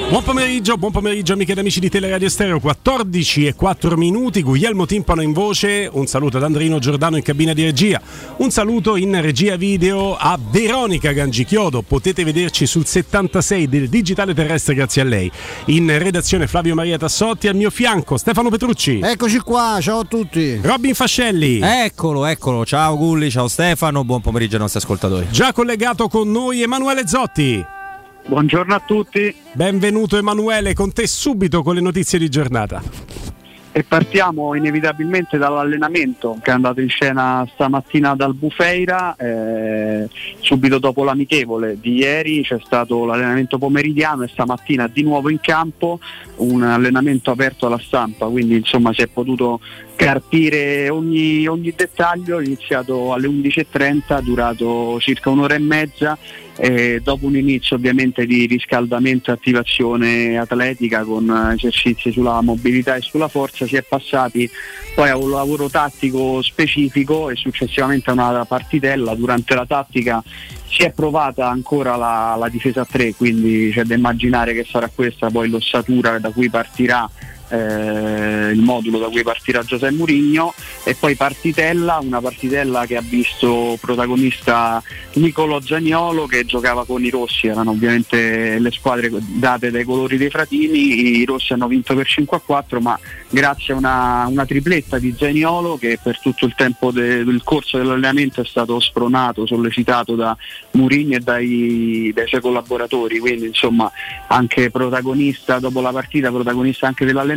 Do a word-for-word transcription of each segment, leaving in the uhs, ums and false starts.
Buon pomeriggio, buon pomeriggio amiche ed amici di Teleradio Stereo, quattordici e quattro minuti, Guglielmo Timpano in voce, un saluto ad Andrino Giordano in cabina di regia, un saluto in regia video a Veronica Gangichiodo, potete vederci sul settantasei del digitale terrestre grazie a lei, in redazione Flavio Maria Tassotti, al mio fianco Stefano Petrucci. Eccoci qua, ciao a tutti. Robin Fascelli. Eccolo, eccolo, ciao Gulli, ciao Stefano, buon pomeriggio ai nostri ascoltatori. Già collegato con noi Emanuele Zotti. Buongiorno a tutti. Benvenuto Emanuele, con te subito con le notizie di giornata. E partiamo inevitabilmente dall'allenamento che è andato in scena stamattina dal Bufeira, eh, subito dopo l'amichevole di ieri c'è stato l'allenamento pomeridiano e stamattina di nuovo in campo, un allenamento aperto alla stampa, quindi insomma si è potuto carpire ogni, ogni dettaglio, iniziato alle undici e trenta, durato circa un'ora e mezza. E dopo un inizio ovviamente di riscaldamento e attivazione atletica con esercizi sulla mobilità e sulla forza, si è passati poi a un lavoro tattico specifico e successivamente a una partitella. Durante la tattica si è provata ancora la, la difesa a tre, quindi c'è da immaginare che sarà questa poi l'ossatura da cui partirà Eh, il modulo da cui partirà José Mourinho, e poi partitella, una partitella che ha visto protagonista Nicolò Zaniolo, che giocava con i rossi. Erano ovviamente le squadre date dai colori dei fratini, i rossi hanno vinto per cinque a quattro, ma grazie a una, una tripletta di Zaniolo che per tutto il tempo de, del corso dell'allenamento è stato spronato, sollecitato da Mourinho e dai, dai suoi collaboratori, quindi insomma anche protagonista dopo la partita, protagonista anche dell'allenamento.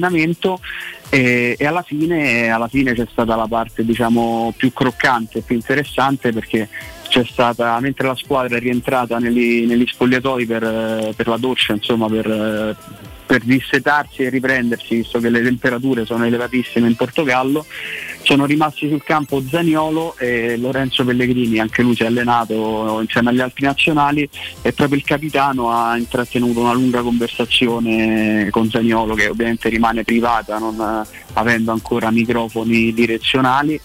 E, e alla fine, alla fine c'è stata la parte diciamo più croccante, più interessante, perché c'è stata, mentre la squadra è rientrata negli, negli spogliatoi per, per la doccia, insomma per, per dissetarsi e riprendersi, visto che le temperature sono elevatissime in Portogallo, sono rimasti sul campo Zaniolo e Lorenzo Pellegrini, anche lui si è allenato insieme agli altri nazionali, e proprio il capitano ha intrattenuto una lunga conversazione con Zaniolo, che ovviamente rimane privata, non avendo ancora microfoni direzionali.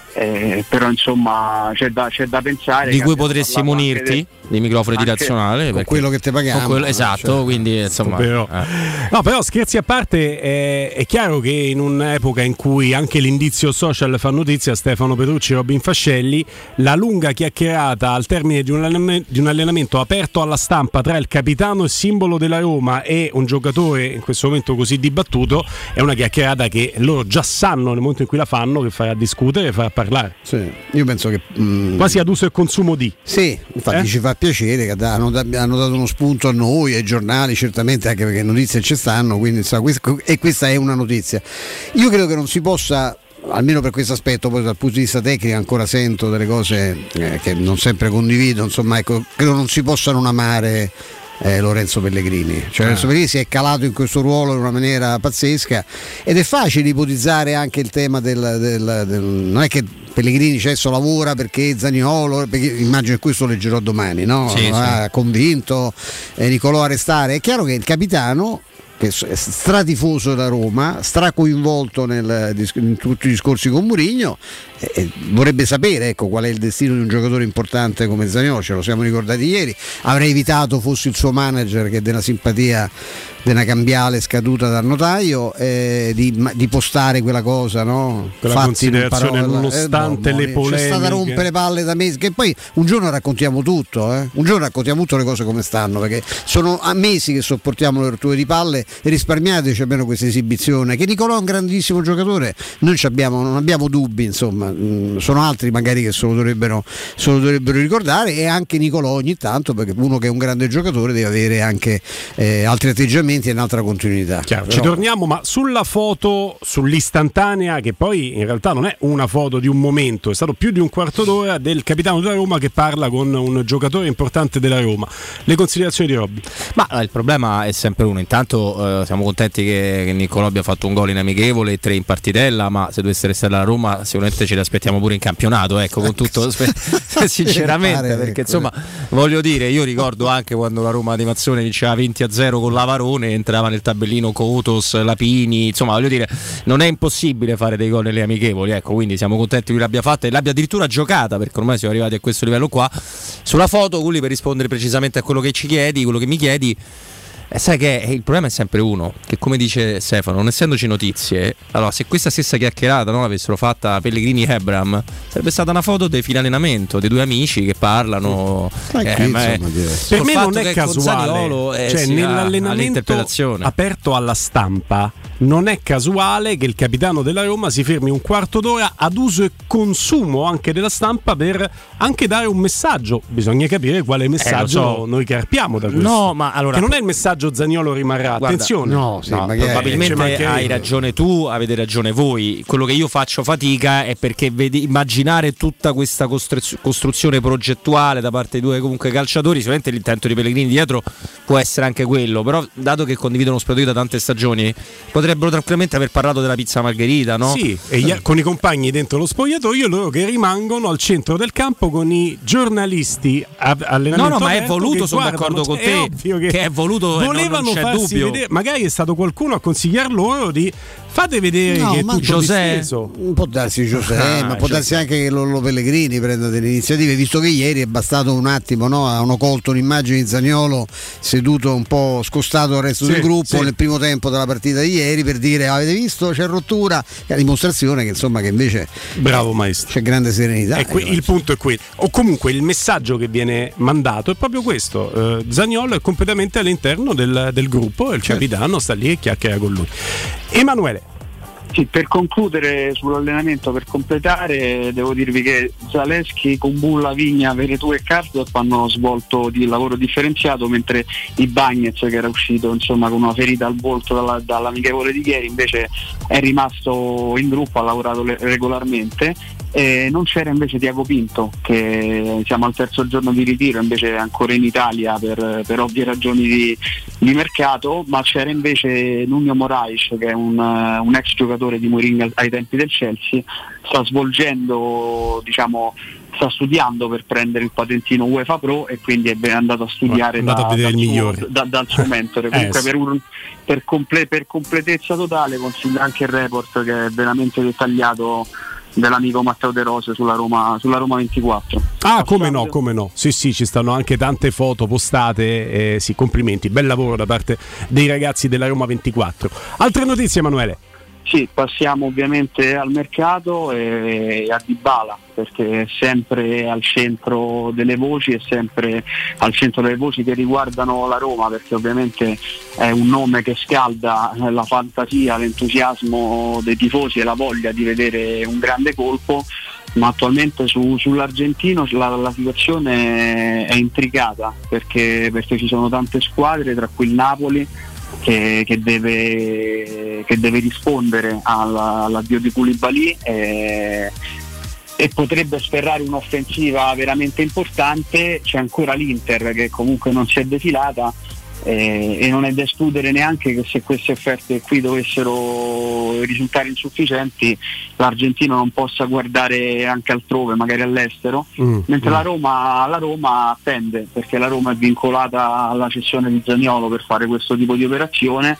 Eh, però insomma c'è da, c'è da pensare di cui potresti munirti di microfoni direzionali con quello che ti paghiamo, quello, esatto, cioè, quindi insomma però, eh. no, però scherzi a parte, è, è chiaro che in un'epoca in cui anche l'indizio social fa notizia, Stefano Petrucci e Robin Fascelli, la lunga chiacchierata al termine di un, allenamento, di un allenamento aperto alla stampa tra il capitano e simbolo della Roma e un giocatore in questo momento così dibattuto è una chiacchierata che loro già sanno nel momento in cui la fanno che farà discutere, farà parlare. Sì, io penso che mh, quasi ad uso e consumo di. Sì, infatti eh? ci fa piacere che hanno, hanno dato uno spunto a noi, ai giornali, certamente, anche perché notizie ci stanno, quindi insomma, questa, e questa è una notizia. Io credo che non si possa, almeno per questo aspetto, poi dal punto di vista tecnico ancora sento delle cose eh, che non sempre condivido, insomma, ecco, credo non si possa non amare Eh, Lorenzo Pellegrini, cioè Lorenzo Pellegrini si è calato in questo ruolo in una maniera pazzesca, ed è facile ipotizzare anche il tema del, del, del non è che Pellegrini cesso lavora perché Zaniolo, perché immagino che questo leggerò domani, no? Sì, ha sì. convinto eh, Nicolò a restare. È chiaro che il capitano, che è stratifoso da Roma, stracoinvolto nel, in tutti i discorsi con Mourinho, eh, vorrebbe sapere, ecco, qual è il destino di un giocatore importante come Zaniolo. Ce lo siamo ricordati ieri. Avrei evitato, fossi il suo manager, che della simpatia della cambiale scaduta dal notaio, eh, di, di postare quella cosa, no? Quella Fatti considerazione, parola, nonostante eh, no, le polemiche, c'è stata rompere le palle da mesi, che poi un giorno raccontiamo tutto, eh? un giorno raccontiamo tutte le cose come stanno, perché sono a mesi che sopportiamo le rotture di palle, e risparmiateci almeno questa esibizione. Che Nicolò è un grandissimo giocatore, noi ci abbiamo, non abbiamo dubbi, insomma, mh, sono altri magari che se lo dovrebbero, se lo dovrebbero ricordare, e anche Nicolò ogni tanto, perché uno che è un grande giocatore deve avere anche eh, altri atteggiamenti e un'altra continuità. Chiaro, Però... ci torniamo, ma sulla foto, sull'istantanea, che poi in realtà non è una foto di un momento, è stato più di un quarto d'ora del capitano della Roma che parla con un giocatore importante della Roma. Le considerazioni di Robby? Ma il problema è sempre uno. Intanto eh, siamo contenti che, che Nicolò abbia fatto un gol in amichevole e tre in partitella, ma se dovesse restare alla Roma sicuramente ce li aspettiamo pure in campionato, ecco, con tutto sinceramente, perché insomma voglio dire, io ricordo anche quando la Roma di Mazzone vinceva venti a zero con l'Avarone, entrava nel tabellino Cotos, Lapini, insomma voglio dire, non è impossibile fare dei gol nelle amichevoli, ecco, quindi siamo contenti che lui l'abbia fatta e l'abbia addirittura giocata, perché ormai siamo arrivati a questo livello qua. Sulla foto, Gulli, per rispondere precisamente a quello che ci chiedi, quello che mi chiedi, E sai che il problema è sempre uno, che come dice Stefano, non essendoci notizie, allora se questa stessa chiacchierata, no, l'avessero fatta Pellegrini e Ebram, sarebbe stata una foto dei fine allenamento dei due amici che parlano. Mm. Eh, qui, ma è, insomma, per me non è casuale, eh, cioè nell'allenamento aperto alla stampa non è casuale che il capitano della Roma si fermi un quarto d'ora ad uso e consumo anche della stampa per anche dare un messaggio. Bisogna capire quale messaggio eh, so. noi carpiamo da questo. No, ma allora, che non è il messaggio Zaniolo rimarrà. Guarda, attenzione. No, sì, no, probabilmente hai ragione tu, avete ragione voi. Quello che io faccio fatica è perché vedi, immaginare tutta questa costru- costruzione progettuale da parte di due comunque calciatori, sicuramente l'intento di Pellegrini dietro può essere anche quello, però dato che condividono lo spogliatoio da tante stagioni potrebbero tranquillamente aver parlato della pizza margherita, no? Sì, e gli, con i compagni dentro lo spogliatoio, loro che rimangono al centro del campo con i giornalisti a, allenamento. No, no, ma è aperto, voluto, sono guardano, d'accordo con è te, ovvio che, che è voluto, volevano non, non c'è farsi dubbio. vedere, magari è stato qualcuno a consigliar loro di fate vedere no, che è ma tutto Giuseppe disteso. Può darsi Giuseppe, Ah, ma può certo. darsi anche che Lollo Pellegrini prenda delle iniziative, visto che ieri è bastato un attimo, no? Hanno colto un'immagine di Zaniolo seduto un po' scostato dal resto sì, del gruppo sì. nel primo tempo della partita di ieri, per dire avete visto c'è rottura, è la dimostrazione che insomma che invece Bravo maestro. c'è grande serenità. È que- il punto è quello. O comunque il messaggio che viene mandato è proprio questo. Eh, Zaniolo è completamente all'interno del, del gruppo e il Certo. capitano sta lì e chiacchiera con lui. Emanuele. Sì, per concludere sull'allenamento, per completare, devo dirvi che Zaleschi, Kumbulla, Vigna, Veretù e Karsdorp hanno svolto di lavoro differenziato, mentre Ibañez, che era uscito insomma con una ferita al volto dalla, dall'amichevole di ieri, invece è rimasto in gruppo, ha lavorato le- regolarmente. E non c'era invece Tiago Pinto, che siamo al terzo giorno di ritiro, invece è ancora in Italia per, per ovvie ragioni di, di mercato, ma c'era invece Nuno Moraes, che è un, un ex giocatore di Mourinho ai tempi del Chelsea, sta svolgendo, diciamo, sta studiando per prendere il patentino UEFA Pro e quindi è andato a studiare È andato da, a vedere dal, il suo, migliore. da, dal suo mentore. Comunque Eh, sì. per, un, per, comple, per completezza totale consiglio anche il report, che è veramente dettagliato, dell'amico Matteo De Rose sulla Roma, sulla Roma ventiquattro. Ah, come no, come no. Sì, sì, ci stanno anche tante foto postate. Eh, sì, complimenti, bel lavoro da parte dei ragazzi della Roma ventiquattro. Altre notizie, Emanuele? Sì, passiamo ovviamente al mercato e a Dybala, perché è sempre al centro delle voci, è sempre al centro delle voci che riguardano la Roma, perché ovviamente è un nome che scalda la fantasia, l'entusiasmo dei tifosi e la voglia di vedere un grande colpo, ma attualmente su, sull'argentino la, la situazione è intricata, perché, perché ci sono tante squadre, tra cui il Napoli, Che, che, deve, che deve rispondere alla, all'addio di Koulibaly e, e potrebbe sferrare un'offensiva veramente importante. C'è ancora l'Inter che comunque non si è defilata e, e non è da escludere neanche che se queste offerte qui dovessero risultare insufficienti l'argentino non possa guardare anche altrove, magari all'estero, mm, mentre mm. la Roma la Roma attende, perché la Roma è vincolata alla cessione di Zaniolo per fare questo tipo di operazione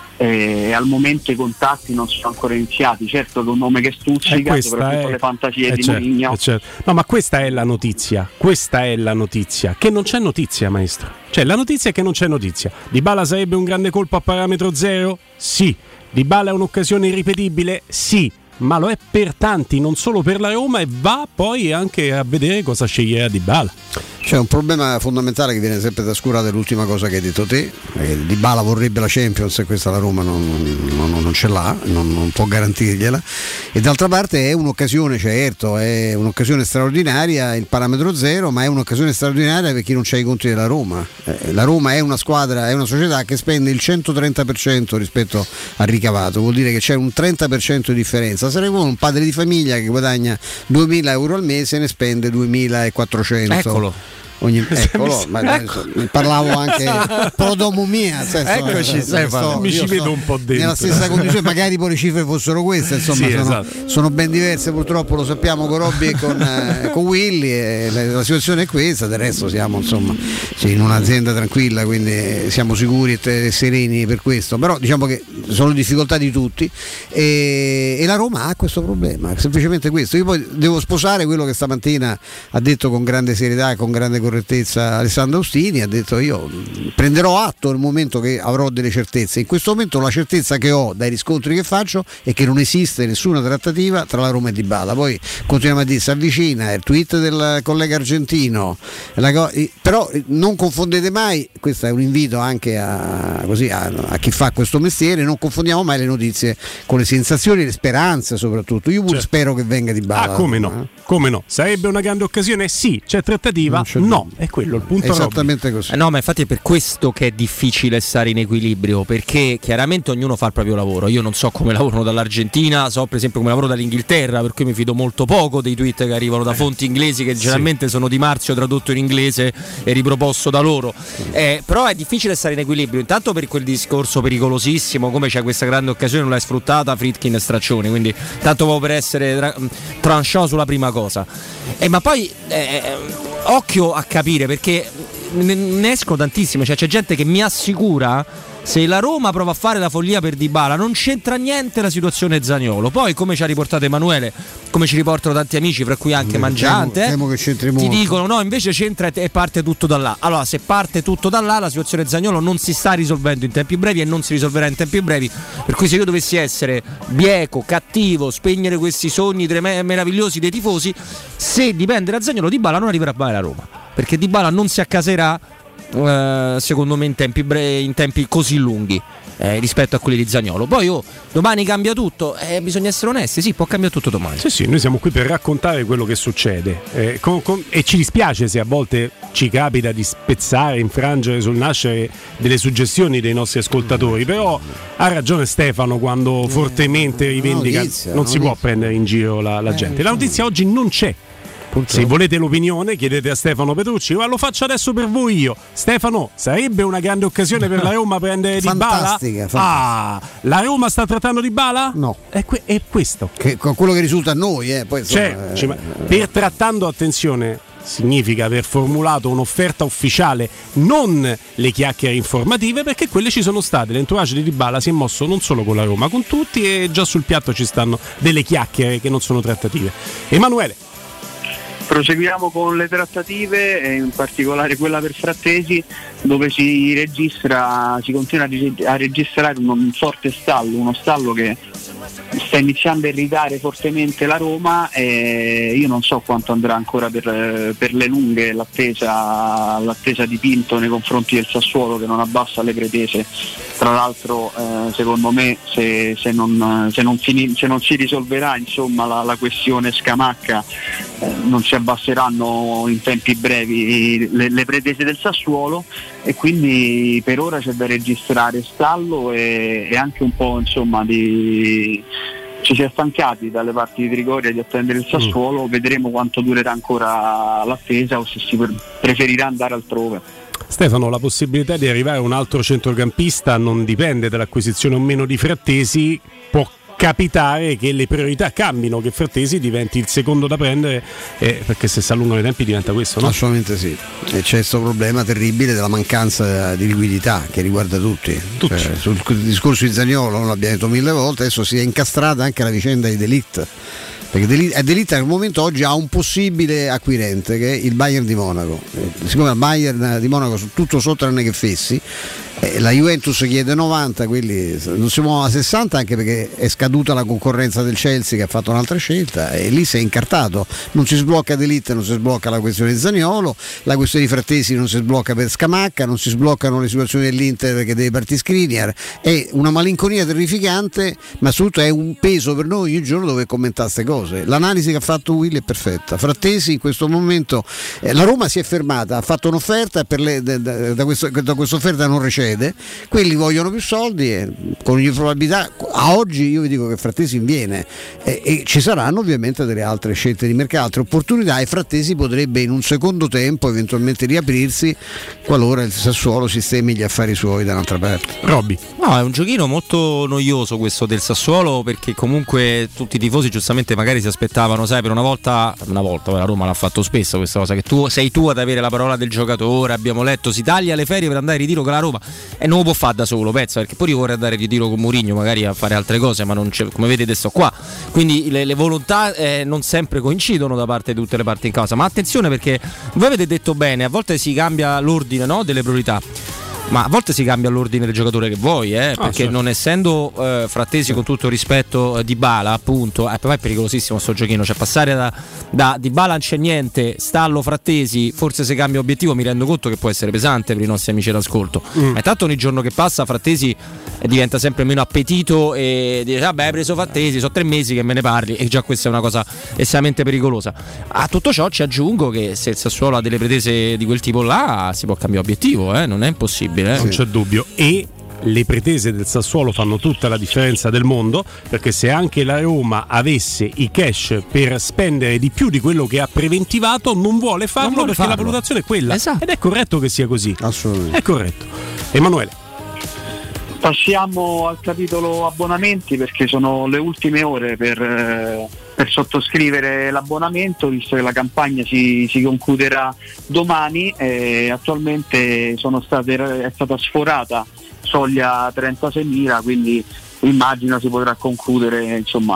e al momento i contatti non sono ancora iniziati. Certo che un nome che stuzzica, questa soprattutto è, le fantasie è di certo, Mourinho. certo. No, ma questa è la notizia, questa è la notizia, che non c'è notizia, maestro. Cioè la notizia è che non c'è notizia. Dybala sarebbe un grande colpo a parametro zero? Sì. Dybala è un'occasione irripetibile? Sì. Ma lo è per tanti, non solo per la Roma, e va poi anche a vedere cosa sceglierà Dybala. C'è un problema fondamentale che viene sempre trascurato, è l'ultima cosa che hai detto te. Eh, Dybala vorrebbe la Champions e questa la Roma non, non, non ce l'ha, non, non può garantirgliela, e d'altra parte è un'occasione, certo, è un'occasione straordinaria, il parametro zero, ma è un'occasione straordinaria per chi non c'ha i conti della Roma. Eh, la Roma è una squadra, è una società che spende il centotrenta per cento rispetto al ricavato, vuol dire che c'è un trenta per cento di differenza. Sarebbe un padre di famiglia che guadagna duemila euro al mese e ne spende duemilaquattrocento. Eccolo. Ogni, eccolo, ma ecco. Parlavo anche prodomo mia, eccoci, eh, Stefano, mi ci vedo un po' dentro nella stessa condizione, magari poi le cifre fossero queste, insomma, sì, sono, esatto. sono ben diverse, purtroppo lo sappiamo con Robby e con, eh, con Willy, e la, la situazione è questa. Del resto siamo insomma sì, in un'azienda tranquilla, quindi siamo sicuri e, e sereni per questo, però diciamo che sono difficoltà di tutti e, e la Roma ha questo problema, semplicemente questo. Io poi devo sposare quello che stamattina ha detto con grande serietà e con grande correttezza correttezza Alessandro Austini, ha detto io prenderò atto nel momento che avrò delle certezze. In questo momento la certezza che ho dai riscontri che faccio è che non esiste nessuna trattativa tra la Roma e Dybala. Poi continuiamo a dire, si avvicina, il tweet del collega argentino, la co- però non confondete mai, questo è un invito anche a, così, a, a chi fa questo mestiere, non confondiamo mai le notizie con le sensazioni e le speranze soprattutto. Io pure certo. spero che venga Dybala. Ah, come no? Eh? Come no? Sarebbe una grande occasione? Sì. C'è trattativa? C'è no. È quello il punto. Esattamente Robby. Così. Eh no, ma infatti è per questo che è difficile stare in equilibrio, perché chiaramente ognuno fa il proprio lavoro. Io non so come lavorano dall'Argentina, so per esempio come lavorano dall'Inghilterra, per cui mi fido molto poco dei tweet che arrivano da fonti inglesi che generalmente sì. sono Di Marzio tradotto in inglese e riproposto da loro. Eh, però è difficile stare in equilibrio, intanto per quel discorso pericolosissimo, come c'è questa grande occasione, non l'hai sfruttata, Friedkin e Straccioni, quindi tanto proprio per essere tra- tranchant sulla prima cosa. Eh, ma poi eh, occhio a capire, perché ne, ne escono tantissime, cioè c'è gente che mi assicura se la Roma prova a fare la follia per Dybala non c'entra niente la situazione Zaniolo. Poi, come ci ha riportato Emanuele, come ci riportano tanti amici, fra cui anche Mangiante, temo, temo che c'entri ti molto. dicono no, invece c'entra e parte tutto da là. Allora, se parte tutto da là, la situazione Zaniolo non si sta risolvendo in tempi brevi e non si risolverà in tempi brevi. Per cui se io dovessi essere bieco, cattivo, spegnere questi sogni trem- meravigliosi dei tifosi, se dipende da Zaniolo, Dybala non arriverà mai alla Roma, perché Dybala non si accaserà Uh, secondo me in tempi, bre- in tempi così lunghi eh, rispetto a quelli di Zaniolo. Poi oh, domani cambia tutto, eh, bisogna essere onesti, sì, può cambiare tutto domani. Sì, sì, noi siamo qui per raccontare quello che succede eh, con, con, e ci dispiace se a volte ci capita di spezzare, infrangere sul nascere delle suggestioni dei nostri ascoltatori, però ha ragione Stefano quando fortemente rivendica, notizia, non si può prendere in giro la, la gente. La notizia oggi non c'è. Se volete l'opinione chiedete a Stefano Petrucci, ma lo faccio adesso per voi io. Stefano, sarebbe una grande occasione per la Roma prendere Dybala? Fantastica, fantastica. Ah, la Roma sta trattando Dybala? No. È, que- è questo. Che, con quello che risulta a noi, eh, poi, insomma, cioè, eh, cioè, per trattando, attenzione, significa aver formulato un'offerta ufficiale, non le chiacchiere informative, perché quelle ci sono state. L'entourage di Dybala si è mosso non solo con la Roma, con tutti, e già sul piatto ci stanno delle chiacchiere che non sono trattative. Emanuele. Proseguiamo con le trattative, e in particolare quella per Frattesi, dove si registra, si continua a registrare un forte stallo, uno stallo che sta iniziando a irritare fortemente la Roma, e io non so quanto andrà ancora per, per le lunghe l'attesa, l'attesa di Pinto nei confronti del Sassuolo, che non abbassa le pretese. Tra l'altro eh, secondo me se, se, non, se, non fini, se non si risolverà insomma la, la questione Scamacca eh, non si abbasseranno in tempi brevi le, le pretese del Sassuolo, e quindi per ora c'è da registrare stallo e, e anche un po' insomma di... ci si è stancati dalle parti di Trigoria di attendere il Sassuolo. mm. Vedremo quanto durerà ancora l'attesa o se si preferirà andare altrove. Stefano, la possibilità di arrivare a un altro centrocampista non dipende dall'acquisizione o meno di Frattesi. Può capitare che le priorità cambino, che Frattesi diventi il secondo da prendere, eh, perché se si allungano i tempi diventa questo, no? Assolutamente sì, e c'è questo problema terribile della mancanza di liquidità che riguarda tutti, tutti. Cioè, sul discorso di Zaniolo non l'abbiamo detto mille volte, adesso si è incastrata anche la vicenda di De Ligt, perché De Ligt al momento oggi ha un possibile acquirente che è il Bayern di Monaco. Siccome al Bayern di Monaco sono tutto sotto tranne che fessi, eh, la Juventus chiede novanta, quelli non si muovono a sessanta, anche perché è scaduta la concorrenza del Chelsea che ha fatto un'altra scelta, e lì si è incartato. Non si sblocca De Ligt, non si sblocca la questione di Zaniolo, la questione di Frattesi non si sblocca per Scamacca, non si sbloccano le situazioni dell'Inter perché deve partire Skriniar. È una malinconia terrificante, ma soprattutto è un peso per noi ogni giorno dove commentare queste cose. L'analisi che ha fatto Will è perfetta. Frattesi in questo momento, eh, la Roma si è fermata, ha fatto un'offerta, per le, da, da, da, questo, da questa offerta non recede, quelli vogliono più soldi e con ogni probabilità a oggi io vi dico che Frattesi viene, eh, e ci saranno ovviamente delle altre scelte di mercato, altre opportunità, e Frattesi potrebbe in un secondo tempo eventualmente riaprirsi qualora il Sassuolo sistemi gli affari suoi da un'altra parte. Robby. No, è un giochino molto noioso questo del Sassuolo, perché comunque tutti i tifosi giustamente magari si aspettavano, sai, per una volta, una volta la Roma l'ha fatto spesso questa cosa, che tu sei tu ad avere la parola del giocatore. Abbiamo letto si taglia le ferie per andare in ritiro con la Roma, e non lo può fare da solo, pensa, perché poi vorrei andare di tiro con Mourinho magari a fare altre cose, ma non c'è, come vedete sto qua, quindi le, le volontà eh, non sempre coincidono da parte di tutte le parti in causa. Ma attenzione, perché voi avete detto bene, a volte si cambia l'ordine, no, delle priorità, ma a volte si cambia l'ordine del giocatore che vuoi, eh, perché ah, certo. non essendo eh, Frattesi, con tutto il rispetto, eh, Dybala, appunto, eh, poi è pericolosissimo sto giochino, cioè passare da, da Dybala non c'è niente, Stallo, Frattesi, forse se cambia obiettivo mi rendo conto che può essere pesante per i nostri amici d'ascolto, mm. ma intanto ogni giorno che passa Frattesi eh, diventa sempre meno appetito e dice vabbè hai preso Frattesi, sono tre mesi che me ne parli, e già questa è una cosa estremamente pericolosa. A tutto ciò ci aggiungo che se il Sassuolo ha delle pretese di quel tipo là si può cambiare obiettivo, eh, non è impossibile. Eh? Non c'è dubbio, e le pretese del Sassuolo fanno tutta la differenza del mondo, perché se anche la Roma avesse i cash per spendere di più di quello che ha preventivato non vuole farlo, non vuole perché farlo. La valutazione è quella, esatto. Ed è corretto che sia così, assolutamente è corretto. Emanuele, passiamo al capitolo abbonamenti, perché sono le ultime ore per, eh, per sottoscrivere l'abbonamento, visto che la campagna si, si concluderà domani. E attualmente sono state, è stata sforata soglia trentaseimila, quindi immagino si potrà concludere insomma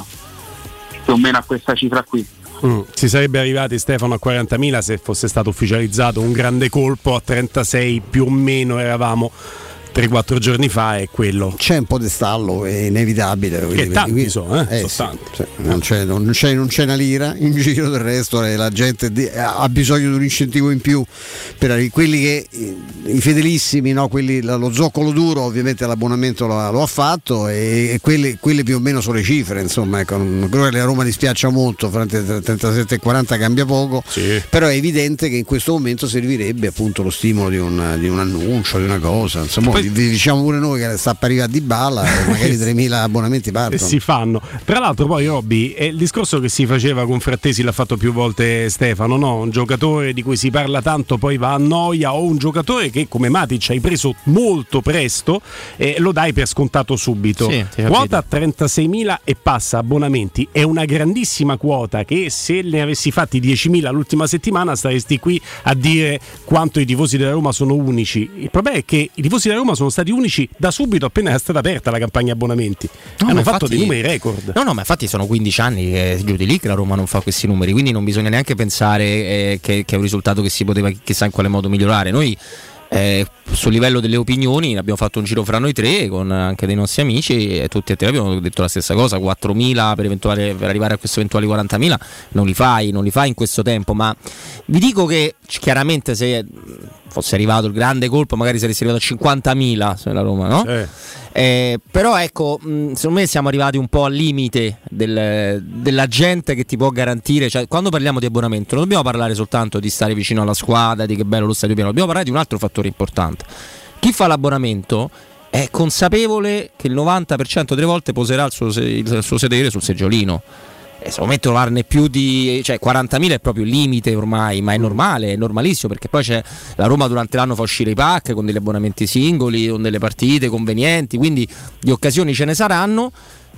più o meno a questa cifra qui. Mm. Si sarebbe arrivati, Stefano, a quarantamila se fosse stato ufficializzato un grande colpo. A trentasei più o meno eravamo tre quattro giorni fa, è quello. C'è un po' di stallo, è inevitabile. Che quindi, tanti quindi, sono, eh? eh, sono sì, tanti. Cioè, non, c'è, non, c'è, non c'è una lira in giro, del resto la gente di, ha bisogno di un incentivo in più per quelli che i fedelissimi, no? Quelli, lo zoccolo duro ovviamente l'abbonamento lo, lo ha fatto, e, e quelle, quelle più o meno sono le cifre, insomma, ecco, non credo che la Roma dispiaccia molto, fra trentasette e quaranta cambia poco, sì. Però è evidente che in questo momento servirebbe appunto lo stimolo di un, di un annuncio, di una cosa, insomma. Poi, diciamo pure noi che sta per arrivare a Dybala e magari tremila abbonamenti partono. Si fanno. Tra l'altro poi Robby, è il discorso che si faceva con Frattesi, l'ha fatto più volte Stefano, no? Un giocatore di cui si parla tanto poi va a noia, o un giocatore che come Matic hai preso molto presto e lo dai per scontato subito. Sì, quota trentaseimila e passa abbonamenti, è una grandissima quota che se ne avessi fatti diecimila l'ultima settimana staresti qui a dire quanto i tifosi della Roma sono unici. Il problema è che i tifosi della Roma sono stati unici da subito, appena è stata aperta la campagna abbonamenti. No, hanno infatti, fatto dei numeri record. No, no, ma infatti sono quindici anni che giù di lì che la Roma non fa questi numeri, quindi non bisogna neanche pensare eh, che, che è un risultato che si poteva chissà in quale modo migliorare. Noi eh, sul livello delle opinioni abbiamo fatto un giro fra noi tre con anche dei nostri amici e tutti e tre abbiamo detto la stessa cosa: quattromila per, eventuale, per arrivare a questi eventuali quarantamila non li fai, non li fai in questo tempo. Ma vi dico che chiaramente se fosse arrivato il grande colpo magari saresti arrivato a cinquantamila se la Roma, no? Sì. Eh, però ecco, mh, secondo me siamo arrivati un po' al limite del, della gente che ti può garantire, cioè quando parliamo di abbonamento non dobbiamo parlare soltanto di stare vicino alla squadra, di che bello lo stadio pieno, dobbiamo parlare di un altro fattore importante. Chi fa l'abbonamento è consapevole che il novanta per cento delle volte poserà il suo, il suo sedere sul seggiolino. E secondo me trovarne più di, cioè quarantamila è proprio il limite ormai, ma è normale, è normalissimo, perché poi c'è la Roma durante l'anno fa uscire i pack con degli abbonamenti singoli, con delle partite convenienti, quindi di occasioni ce ne saranno.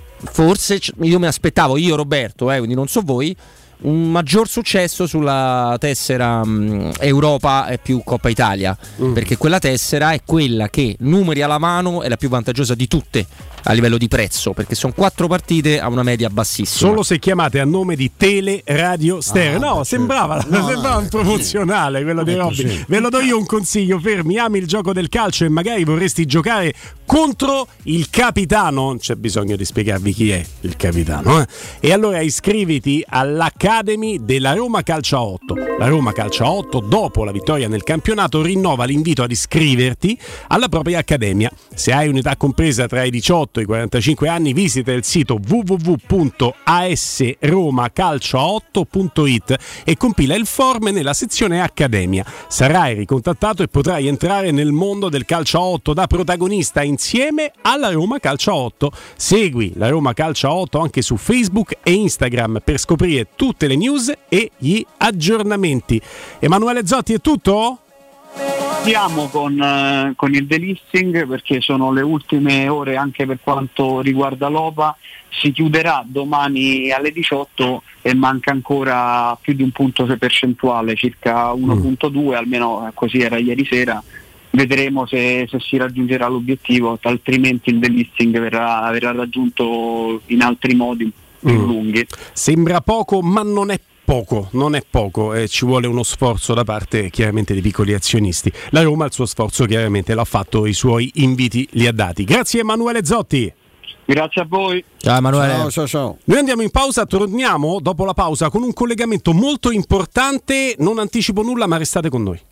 Forse io mi aspettavo, io Roberto, eh, quindi non so voi, un maggior successo sulla tessera um, Europa e più Coppa Italia, mm. perché quella tessera è quella che numeri alla mano è la più vantaggiosa di tutte a livello di prezzo, perché sono quattro partite a una media bassissima. Solo se chiamate a nome di Tele Radio Stereo. Ah, no, sembrava, no, sembrava un promozionale quello di Robby. Ve lo do io un consiglio: fermi, ami il gioco del calcio e magari vorresti giocare contro il capitano, non c'è bisogno di spiegarvi chi è il capitano, eh? E allora iscriviti all'Academy della Roma Calcio a otto. La Roma Calcio a otto, dopo la vittoria nel campionato, rinnova l'invito ad iscriverti alla propria accademia. Se hai un'età compresa tra i diciotto e i quarantacinque anni, visita il sito w w w punto a s roma calcio a otto punto i t e compila il form nella sezione Accademia. Sarai ricontattato e potrai entrare nel mondo del calcio a otto da protagonista insieme alla Roma Calcio a otto. Segui la Roma Calcio a otto anche su Facebook e Instagram per scoprire tutte le news e gli aggiornamenti. Emanuele Zotti, è tutto? Partiamo con, eh, con il delisting, perché sono le ultime ore anche per quanto riguarda l'Opa. Si chiuderà domani alle diciotto e manca ancora più di un punto percentuale, circa uno virgola due, mm. almeno così era ieri sera, vedremo se, se si raggiungerà l'obiettivo, altrimenti il delisting verrà, verrà raggiunto in altri modi più mm. lunghi. Sembra poco, ma non è poco, non è poco, eh, ci vuole uno sforzo da parte chiaramente dei piccoli azionisti. La Roma il suo sforzo chiaramente l'ha fatto, i suoi inviti li ha dati. Grazie Emanuele Zotti. Grazie a voi. Ciao Emanuele. Ciao, ciao, ciao. Noi andiamo in pausa, torniamo dopo la pausa con un collegamento molto importante, non anticipo nulla ma restate con noi.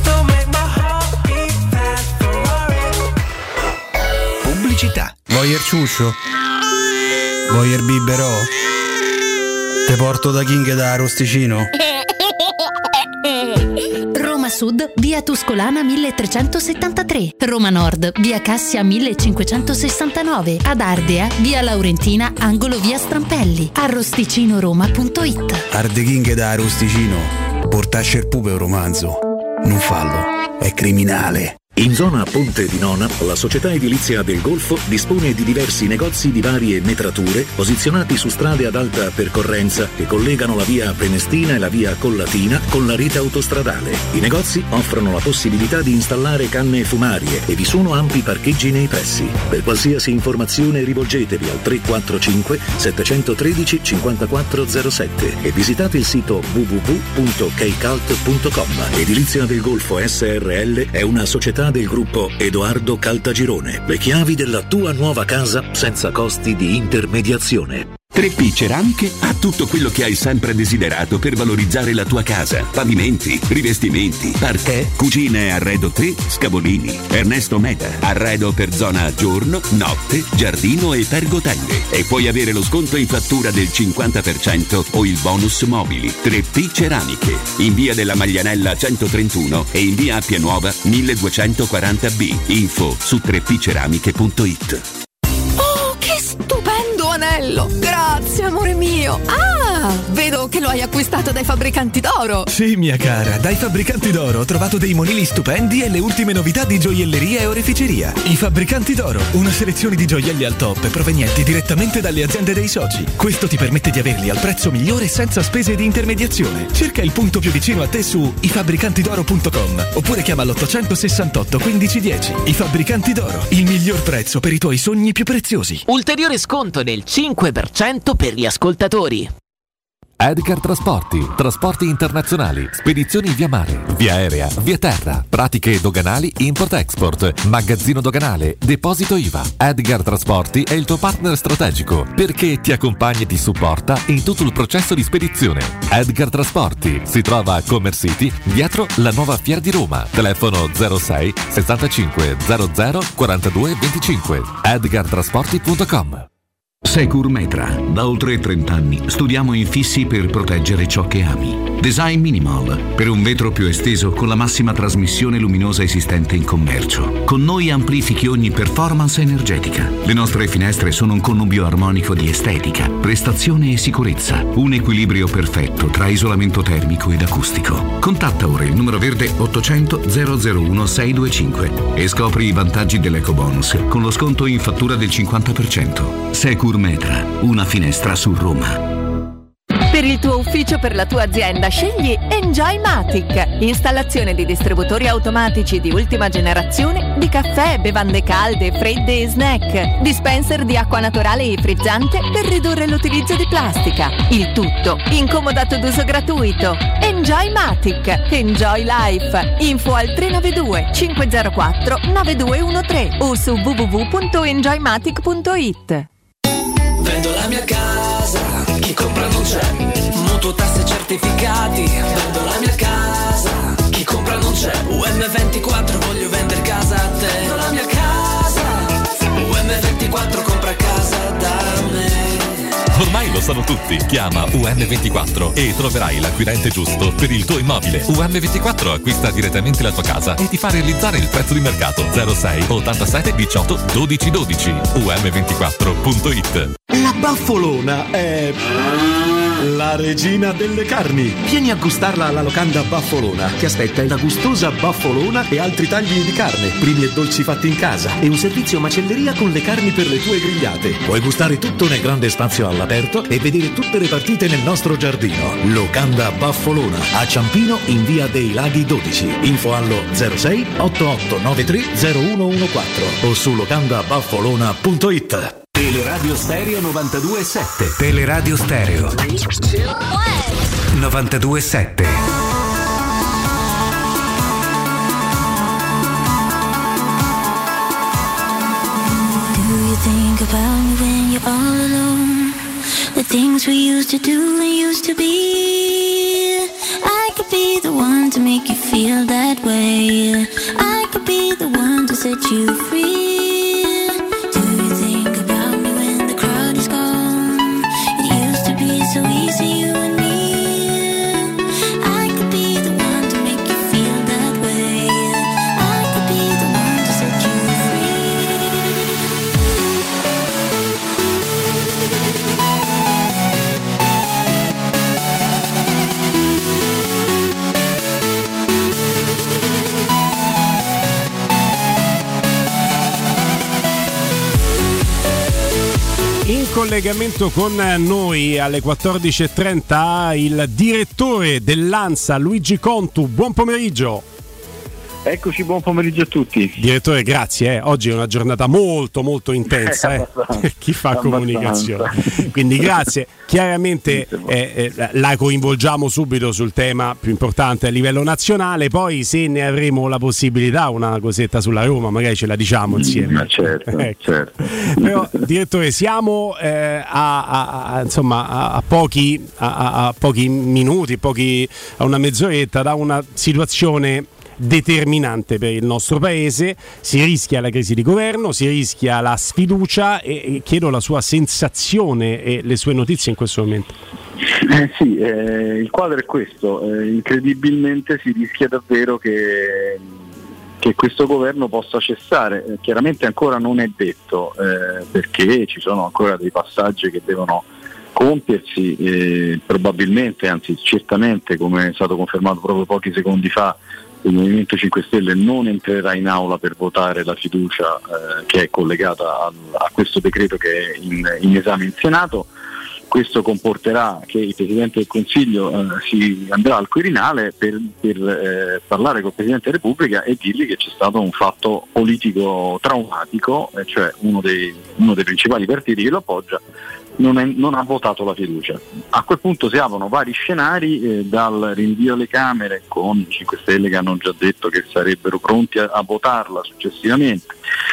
Pubblicità. Voyer ciuscio? Voyer biberò? Te porto da King da Arosticino? Roma Sud, via Tuscolana milletrecentosettantatré. Roma Nord, via Cassia millecinquecentosessantanove. Ad Ardea, via Laurentina, angolo via Strampelli. Arrosticinoroma punto it. Arde King da Arosticino. Portasce il pupe un romanzo. Non fallo, è criminale. In zona Ponte di Nona, la società edilizia del Golfo dispone di diversi negozi di varie metrature posizionati su strade ad alta percorrenza che collegano la via Prenestina e la via Collatina con la rete autostradale. I negozi offrono la possibilità di installare canne fumarie e vi sono ampi parcheggi nei pressi. Per qualsiasi informazione rivolgetevi al tre quattro cinque sette uno tre cinque quattro zero sette e visitate il sito w w w punto keicalt punto com. Edilizia del Golfo S R L è una società del gruppo Edoardo Caltagirone. Le chiavi della tua nuova casa senza costi di intermediazione. tre P Ceramiche ha tutto quello che hai sempre desiderato per valorizzare la tua casa. Pavimenti, rivestimenti, parquet, cucine e arredo tre, Scavolini. Ernesto Meda, arredo per zona giorno, notte, giardino e pergotelle. E puoi avere lo sconto in fattura del cinquanta per cento o il bonus mobili. tre P Ceramiche, in via della Maglianella centotrentuno e in via Appia Nuova milleduecentoquaranta B. Info su tre p ceramiche punto it. Stupendo anello! Grazie, amore mio! Ah, vedo che lo hai acquistato dai Fabbricanti d'Oro! Sì, mia cara, dai Fabbricanti d'Oro ho trovato dei monili stupendi e le ultime novità di gioielleria e oreficeria. I Fabbricanti d'Oro, una selezione di gioielli al top provenienti direttamente dalle aziende dei soci. Questo ti permette di averli al prezzo migliore senza spese di intermediazione. Cerca il punto più vicino a te su i fabbricanti d'oro punto com oppure chiama l'ottocentosessantotto quindici dieci. I Fabbricanti d'Oro, il miglior prezzo per i tuoi sogni più preziosi. Ulteriore sconto del cinque per cento per gli ascoltatori. Edgar Trasporti, trasporti internazionali, spedizioni via mare, via aerea, via terra, pratiche doganali, import-export, magazzino doganale, deposito I V A. Edgar Trasporti è il tuo partner strategico perché ti accompagna e ti supporta in tutto il processo di spedizione. Edgar Trasporti si trova a Commerce City, dietro la nuova Fiera di Roma. Telefono zero sei sessantacinque zero zero quarantadue venticinque. edgar trasporti punto com. Securmetra. Da oltre trenta anni studiamo infissi per proteggere ciò che ami. Design Minimal, per un vetro più esteso con la massima trasmissione luminosa esistente in commercio. Con noi amplifichi ogni performance energetica. Le nostre finestre sono un connubio armonico di estetica, prestazione e sicurezza. Un equilibrio perfetto tra isolamento termico ed acustico. Contatta ora il numero verde ottocento zero zero uno sei due cinque e scopri i vantaggi dell'ecobonus con lo sconto in fattura del cinquanta per cento. Securmetra, una finestra su Roma. Per il tuo ufficio, per la tua azienda, scegli Enjoymatic. Installazione di distributori automatici di ultima generazione di caffè, bevande calde, fredde e snack. Dispenser di acqua naturale e frizzante per ridurre l'utilizzo di plastica. Il tutto incomodato d'uso gratuito. Enjoymatic. Enjoy life. Info al tre nove due cinque zero quattro nove due uno tre o su w w w punto enjoymatic punto it. Vendo la mia casa, chi compra non c'è. Mutuo, tasse, certificati. Vendo la mia casa, chi compra non c'è. U M ventiquattro, voglio vendere casa a te. Vendo la mia casa, U M ventiquattro, compra casa da me. Ormai lo sanno tutti. Chiama U M ventiquattro e troverai l'acquirente giusto per il tuo immobile. U M ventiquattro acquista direttamente la tua casa e ti fa realizzare il prezzo di mercato. zero sei ottantasette diciotto dodici dodici. U M ventiquattro punto it. La Baffolona è la regina delle carni. Vieni a gustarla alla locanda Baffolona. Ti aspetta la gustosa Baffolona e altri tagli di carne, primi e dolci fatti in casa e un servizio macelleria con le carni per le tue grigliate. Puoi gustare tutto nel grande spazio all'aperto e vedere tutte le partite nel nostro giardino. Locanda Baffolona, a Ciampino in via dei Laghi dodici. Info allo zero sei otto otto nove tre zero uno uno quattro o su locanda baffolona punto it. Teleradio Stereo novantadue e sette. Teleradio Stereo novantadue e sette. Think about me when you're all alone. The things we used to do and used to be. I could be the one to make you feel that way. I could be the one to set you free. Do you think about me when the crowd is gone? It used to be so easy, you and me. I could be the one to make you feel that way. I could be the one to set you free. In collegamento con noi alle quattordici e trenta il direttore dell'ANSA Luigi Contu. Buon pomeriggio. Eccoci, buon pomeriggio a tutti. Direttore, grazie. Eh. Oggi è una giornata molto molto intensa eh, per chi fa abbastanza. comunicazione. Quindi grazie. Chiaramente eh, eh, la coinvolgiamo subito sul tema più importante a livello nazionale, poi se ne avremo la possibilità una cosetta sulla Roma magari ce la diciamo insieme. Ma certo, ecco. certo. Però direttore, siamo eh, a, a, a, insomma, a, a, pochi, a, a pochi minuti, pochi, a una mezz'oretta da una situazione determinante per il nostro paese. Si rischia la crisi di governo, si rischia la sfiducia e, e chiedo la sua sensazione e le sue notizie in questo momento. Eh sì, eh, il quadro è questo, eh, incredibilmente si rischia davvero che, che questo governo possa cessare. Eh, chiaramente ancora non è detto, eh, perché ci sono ancora dei passaggi che devono compiersi, eh, probabilmente, anzi certamente, come è stato confermato proprio pochi secondi fa, il Movimento cinque Stelle non entrerà in aula per votare la fiducia eh, che è collegata a, a questo decreto che è in, in esame in Senato. Questo comporterà che il Presidente del Consiglio eh, si andrà al Quirinale per, per eh, parlare col Presidente della Repubblica e dirgli che c'è stato un fatto politico traumatico, eh, cioè uno dei, uno dei principali partiti che lo appoggia Non, è, non ha votato la fiducia. A quel punto si aprono vari scenari, eh, dal rinvio alle Camere con i cinque Stelle che hanno già detto che sarebbero pronti a, a votarla successivamente,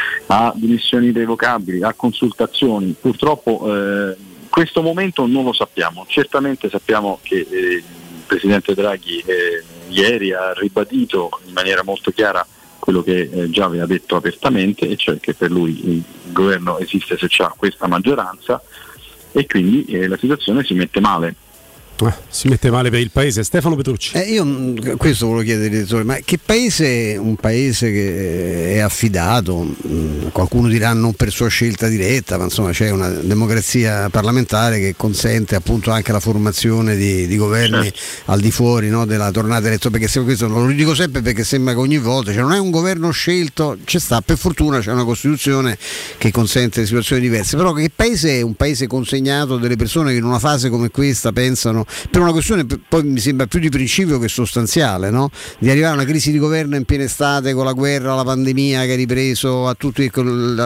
a dimissioni irrevocabili, a consultazioni. Purtroppo eh, questo momento non lo sappiamo. Certamente sappiamo che eh, il Presidente Draghi eh, ieri ha ribadito in maniera molto chiara quello che eh, già aveva detto apertamente, e cioè che per lui il governo esiste se c'ha questa maggioranza, e quindi eh, la situazione si mette male. Eh, si mette male per il paese. Stefano Petrucci. Eh, io questo volevo chiedere, direttore, ma che paese, un paese che è affidato, mh, qualcuno dirà non per sua scelta diretta, ma insomma c'è una democrazia parlamentare che consente appunto anche la formazione di, di governi certo. al di fuori, no, della tornata elettorale, perché se questo lo dico sempre perché sembra che ogni volta, cioè non è un governo scelto, c'è sta, per fortuna c'è una Costituzione che consente situazioni diverse, però che paese è un paese consegnato delle persone che in una fase come questa pensano, per una questione poi mi sembra più di principio che sostanziale, no? Di arrivare a una crisi di governo in piena estate con la guerra, la pandemia che ha ripreso a tutto il,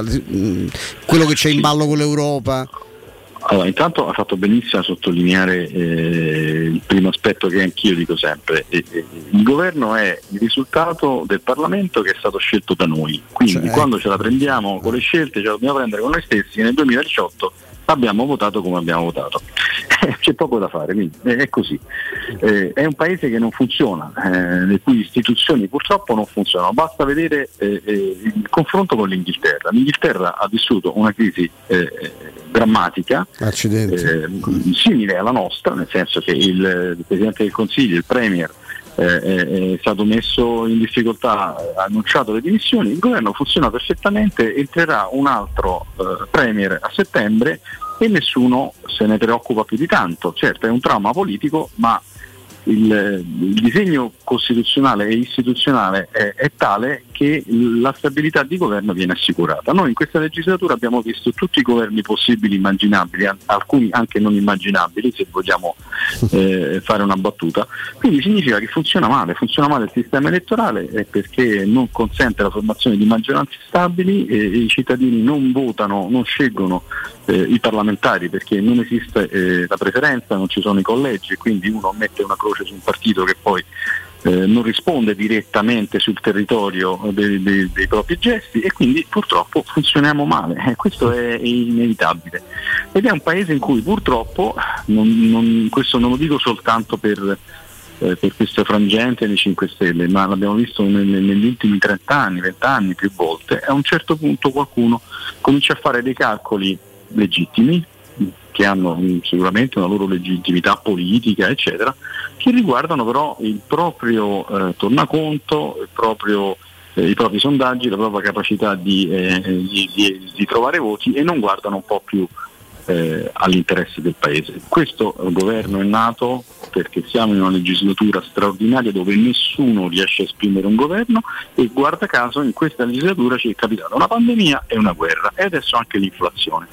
quello che c'è in ballo con l'Europa. Allora, intanto ha fatto benissimo a sottolineare eh, il primo aspetto che anch'io dico sempre. Eh, eh, il governo è il risultato del Parlamento che è stato scelto da noi, quindi cioè, quando ce la prendiamo con le scelte ce la dobbiamo prendere con noi stessi, che nel duemiladiciotto abbiamo votato come abbiamo votato. C'è poco da fare, quindi è così. Eh, è un paese che non funziona, eh, le cui istituzioni purtroppo non funzionano. Basta vedere eh, eh, il confronto con l'Inghilterra. L'Inghilterra ha vissuto una crisi eh, drammatica, eh, simile alla nostra, nel senso che il, il Presidente del Consiglio, il Premier, eh, è stato messo in difficoltà, ha annunciato le dimissioni, il governo funziona perfettamente, entrerà un altro eh, Premier a settembre e nessuno se ne preoccupa più di tanto. Certo è un trauma politico, ma il, il disegno costituzionale e istituzionale è, è tale che la stabilità di governo viene assicurata. Noi in questa legislatura abbiamo visto tutti i governi possibili, immaginabili, alcuni anche non immaginabili, se vogliamo eh, fare una battuta. Quindi significa che funziona male, funziona male il sistema elettorale eh, perché non consente la formazione di maggioranze stabili, e, e i cittadini non votano, non scelgono eh, i parlamentari perché non esiste eh, la preferenza, non ci sono i collegi, quindi uno mette una croce su un partito che poi eh, non risponde direttamente sul territorio dei, dei, dei propri gesti, e quindi purtroppo funzioniamo male. Eh, questo è inevitabile ed è un paese in cui purtroppo, non, non, questo non lo dico soltanto per eh, per questa frangente dei cinque Stelle, ma l'abbiamo visto nel, negli ultimi trenta anni, venti anni più volte, a un certo punto qualcuno comincia a fare dei calcoli legittimi, che hanno sicuramente una loro legittimità politica, eccetera, che riguardano però il proprio eh, tornaconto, il proprio, eh, i propri sondaggi, la propria capacità di, eh, di, di, di trovare voti, e non guardano un po' più eh, all'interesse del Paese. Questo governo è nato perché siamo in una legislatura straordinaria dove nessuno riesce a esprimere un governo, e guarda caso in questa legislatura ci è capitata una pandemia e una guerra, e adesso anche l'inflazione.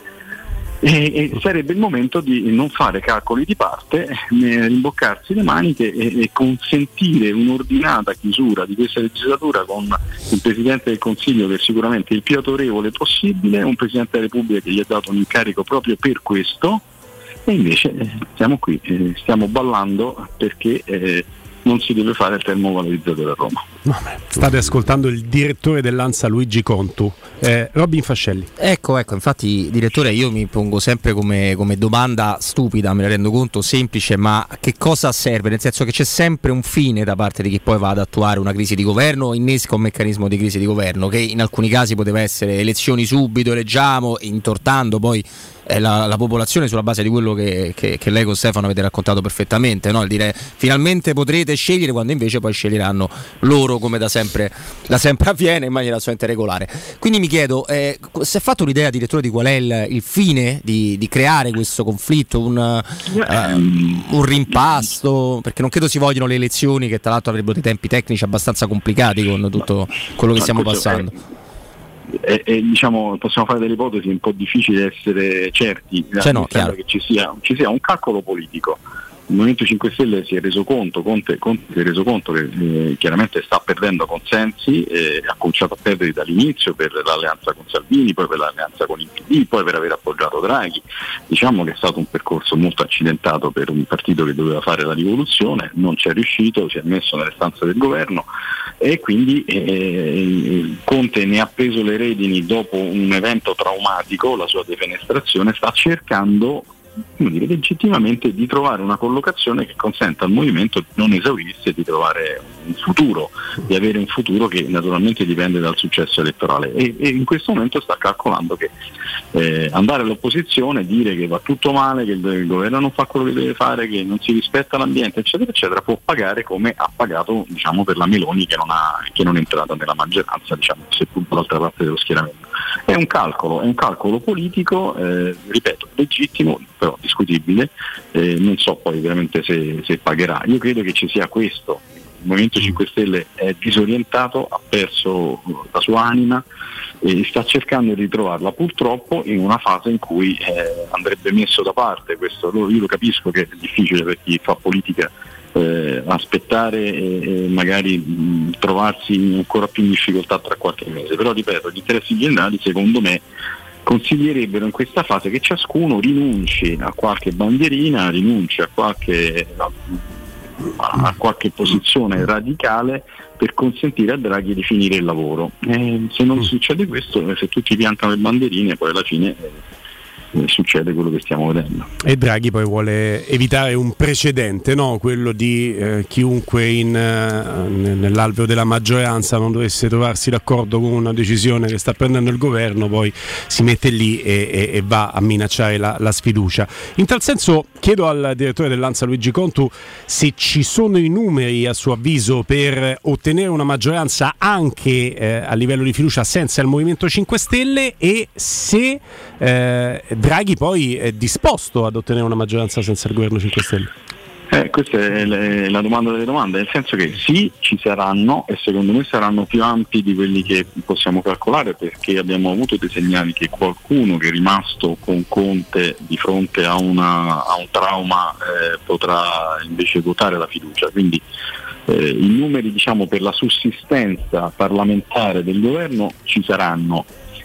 E, e sarebbe il momento di non fare calcoli di parte, eh, rimboccarsi le maniche e, e consentire un'ordinata chiusura di questa legislatura con il Presidente del Consiglio che è sicuramente il più autorevole possibile, un Presidente della Repubblica che gli ha dato un incarico proprio per questo, e invece eh, siamo qui, eh, stiamo ballando perché eh, non si deve fare il termovalorizzatore a Roma. State ascoltando il direttore dell'ANSA Luigi Contu. eh, Robin Fascelli. Ecco, ecco, infatti direttore, io mi pongo sempre come, come domanda stupida, me ne rendo conto, semplice, ma che cosa serve? Nel senso che c'è sempre un fine da parte di chi poi va ad attuare una crisi di governo, innesca un meccanismo di crisi di governo che in alcuni casi poteva essere elezioni subito, eleggiamo, intortando poi La, la popolazione sulla base di quello che, che, che lei con Stefano avete raccontato perfettamente, no? Il dire finalmente potrete scegliere, quando invece poi sceglieranno loro, come da sempre, da sempre avviene in maniera assolutamente regolare. Quindi mi chiedo, eh, si è fatto un'idea, direttore, di qual è il, il fine di, di creare questo conflitto, un, uh, un rimpasto, perché non credo si vogliono le elezioni, che tra l'altro avrebbero dei tempi tecnici abbastanza complicati con tutto quello che stiamo passando. E, e, diciamo, possiamo fare delle ipotesi un po' difficili essere certi, cioè no, sembra che ci sia, ci sia un calcolo politico. Il Movimento cinque Stelle si è reso conto, Conte, Conte si è reso conto che eh, chiaramente sta perdendo consensi, eh, ha cominciato a perdere dall'inizio per l'alleanza con Salvini, poi per l'alleanza con il P D, poi per aver appoggiato Draghi. Diciamo che è stato un percorso molto accidentato per un partito che doveva fare la rivoluzione, non ci è riuscito, si è messo nelle stanze del governo, e quindi eh, Conte ne ha preso le redini dopo un evento traumatico, la sua defenestrazione, sta cercando, come dire, legittimamente di trovare una collocazione che consenta al movimento di non esaurirsi e di trovare un futuro, di avere un futuro che naturalmente dipende dal successo elettorale, e, e in questo momento sta calcolando che eh, andare all'opposizione, dire che va tutto male, che il, il governo non fa quello che deve fare, che non si rispetta l'ambiente, eccetera eccetera, può pagare come ha pagato, diciamo, per la Meloni che non, ha, che non è entrata nella maggioranza, diciamo, seppur dall'altra parte dello schieramento. È un calcolo, è un calcolo politico, eh, ripeto, legittimo, però discutibile, eh, non so poi veramente se, se pagherà. Io credo che ci sia questo. Il Movimento cinque Stelle è disorientato, ha perso la sua anima e sta cercando di ritrovarla, purtroppo in una fase in cui eh, andrebbe messo da parte questo. Io lo capisco che è difficile per chi fa politica eh, aspettare e, e magari mh, trovarsi ancora più in difficoltà tra qualche mese, però ripeto, gli interessi generali secondo me consiglierebbero in questa fase che ciascuno rinunci a qualche bandierina, rinunci a qualche a qualche posizione radicale per consentire a Draghi di finire il lavoro. Eh, se non succede questo, se tutti piantano le bandierine, poi alla fine eh, succede quello che stiamo vedendo. E Draghi poi vuole evitare un precedente, no? Quello di eh, chiunque in, eh, nell'alveo della maggioranza non dovesse trovarsi d'accordo con una decisione che sta prendendo il governo, poi si mette lì e, e, e va a minacciare la, la sfiducia. In tal senso chiedo al direttore dell'ANSA Luigi Contu se ci sono i numeri, a suo avviso, per ottenere una maggioranza anche eh, a livello di fiducia senza il Movimento cinque Stelle, e se eh, Draghi poi è disposto ad ottenere una maggioranza senza il governo cinque Stelle. Eh, questa è le, la domanda delle domande, nel senso che sì, ci saranno e secondo me saranno più ampi di quelli che possiamo calcolare, perché abbiamo avuto dei segnali che qualcuno che è rimasto con Conte di fronte a, una, a un trauma eh, potrà invece votare la fiducia, quindi eh, i numeri diciamo per la sussistenza parlamentare del governo ci saranno,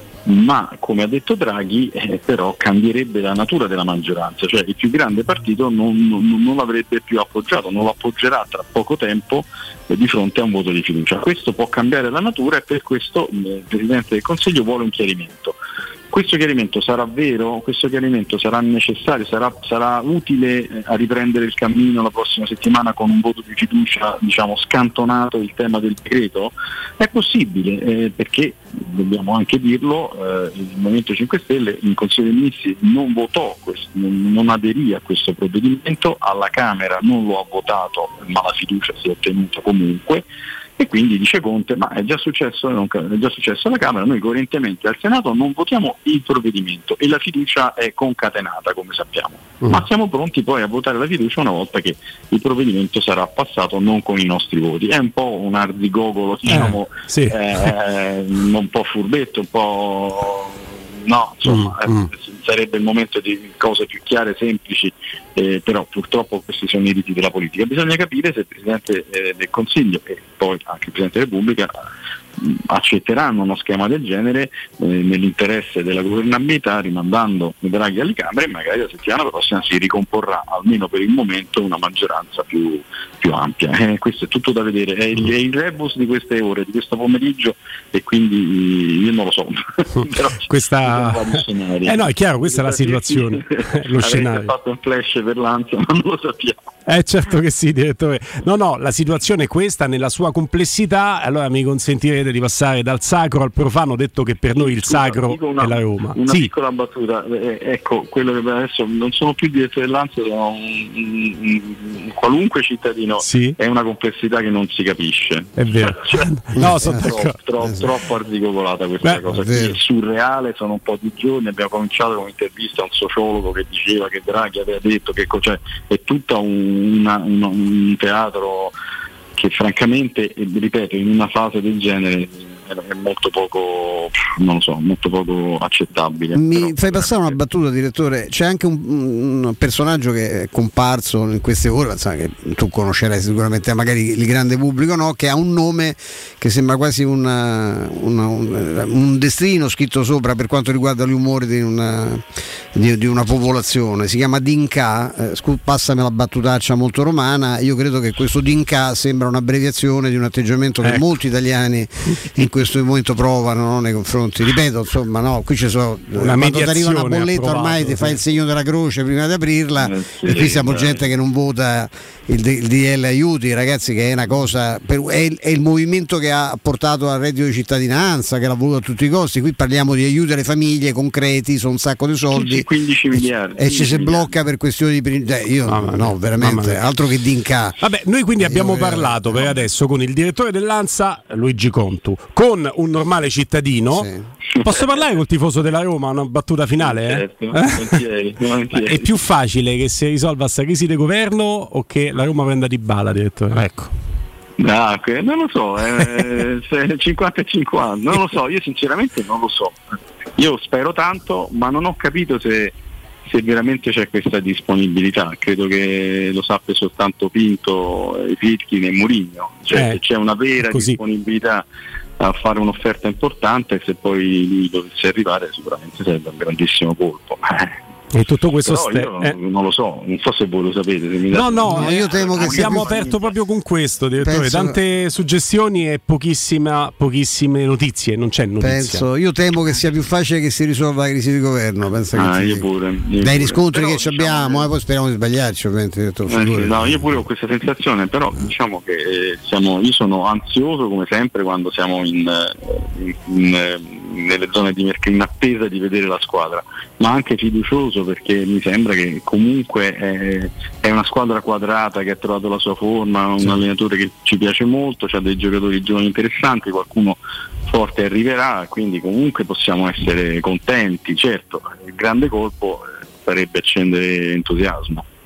ma come ha detto Draghi eh, però cambierebbe la natura della maggioranza, cioè il più grande partito non, non, non l'avrebbe più appoggiato, non lo appoggerà tra poco tempo eh, di fronte a un voto di fiducia. Questo può cambiare la natura e per questo eh, il Presidente del Consiglio vuole un chiarimento. Questo chiarimento sarà vero? Questo chiarimento sarà necessario? Sarà, sarà utile eh, a riprendere il cammino la prossima settimana con un voto di fiducia, diciamo, scantonato il tema del decreto? È possibile, eh, perché dobbiamo anche dirlo, eh, il Movimento cinque Stelle in Consiglio dei Ministri non votò, questo, non, non aderì a questo provvedimento, alla Camera non lo ha votato, ma la fiducia si è ottenuta comunque. E quindi dice Conte, ma è già successo, non, è già successo alla Camera, noi coerentemente al Senato non votiamo il provvedimento e la fiducia è concatenata, come sappiamo, uh-huh. ma siamo pronti poi a votare la fiducia una volta che il provvedimento sarà passato, non con i nostri voti. È un po' un arzigogolo, diciamo, eh, sì. eh, un po' furbetto, un po'... no, insomma, mm, mm. Eh, sarebbe il momento di cose più chiare, semplici, eh, però purtroppo questi sono i riti della politica. Bisogna capire se il Presidente eh, del Consiglio e poi anche il Presidente della Repubblica mh, accetteranno uno schema del genere eh, nell'interesse della governabilità, rimandando Draghi alle Camere, e magari la settimana prossima si ricomporrà, almeno per il momento, una maggioranza più, più ampia. Eh, questo è tutto da vedere, è il, è il rebus di queste ore, di questo pomeriggio, e quindi io non lo so. Però questa... Eh no, è chiaro, questa è la situazione. Lo scenario. Avete fatto un flash per l'Anza, ma non lo sappiamo. Eh certo che sì, direttore. No, no, la situazione è questa nella sua complessità. Allora mi consentirete di passare dal sacro al profano, detto che per noi il sacro una, è la Roma. Una sì. piccola battuta, eh, ecco, quello che adesso non sono più direttore dell'Anza, sono un, un, un qualunque cittadino, sì. È una complessità che non si capisce. È vero. Cioè, no, sono troppo, troppo, troppo arzigogolata questa Beh, cosa, è, è surreale. Sono un po' di giorni, abbiamo cominciato con un'intervista a un sociologo che diceva che Draghi aveva detto che cioè, è tutta un, una, un, un teatro che francamente, ripeto, in una fase del genere è molto poco, non lo so, molto poco accettabile. Mi però, fai passare una battuta, direttore? C'è anche un, un personaggio che è comparso in queste ore, sai, che tu conoscerai sicuramente, magari il grande pubblico no, che ha un nome che sembra quasi una, una, un, un destino scritto sopra per quanto riguarda l'umore di una, di, di una popolazione. Si chiama Dinka, eh, scu- passami la battutaccia molto romana. Io credo che questo Dinka sembra un'abbreviazione di un atteggiamento che ecco. molti italiani in questo momento provano, no, nei confronti, ripeto, insomma, no, qui ci sono, quando ti arriva una bolletta ormai ti fai il segno della croce prima di aprirla, eh sì, e qui siamo eh. gente che non vota il, il D L aiuti, ragazzi, che è una cosa per, è, il, è il movimento che ha portato al reddito di cittadinanza, che l'ha voluto a tutti i costi. Qui parliamo di aiuti alle famiglie concreti, sono un sacco di soldi, quindici miliardi e ci si blocca per questioni di eh, io no, no veramente altro che Dinka. Vabbè, noi quindi abbiamo io, parlato per adesso con il direttore dell'Ansa Luigi Contu, con un normale cittadino. Sì. Posso parlare col tifoso della Roma? Una battuta finale? Eh? Certo, volentieri, volentieri. È più facile che si risolva questa crisi di governo o che la Roma prenda Dybala, direttore? Ecco. No, okay. Non lo so, eh, cinquanta e cinquanta, non lo so, io sinceramente non lo so. Io spero tanto, ma non ho capito se, se veramente c'è questa disponibilità. Credo che lo sappia soltanto Pinto, Friedkin e Mourinho. Cioè eh, se c'è una vera così. disponibilità a fare un'offerta importante, se poi lui dovesse arrivare sicuramente sarebbe un grandissimo colpo. E tutto questo ste- io eh. non lo so, non so se voi lo sapete. Se mi no, no, no, io temo che abbiamo aperto proprio con questo, direttore. Penso... Tante suggestioni e pochissima, pochissime notizie. Non c'è notizia. Penso, io temo che sia più facile che si risolva la crisi di governo. Penso ah, che io pure, io dai pure. riscontri però, che ci diciamo, abbiamo, eh, poi speriamo di sbagliarci, ovviamente. Eh, no, io pure ho questa sensazione, però diciamo che eh, siamo, io sono ansioso come sempre quando siamo in, in, in, nelle zone di mercato, in attesa di vedere la squadra, ma anche fiducioso perché mi sembra che comunque è, è una squadra quadrata che ha trovato la sua forma, un sì. allenatore che ci piace molto, c'ha dei giocatori giovani interessanti, qualcuno forte arriverà, quindi comunque possiamo essere contenti. Certo, il grande colpo sarebbe accendere entusiasmo.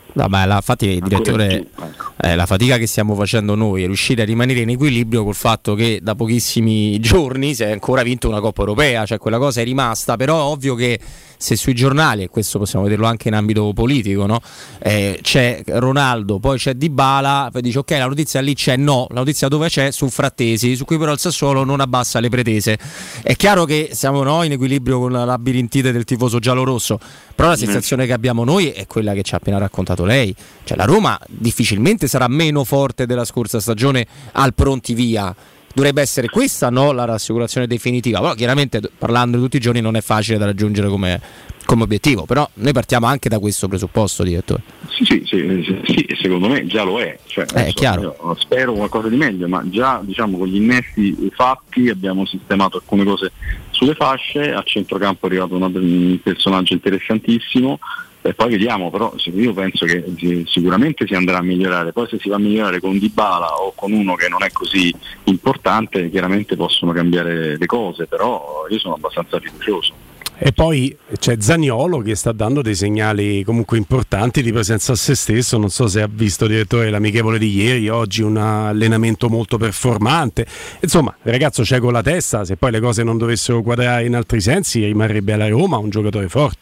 No, ma la, infatti, direttore, eh, la fatica che stiamo facendo noi è riuscire a rimanere in equilibrio col fatto che da pochissimi giorni si è ancora vinto una Coppa Europea, cioè quella cosa è rimasta, però è ovvio che se sui giornali, e questo possiamo vederlo anche in ambito politico, no? eh, c'è Ronaldo, poi c'è Dybala, poi dice ok, la notizia lì c'è, no, la notizia dove c'è? Su Frattesi, su cui però il Sassuolo non abbassa le pretese. È chiaro che siamo noi in equilibrio con la labirintite del tifoso giallorosso, però la sensazione che abbiamo noi è quella che ci ha appena raccontato lei, cioè la Roma difficilmente sarà meno forte della scorsa stagione al pronti via. Dovrebbe essere questa, no, la rassicurazione definitiva, però chiaramente parlando tutti i giorni non è facile da raggiungere come, come obiettivo, però noi partiamo anche da questo presupposto, direttore. Sì, sì, sì, sì, secondo me già lo è, cioè, eh, è so, chiaro. Io spero qualcosa di meglio, ma già diciamo con gli innesti fatti abbiamo sistemato alcune cose sulle fasce, a centrocampo è arrivato una, un personaggio interessantissimo. E poi vediamo, però io penso che sicuramente si andrà a migliorare, poi se si va a migliorare con Dybala o con uno che non è così importante chiaramente possono cambiare le cose, però io sono abbastanza fiducioso. E poi c'è Zaniolo che sta dando dei segnali comunque importanti di presenza a se stesso, non so se ha visto, direttore, l'amichevole di ieri, oggi un allenamento molto performante, insomma il ragazzo c'è con la testa, se poi le cose non dovessero quadrare in altri sensi rimarrebbe alla Roma un giocatore forte.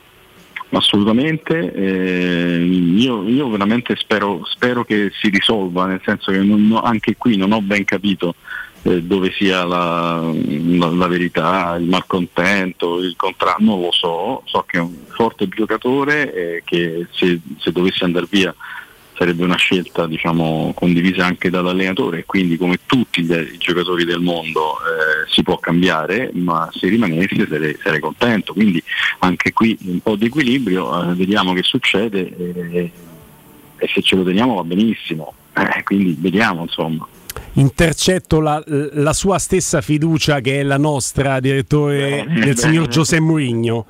Assolutamente, eh, io, io veramente spero, spero che si risolva, nel senso che non, anche qui non ho ben capito eh, dove sia la, la, la verità, il malcontento, il contratto, non lo so, so che è un forte giocatore eh, che se, se dovesse andare via sarebbe una scelta diciamo condivisa anche dall'allenatore e quindi come tutti gli, i giocatori del mondo eh, si può cambiare, ma se rimanessi sarei, sarei contento, quindi anche qui un po' di equilibrio, eh, vediamo che succede eh, e se ce lo teniamo va benissimo, eh, quindi vediamo insomma. Intercetto la, la sua stessa fiducia che è la nostra, direttore, beh, del beh, signor beh. José Mourinho.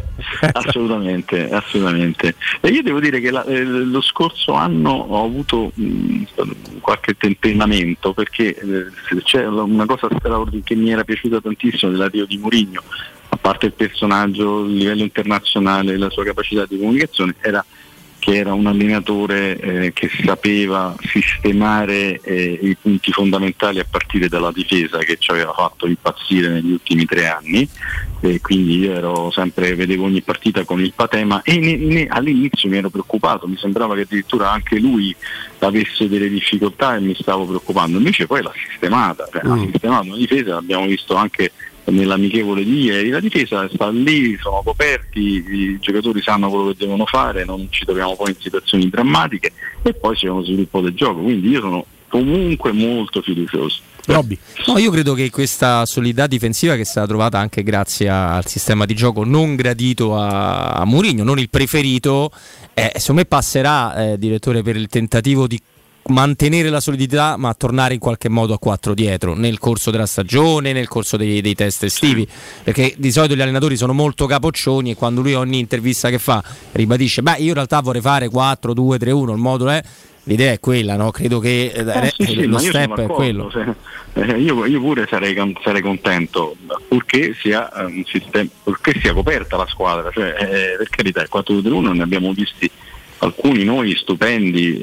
Assolutamente, assolutamente. E io devo dire che la, eh, lo scorso anno ho avuto mh, qualche tentennamento perché eh, c'è una cosa straordinaria che mi era piaciuta tantissimo dell'arrivo di Mourinho, a parte il personaggio, il livello internazionale, la sua capacità di comunicazione, era che era un allenatore eh, che sapeva sistemare eh, i punti fondamentali a partire dalla difesa che ci aveva fatto impazzire negli ultimi tre anni, e quindi io ero sempre, vedevo ogni partita con il patema e ne, ne, all'inizio mi ero preoccupato, mi sembrava che addirittura anche lui avesse delle difficoltà e mi stavo preoccupando, invece poi l'ha sistemata, cioè, mm. ha sistemato una difesa, l'abbiamo visto anche nell'amichevole di ieri, la difesa sta lì, sono coperti, i giocatori sanno quello che devono fare, non ci troviamo poi in situazioni drammatiche e poi c'è uno sviluppo del gioco, quindi io sono comunque molto fiducioso. Robby. No, io credo che questa solidità difensiva che è stata trovata anche grazie al sistema di gioco non gradito a, a Mourinho, non il preferito, eh, secondo me passerà, eh, direttore, per il tentativo di mantenere la solidità ma tornare in qualche modo a quattro dietro nel corso della stagione, nel corso dei, dei test estivi, perché di solito gli allenatori sono molto capoccioni e quando lui ogni intervista che fa ribadisce beh io in realtà vorrei fare quattro due tre uno, il modulo è, l'idea è quella, no? Credo che eh, sì, sì, lo step è quello. Se, eh, io, io pure sarei, sarei contento purché sia un sistema, purché sia coperta la squadra, cioè, eh, per carità il quattro due tre uno ne abbiamo visti alcuni noi stupendi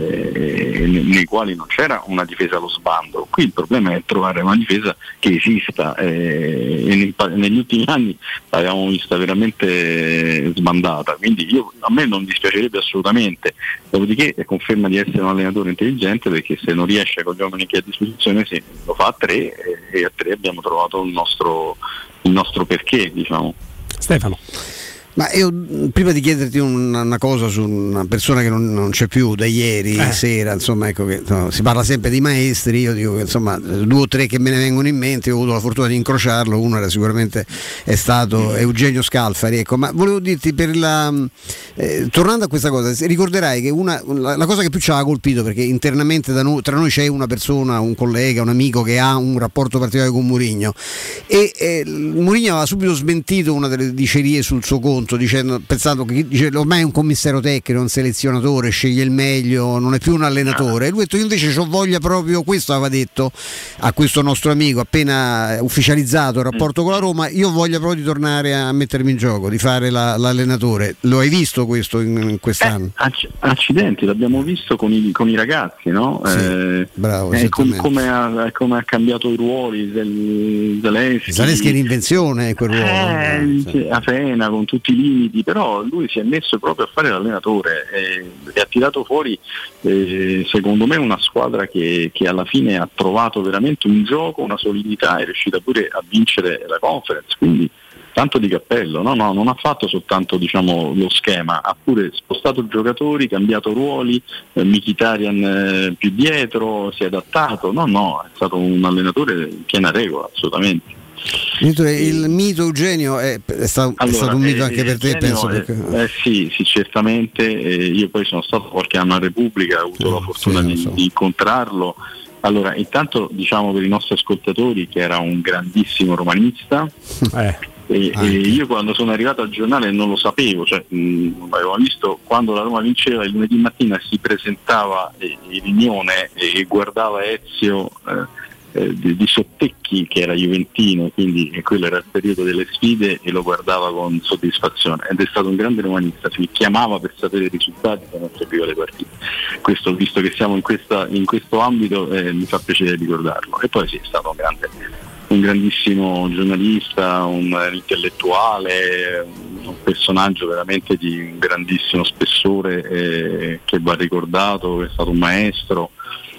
eh, nei quali non c'era una difesa allo sbando. Qui il problema è trovare una difesa che esista eh, e nei, negli ultimi anni l'abbiamo vista veramente sbandata, quindi io, a me non dispiacerebbe assolutamente, dopodiché è conferma di essere un allenatore intelligente, perché se non riesce con gli uomini che ha a disposizione sì, lo fa a tre e, e a tre abbiamo trovato il nostro, il nostro perché, diciamo. Stefano. Ma io prima di chiederti una, una cosa su una persona che non, non c'è più da ieri eh. sera, insomma, ecco che no, si parla sempre di maestri, io dico che insomma due o tre che me ne vengono in mente, io ho avuto la fortuna di incrociarlo, uno era sicuramente è stato Eugenio Scalfari, ecco, ma volevo dirti per la eh, tornando a questa cosa, ricorderai che una, la, la cosa che più ci ha colpito, perché internamente da noi, tra noi c'è una persona, un collega, un amico che ha un rapporto particolare con Mourinho e eh, Mourinho aveva subito smentito una delle dicerie sul suo conto, conto dicendo, pensando che dice, ormai è un commissario tecnico, un selezionatore, sceglie il meglio, non è più un allenatore. E lui ha detto: io invece ho voglia proprio, questo aveva detto a questo nostro amico appena ufficializzato il rapporto con la Roma, io ho voglia proprio di tornare a mettermi in gioco, di fare la, l'allenatore. Lo hai visto questo in, in quest'anno? Eh, acc- accidenti, l'abbiamo visto con i, con i ragazzi, no? Sì, eh, bravo, eh, com- come, ha, come ha cambiato i ruoli del Zaleschi. Zaleschi è l'invenzione quel ruolo. Eh, sì. A Fena con tutti i limiti, però lui si è messo proprio a fare l'allenatore eh, e ha tirato fuori eh, secondo me una squadra che, che alla fine ha trovato veramente un gioco, una solidità, è riuscita pure a vincere la Conference, quindi tanto di cappello. No, no, non ha fatto soltanto, diciamo, lo schema, ha pure spostato giocatori, cambiato ruoli, eh, Mkhitaryan eh, più dietro, si è adattato. No, no, è stato un allenatore in piena regola, assolutamente. Il mito Eugenio è, è, stato, allora, è stato un mito eh, anche per te, penso. Eh, perché... eh, sì, sì, certamente. Eh, io poi sono stato qualche anno a Repubblica, ho avuto eh, la fortuna sì, di, so. di incontrarlo. Allora, intanto diciamo per i nostri ascoltatori che era un grandissimo romanista. Eh. E, e io quando sono arrivato al giornale non lo sapevo, cioè, mh, avevo visto quando la Roma vinceva il lunedì mattina si presentava eh, in riunione e, e guardava Ezio eh, eh, di, di Sottecchi che era juventino, quindi e quello era il periodo delle sfide e lo guardava con soddisfazione ed è stato un grande romanista, si chiamava per sapere i risultati se non seguiva le partite. Questo, visto che siamo in, questa, in questo ambito, eh, mi fa piacere ricordarlo. E poi sì, è stato un grande un grandissimo giornalista, un intellettuale, un personaggio veramente di un grandissimo spessore eh, che va ricordato, è stato un maestro,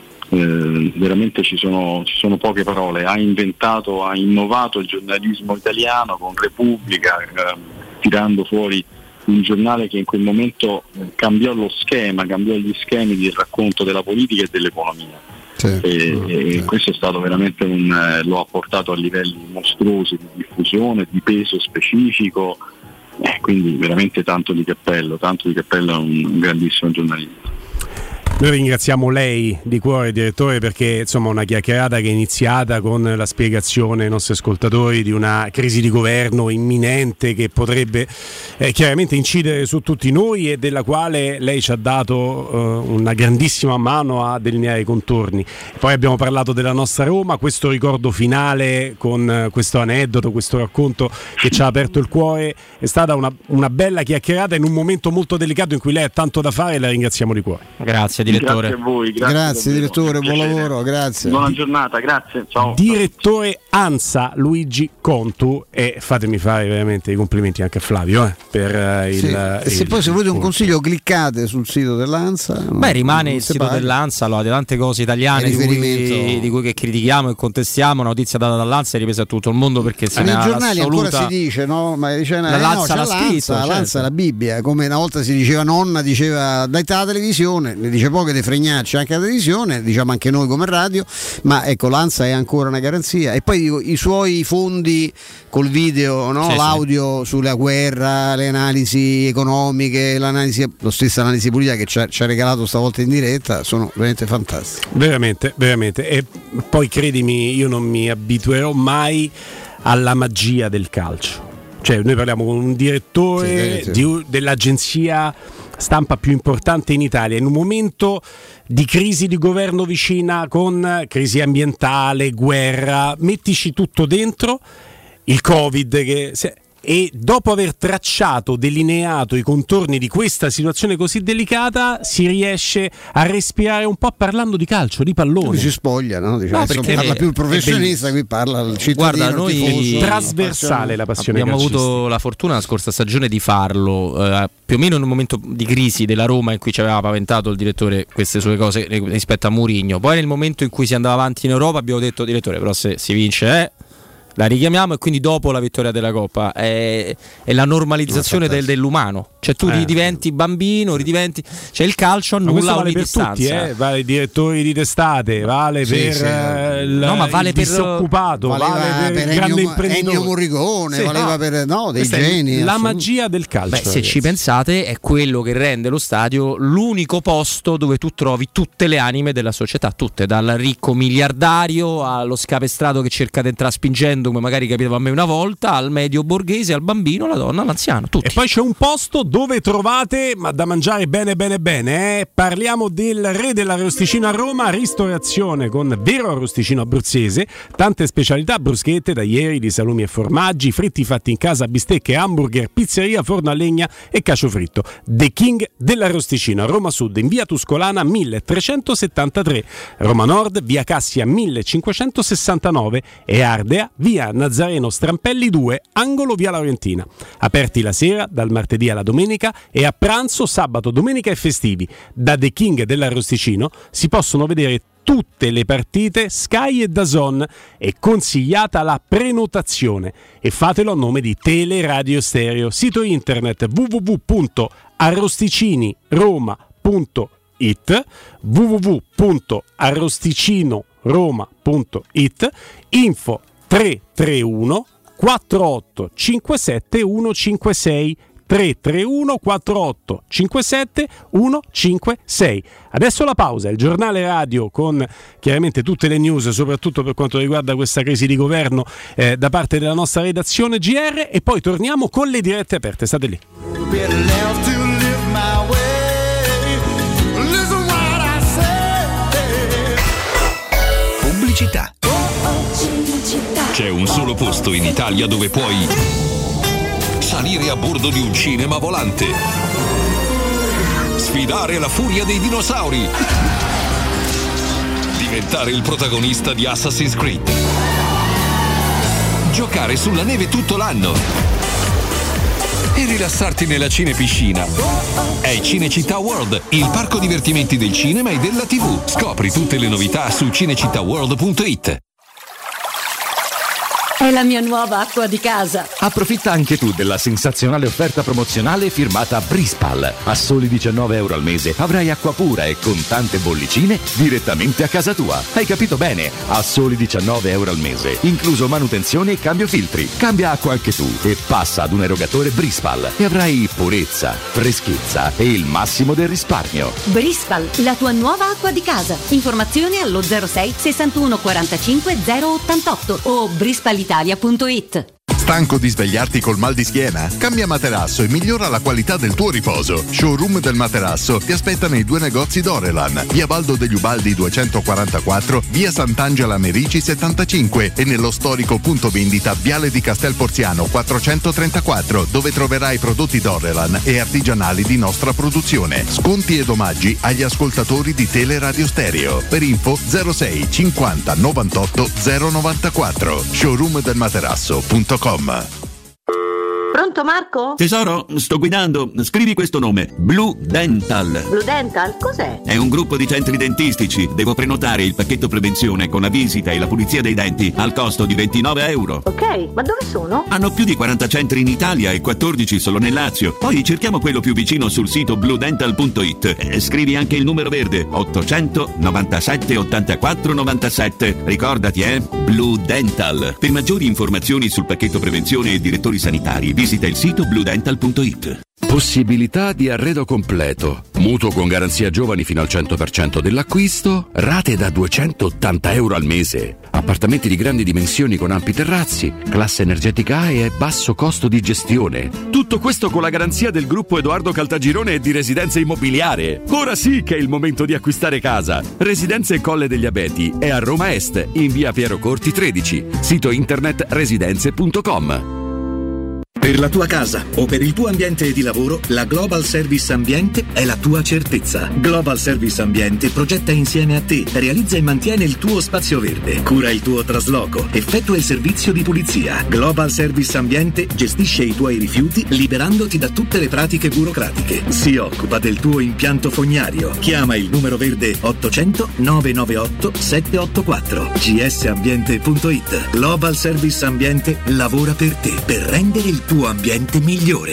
eh, veramente ci sono, ci sono poche parole, ha inventato, ha innovato il giornalismo italiano con Repubblica, eh, tirando fuori un giornale che in quel momento cambiò lo schema, cambiò gli schemi di racconto della politica e dell'economia. Sì, e, sì. e questo è stato veramente un eh, lo ha portato a livelli mostruosi di diffusione, di peso specifico, eh, quindi veramente tanto di cappello, tanto di cappello a un, un grandissimo giornalista. Noi ringraziamo lei di cuore, direttore, perché insomma una chiacchierata che è iniziata con la spiegazione ai nostri ascoltatori di una crisi di governo imminente che potrebbe eh, chiaramente incidere su tutti noi e della quale lei ci ha dato eh, una grandissima mano a delineare i contorni. Poi abbiamo parlato della nostra Roma, questo ricordo finale con eh, questo aneddoto, questo racconto che ci ha aperto il cuore, è stata una, una bella chiacchierata in un momento molto delicato in cui lei ha tanto da fare e la ringraziamo di cuore. Grazie. Direttore. Grazie a voi, grazie, grazie direttore, buon lavoro, grazie. Buona giornata, grazie. Ciao. Direttore ANSA Luigi Contu, e fatemi fare veramente i complimenti anche a Flavio eh, per uh, il, sì. il E se il, poi se volete un consiglio cliccate sul sito dell'ANSA. Beh, rimane il sito dell'ANSA, lo ha tante cose italiane di cui, di cui che critichiamo e contestiamo, una notizia data dall'ANSA è ripresa a tutto il mondo perché se nei ne giornali l'assoluta... ancora si dice, no? Ma dice, la eh, Lanza no, l'ha l'Ansa, scritto, la Lanza certo. la Bibbia, come una volta si diceva nonna, diceva dai la televisione, ne dice poche dei fregnacci anche la televisione, diciamo anche noi come radio, ma ecco l'ANSA è ancora una garanzia. E poi dico, i suoi fondi col video, no? Sì, l'audio sì. sulla guerra, le analisi economiche, l'analisi, lo stesso analisi politica che ci ha, ci ha regalato stavolta in diretta, sono veramente fantastiche. Veramente, veramente. E poi credimi, io non mi abituerò mai alla magia del calcio. Cioè noi parliamo con un direttore sì, sì. Di, dell'agenzia stampa più importante in Italia in un momento di crisi di governo vicina, con crisi ambientale, guerra, mettici tutto dentro, il Covid che se, e dopo aver tracciato, delineato i contorni di questa situazione così delicata si riesce a respirare un po' parlando di calcio, di pallone. Lui si spoglia, no? Diciamo, no, perché parla più il professionista, qui parla il cittadino. Guarda, noi tifoso, trasversale la passione abbiamo calcistica. avuto la fortuna la scorsa stagione di farlo eh, più o meno in un momento di crisi della Roma in cui ci aveva paventato il direttore queste sue cose rispetto a Mourinho. Poi nel momento in cui si andava avanti in Europa abbiamo detto direttore però se si vince eh la richiamiamo, e quindi dopo la vittoria della Coppa è, è la normalizzazione del, dell'umano, cioè tu eh. diventi bambino, ridiventi, cioè il calcio annulla vale ogni per distanza. Tutti, eh? Vale i direttori di testate, vale sì, per sì. Eh, il, no, ma vale il per, disoccupato, valeva vale per, per il grande Ennio, imprenditore. Ennio Morricone, sì, valeva no. per no, dei Questa geni. È la magia del calcio. Beh, se ragazzi. ci pensate è quello che rende lo stadio l'unico posto dove tu trovi tutte le anime della società, tutte, dal ricco miliardario allo scapestrato che cerca di entrare spingendo referendum magari capitava a me una volta, al medio borghese, al bambino, alla donna, all'anziano, tutti. E poi c'è un posto dove trovate, ma da mangiare bene bene bene, eh? Parliamo del re dell'arrosticino a Roma, ristorazione con vero arrosticino abruzzese, tante specialità bruschette, taglieri di salumi e formaggi, fritti fatti in casa, bistecche, hamburger, pizzeria, forno a legna e cacio fritto. The King dell'arrosticino a Roma Sud, in via Tuscolana milletrecentosettantatré, Roma Nord, via Cassia millecinquecentosessantanove e Ardea, via Nazareno Strampelli due, angolo via Laurentina. Aperti la sera, dal martedì alla domenica, e a pranzo sabato, domenica e festivi. Da The King dell'arrosticino si possono vedere tutte le partite Sky e DAZN, è consigliata la prenotazione e fatelo a nome di Teleradio Stereo. Sito internet w w w punto arrosticininiroma punto it, w w w punto arrosticinoroma punto it, info tre tre uno quattro otto cinque sette uno cinque sei, tre tre uno quattro otto cinque sette uno cinque sei. Adesso la pausa, il giornale radio con chiaramente tutte le news, soprattutto per quanto riguarda questa crisi di governo eh, da parte della nostra redazione G R, e poi torniamo con le dirette aperte. State lì. Pubblicità. C'è un solo posto in Italia dove puoi salire a bordo di un cinema volante, sfidare la furia dei dinosauri, diventare il protagonista di Assassin's Creed, giocare sulla neve tutto l'anno e rilassarti nella cinepiscina. È Cinecittà World, il parco divertimenti del cinema e della tivù. Scopri tutte le novità su cinecittà world punto it. È la mia nuova acqua di casa. Approfitta anche tu della sensazionale offerta promozionale firmata Brispal. A soli diciannove euro al mese avrai acqua pura e con tante bollicine direttamente a casa tua. Hai capito bene? A soli diciannove euro al mese, incluso manutenzione e cambio filtri. Cambia acqua anche tu e passa ad un erogatore Brispal e avrai purezza, freschezza e il massimo del risparmio. Brispal, la tua nuova acqua di casa. Informazioni allo zero sei sessantuno quarantacinque zero ottantotto o brispalitalia punto it. Stanco di svegliarti col mal di schiena? Cambia materasso e migliora la qualità del tuo riposo. Showroom del Materasso ti aspetta nei due negozi Dorelan, via Baldo degli Ubaldi duecentoquarantaquattro, via Sant'Angela Merici settantacinque e nello storico punto vendita Viale di Castel Porziano quattrocentotrentaquattro, dove troverai prodotti Dorelan e artigianali di nostra produzione. Sconti ed omaggi agli ascoltatori di Teleradio Stereo. Per info zero sei cinquanta novantotto zero novantaquattro. showroom del materasso punto com. Pronto Marco? Tesoro, sto guidando. Scrivi questo nome: Blue Dental. Blue Dental? Cos'è? È un gruppo di centri dentistici. Devo prenotare il pacchetto prevenzione con la visita e la pulizia dei denti al costo di ventinove euro. Ok, ma dove sono? Hanno più di quaranta centri in Italia e quattordici solo nel Lazio. Poi cerchiamo quello più vicino sul sito blue dental punto it. E scrivi anche il numero verde: ottocento novantasette ottantaquattro novantasette. Ricordati, eh? Blue Dental. Per maggiori informazioni sul pacchetto prevenzione e direttori sanitari, visita il sito blue dental punto it. Possibilità di arredo completo, mutuo con garanzia giovani fino al cento per cento dell'acquisto, rate da duecentottanta euro al mese, appartamenti di grandi dimensioni con ampi terrazzi, classe energetica A e basso costo di gestione. Tutto questo con la garanzia del gruppo Edoardo Caltagirone e di Residenze Immobiliare. Ora sì che è il momento di acquistare casa. Residenze Colle degli Abeti è a Roma Est, in via Piero Corti tredici, sito internet residenze punto com. Per la tua casa o per il tuo ambiente di lavoro, la Global Service Ambiente è la tua certezza. Global Service Ambiente progetta insieme a te, realizza e mantiene il tuo spazio verde, cura il tuo trasloco, effettua il servizio di pulizia. Global Service Ambiente gestisce i tuoi rifiuti liberandoti da tutte le pratiche burocratiche. Si occupa del tuo impianto fognario. Chiama il numero verde ottocento novecentonovantaotto settecentoottantaquattro. g s ambiente punto it. Global Service Ambiente lavora per te, per rendere il tuo ambiente migliore.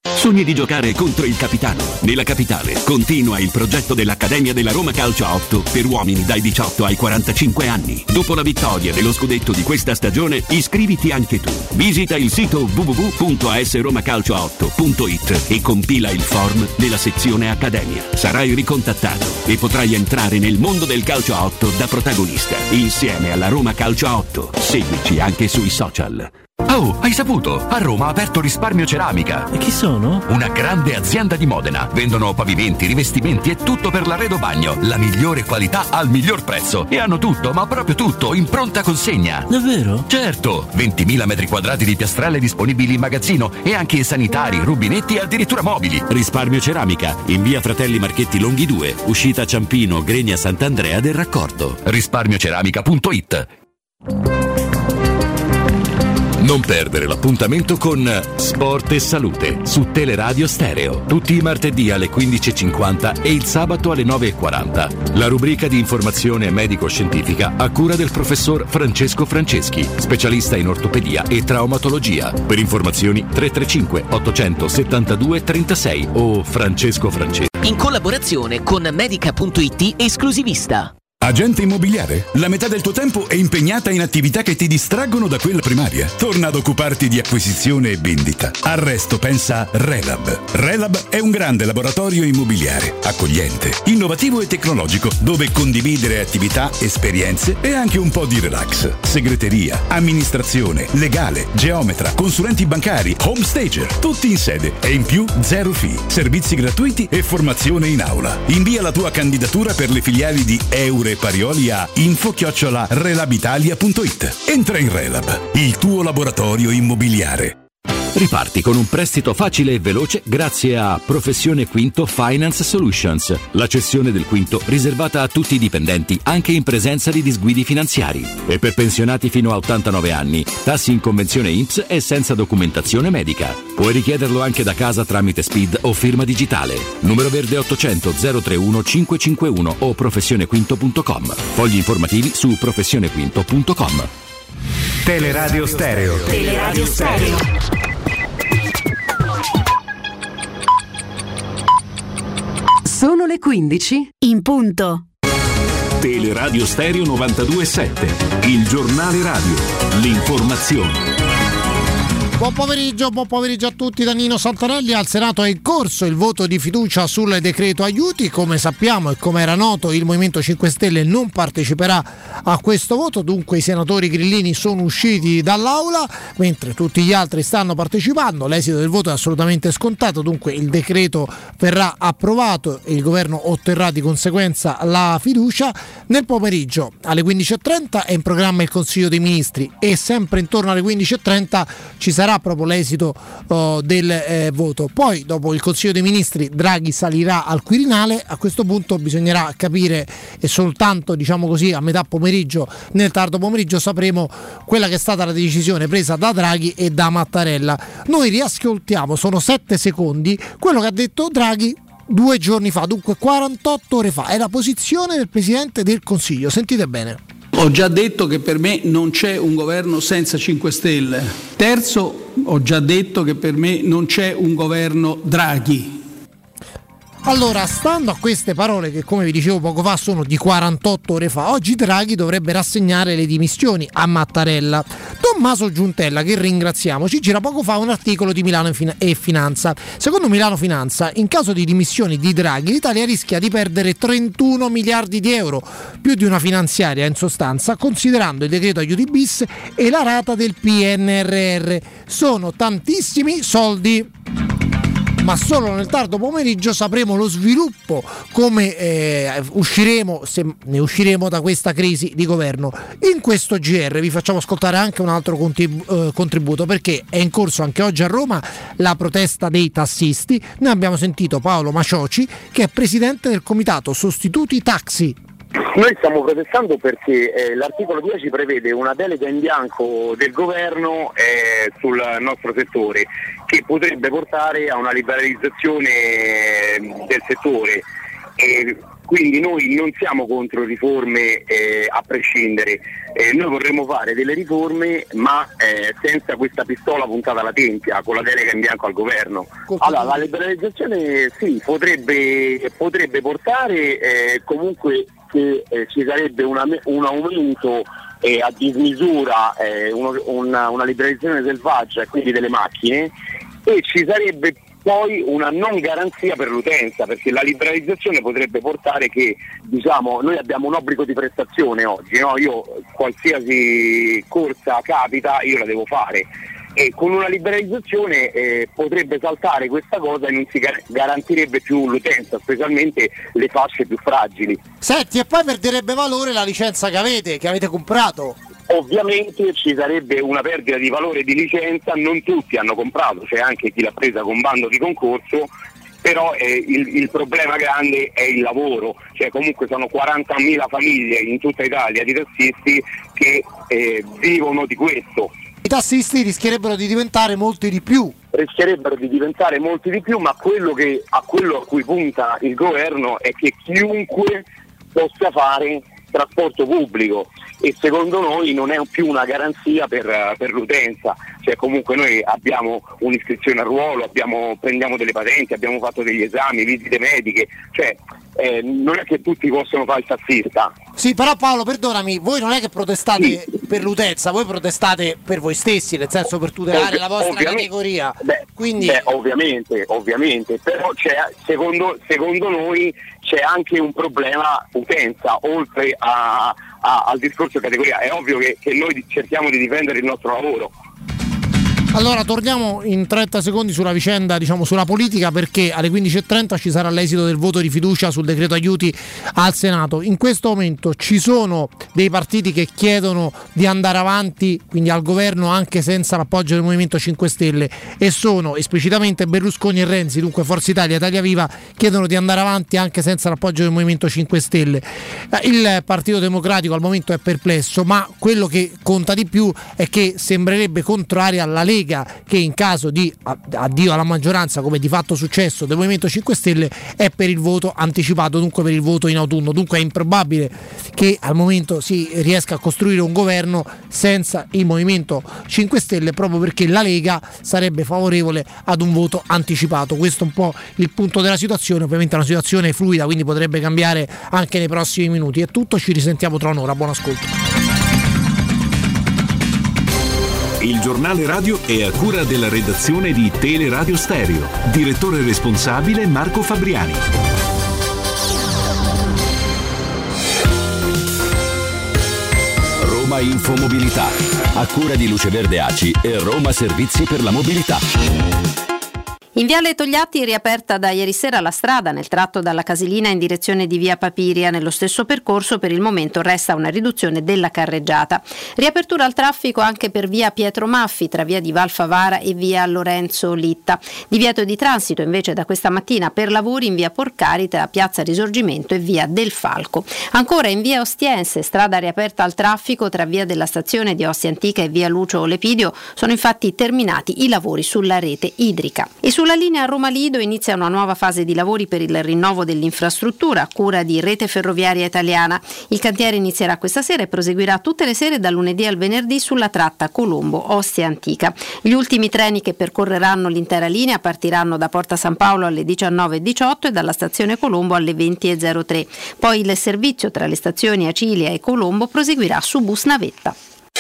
Sogni di giocare contro il capitano? Nella capitale continua il progetto dell'Accademia della Roma Calcio a otto per uomini dai diciotto ai quarantacinque anni. Dopo la vittoria dello scudetto di questa stagione, iscriviti anche tu. Visita il sito w w w punto a s roma calcio a otto punto i t e compila il form nella sezione Accademia. Sarai ricontattato e potrai entrare nel mondo del calcio a otto da protagonista, insieme alla Roma Calcio a otto. Seguici anche sui social. Oh, hai saputo? A Roma ha aperto Risparmio Ceramica. E chi sono? Una grande azienda di Modena. Vendono pavimenti, rivestimenti e tutto per l'arredo bagno. La migliore qualità al miglior prezzo. E hanno tutto, ma proprio tutto, in pronta consegna. Davvero? Certo! ventimila metri quadrati di piastrelle disponibili in magazzino e anche sanitari, rubinetti e addirittura mobili. Risparmio Ceramica, in via Fratelli Marchetti Longhi due, uscita Ciampino, Gregna Sant'Andrea del Raccordo. risparmio ceramica punto i t. Non perdere l'appuntamento con Sport e Salute su Teleradio Stereo, tutti i martedì alle quindici e cinquanta e il sabato alle nove e quaranta. La rubrica di informazione medico-scientifica a cura del professor Francesco Franceschi, specialista in ortopedia e traumatologia. Per informazioni tre tre cinque otto sette due tre sei o Francesco Franceschi. In collaborazione con medica punto i t esclusivista. Agente immobiliare? La metà del tuo tempo è impegnata in attività che ti distraggono da quella primaria. Torna ad occuparti di acquisizione e vendita. Al resto pensa Relab. Relab è un grande laboratorio immobiliare, accogliente, innovativo e tecnologico, dove condividere attività, esperienze e anche un po' di relax. Segreteria, amministrazione, legale, geometra, consulenti bancari, home stager, tutti in sede e in più zero fee, servizi gratuiti e formazione in aula. Invia la tua candidatura per le filiali di Eure Parioli a info chiocciola relabitalia punto i t. Entra in Relab, il tuo laboratorio immobiliare. Riparti con un prestito facile e veloce grazie a Professione Quinto Finance Solutions, la cessione del quinto riservata a tutti i dipendenti anche in presenza di disguidi finanziari. E per pensionati fino a ottantanove anni, tassi in convenzione I N P S e senza documentazione medica. Puoi richiederlo anche da casa tramite S P I D o firma digitale. Numero verde ottocento zero trentuno cinquecentocinquantuno o professionequinto punto com. Fogli informativi su professionequinto punto com. Teleradio Stereo. Teleradio Stereo. Sono le quindici in punto. Teleradio Stereo novantadue e sette, il giornale radio, l'informazione. Buon pomeriggio, buon pomeriggio a tutti da Nino Santarelli. Al Senato è in corso il voto di fiducia sul decreto aiuti. Come sappiamo e come era noto, il Movimento cinque Stelle non parteciperà a questo voto, dunque i senatori grillini sono usciti dall'aula mentre tutti gli altri stanno partecipando. L'esito del voto è assolutamente scontato, dunque il decreto verrà approvato e il governo otterrà di conseguenza la fiducia. Nel pomeriggio alle quindici e trenta è in programma il Consiglio dei Ministri e sempre intorno alle quindici e trenta ci sarà proprio l'esito uh, del eh, voto. Poi dopo il Consiglio dei Ministri Draghi salirà al Quirinale. A questo punto bisognerà capire, e soltanto diciamo così a metà pomeriggio, nel tardo pomeriggio sapremo quella che è stata la decisione presa da Draghi e da Mattarella. Noi riascoltiamo, sono sette secondi, quello che ha detto Draghi due giorni fa, dunque quarantotto ore fa. È la posizione del Presidente del Consiglio, sentite bene. Ho già detto che per me non c'è un governo senza cinque Stelle. Terzo, ho già detto che per me non c'è un governo Draghi. Allora, stando a queste parole che, come vi dicevo poco fa, sono di quarantotto ore fa, oggi Draghi dovrebbe rassegnare le dimissioni a Mattarella. Tommaso Giuntella, che ringraziamo, ci gira poco fa un articolo di Milano e Finanza. Secondo Milano Finanza, in caso di dimissioni di Draghi, l'Italia rischia di perdere trentuno miliardi di euro, più di una finanziaria in sostanza, considerando il decreto aiuti bis e la rata del P N R R. Sono tantissimi soldi. Ma solo nel tardo pomeriggio sapremo lo sviluppo, come eh, usciremo, se ne usciremo da questa crisi di governo. In questo G R vi facciamo ascoltare anche un altro contribu- eh, contributo, perché è in corso anche oggi a Roma la protesta dei tassisti. Noi abbiamo sentito Paolo Macioci, che è presidente del comitato sostituti taxi. Noi stiamo protestando perché eh, l'articolo dieci prevede una delega in bianco del governo eh, sul nostro settore, che potrebbe portare a una liberalizzazione del settore. E quindi noi non siamo contro riforme eh, a prescindere, eh, noi vorremmo fare delle riforme ma eh, senza questa pistola puntata alla tempia, con la delega in bianco al governo. Allora la liberalizzazione sì, potrebbe, potrebbe portare eh, comunque che eh, ci sarebbe una, un aumento eh, a dismisura, eh, uno, una, una liberalizzazione selvaggia, quindi delle macchine, e ci sarebbe poi una non garanzia per l'utenza, perché la liberalizzazione potrebbe portare che, diciamo, noi abbiamo un obbligo di prestazione oggi, no? Io qualsiasi corsa capita io la devo fare, e con una liberalizzazione eh, potrebbe saltare questa cosa e non si gar- garantirebbe più l'utenza, specialmente le fasce più fragili. Senti, e poi perderebbe valore la licenza che avete, che avete comprato. Ovviamente ci sarebbe una perdita di valore di licenza, non tutti hanno comprato, c'è anche chi l'ha presa con bando di concorso, però eh, il, il problema grande è il lavoro, cioè comunque sono quarantamila famiglie in tutta Italia di tassisti che eh, vivono di questo. I tassisti rischierebbero di diventare molti di più. Rischierebbero di diventare molti di più, ma quello che, a quello a cui punta il governo è che chiunque possa fare trasporto pubblico, e secondo noi non è più una garanzia per, per l'utenza, cioè comunque noi abbiamo un'iscrizione a ruolo, abbiamo, prendiamo delle patenti, abbiamo fatto degli esami, visite mediche, cioè eh, non è che tutti possono fare il tassista. Sì, però Paolo, perdonami, voi non è che protestate sì. per l'utenza, voi protestate per voi stessi, nel senso per tutelare Ovvi- la vostra categoria. Beh, Quindi... beh, ovviamente, ovviamente, però c'è, secondo, secondo noi c'è anche un problema utenza, oltre a, a, al discorso categoria. È ovvio che, che noi cerchiamo di difendere il nostro lavoro. Allora torniamo in trenta secondi sulla vicenda, diciamo sulla politica, perché alle quindici e trenta ci sarà l'esito del voto di fiducia sul decreto aiuti al Senato. In questo momento ci sono dei partiti che chiedono di andare avanti, quindi al governo, anche senza l'appoggio del Movimento cinque Stelle, e sono esplicitamente Berlusconi e Renzi, dunque Forza Italia e Italia Viva, chiedono di andare avanti anche senza l'appoggio del Movimento cinque Stelle. Il Partito Democratico al momento è perplesso, ma quello che conta di più è che sembrerebbe contraria alla Lega, che in caso di addio alla maggioranza, come di fatto successo del Movimento cinque Stelle, è per il voto anticipato, dunque per il voto in autunno. Dunque è improbabile che al momento si riesca a costruire un governo senza il Movimento cinque Stelle, proprio perché la Lega sarebbe favorevole ad un voto anticipato. Questo è un po' il punto della situazione, ovviamente è una situazione fluida, quindi potrebbe cambiare anche nei prossimi minuti. È tutto, ci risentiamo tra un'ora, buon ascolto. Il giornale radio è a cura della redazione di Teleradio Stereo. Direttore responsabile Marco Fabriani. Roma Infomobilità, a cura di Luce Verde A C I e Roma Servizi per la Mobilità. In Viale Togliatti riaperta da ieri sera la strada nel tratto dalla Casilina in direzione di Via Papiria. Nello stesso percorso per il momento resta una riduzione della carreggiata. Riapertura al traffico anche per Via Pietro Maffi tra Via di Valfavara e Via Lorenzo Litta. Divieto di transito invece da questa mattina per lavori in Via Porcari tra Piazza Risorgimento e Via del Falco. Ancora in Via Ostiense, strada riaperta al traffico tra Via della Stazione di Ostia Antica e Via Lucio Lepidio. Sono infatti terminati i lavori sulla rete idrica. E su Sulla linea Roma-Lido inizia una nuova fase di lavori per il rinnovo dell'infrastruttura a cura di Rete Ferroviaria Italiana. Il cantiere inizierà questa sera e proseguirà tutte le sere dal lunedì al venerdì sulla tratta Colombo-Ostia Antica. Gli ultimi treni che percorreranno l'intera linea partiranno da Porta San Paolo alle diciannove e diciotto e dalla stazione Colombo alle venti e zero tre. Poi il servizio tra le stazioni Acilia e Colombo proseguirà su bus navetta.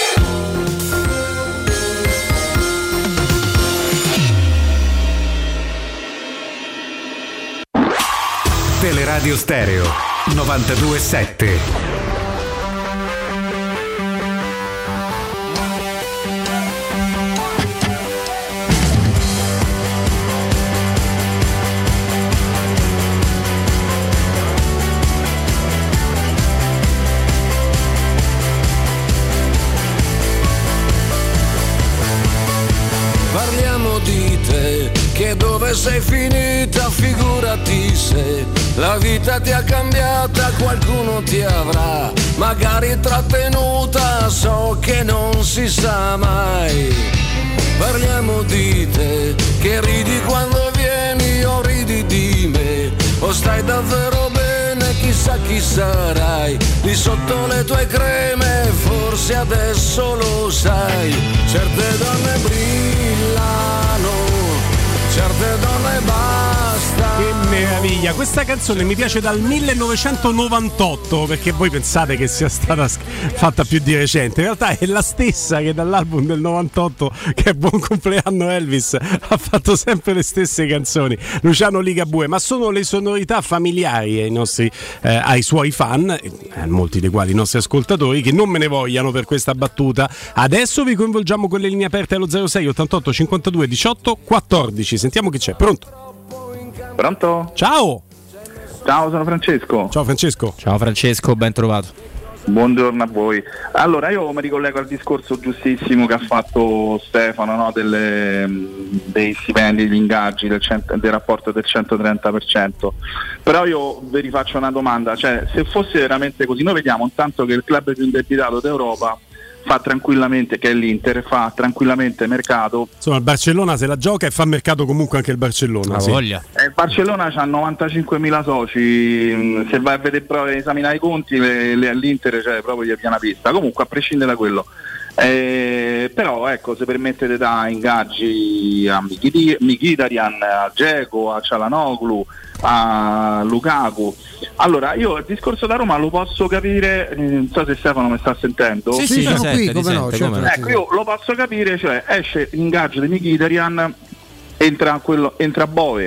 Teleradio Stereo novantadue sette. Parliamo di te, che dove sei finita, figurati se la vita ti ha cambiata, qualcuno ti avrà magari trattenuta, so che non si sa mai. Parliamo di te, che ridi quando vieni o ridi di me, o stai davvero bene, chissà chissà chi sarai, lì sotto le tue creme, forse adesso lo sai. Certe donne brillano, certe donne basta. Che meraviglia, questa canzone mi piace dal millenovecentonovantotto, perché voi pensate che sia stata fatta più di recente, in realtà è la stessa che dall'album del novantotto, che è Buon compleanno Elvis, ha fatto sempre le stesse canzoni, Luciano Ligabue, ma sono le sonorità familiari ai nostri eh, ai suoi fan, eh, molti dei quali i nostri ascoltatori, che non me ne vogliano per questa battuta. Adesso vi coinvolgiamo con le linee aperte allo zero sei ottantotto cinquantadue diciotto quattordici. Sentiamo chi c'è. Pronto? Pronto? Ciao. Ciao, sono Francesco. Ciao Francesco. Ciao Francesco, ben trovato. Buongiorno a voi. Allora, io mi ricollego al discorso giustissimo che ha fatto Stefano, no? Delle, dei stipendi, degli ingaggi, del, cent- del rapporto del centotrenta per cento. Però io vi rifaccio una domanda, cioè se fosse veramente così, noi vediamo intanto che il club più indebitato d'Europa fa tranquillamente, che è l'Inter, fa tranquillamente mercato. Insomma, il Barcellona se la gioca e fa mercato comunque anche il Barcellona. Sì. Voglia. Eh, il Barcellona ha novantacinquemila soci, se vai a vedere proprio, esaminare i conti, le, le, all'Inter cioè, proprio gli piana pista. Comunque a prescindere da quello. Eh, però ecco, se permettete da ingaggi a Mkhitaryan, a Dzeko, a Çalhanoğlu, a Lukaku. Allora io il discorso da Roma lo posso capire, eh, non so se Stefano mi sta sentendo. Sì, sì, sono qui, come no, certo. Ecco, io lo posso capire, cioè esce l'ingaggio di Mkhitaryan, entra quello, entra Bove,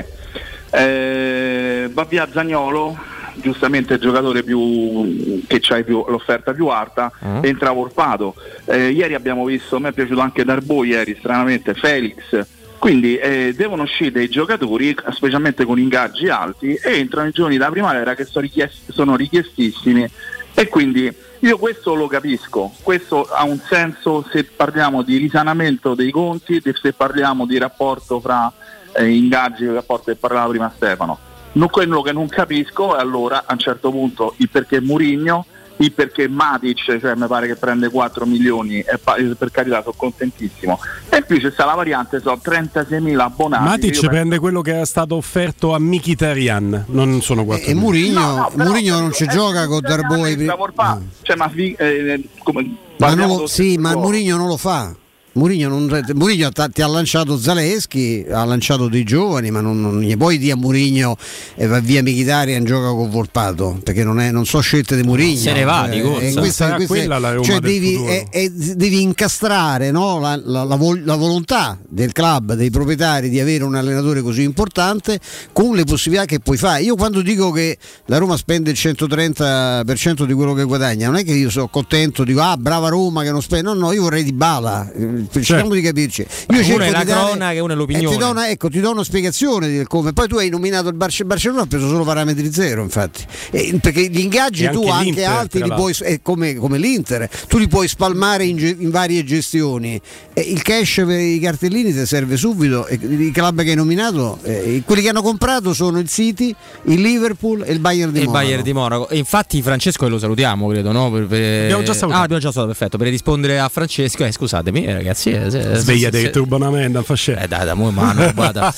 eh, va via Zaniolo, giustamente il giocatore più che c'hai più l'offerta più alta, uh-huh. entra Volpato. Eh, ieri abbiamo visto, a me è piaciuto anche Darboe ieri, stranamente Felix. Quindi eh, devono uscire dei giocatori, specialmente con ingaggi alti, e entrano i giovani da primavera che sono, richiesti, sono richiestissimi, e quindi io questo lo capisco, questo ha un senso se parliamo di risanamento dei conti, se parliamo di rapporto fra eh, ingaggi e il rapporto che parlava prima Stefano. Non, quello che non capisco è allora a un certo punto il perché Mourinho, il perché Matic, cioè mi pare che prende quattro milioni e per carità sono contentissimo, e più c'è sta la variante, sono trentaseimila abbonati. Matic prende penso... quello che era stato offerto a Mkhitaryan, non sono quattro. E Mourinho, no, no, Mourinho non ci gioca con Darboe, ah. cioè, ma, eh, come, ma non lo, sì, ma Mourinho non lo fa. Mourinho, non, Mourinho ti ha lanciato Zaleschi, ha lanciato dei giovani, ma non, non gli puoi dire a Mourinho e va via Mkhitaryan, gioca con Volpato, perché non, è, non so scelte di Mourinho. Se ne va di corsa. Eh, questa, questa è, cioè devi, è, è, devi incastrare, no, la, la, la, vol- la volontà del club, dei proprietari di avere un allenatore così importante con le possibilità che puoi fare. Io quando dico che la Roma spende il centotrenta per cento di quello che guadagna, non è che io sono contento, dico ah brava Roma che non spende, no no, io vorrei Dybala. Cerchiamo di capirci. Io uno è la dare, cronaca e uno è l'opinione. Eh, ti do una, ecco, ti do una spiegazione di come. Poi tu hai nominato il Barce- Barcellona, ha preso solo parametri zero, infatti. Eh, perché gli ingaggi e tu anche, anche altri li puoi, eh, come, come l'Inter, tu li puoi spalmare in, ge- in varie gestioni. Eh, il cash per i cartellini ti serve subito. E i club che hai nominato, eh, quelli che hanno comprato sono il City, il Liverpool e il Bayern di il Monaco. Bayern di Monaco. E infatti Francesco, e lo salutiamo, credo, no? Per, per... Abbiamo già salutato. Ah, abbiamo già salutato, perfetto. Per rispondere a Francesco, eh, scusatemi, eh, ragazzi, eh, se, svegliate se, che tu bonamente fa scena. Eh dai, da mo' mano rubata.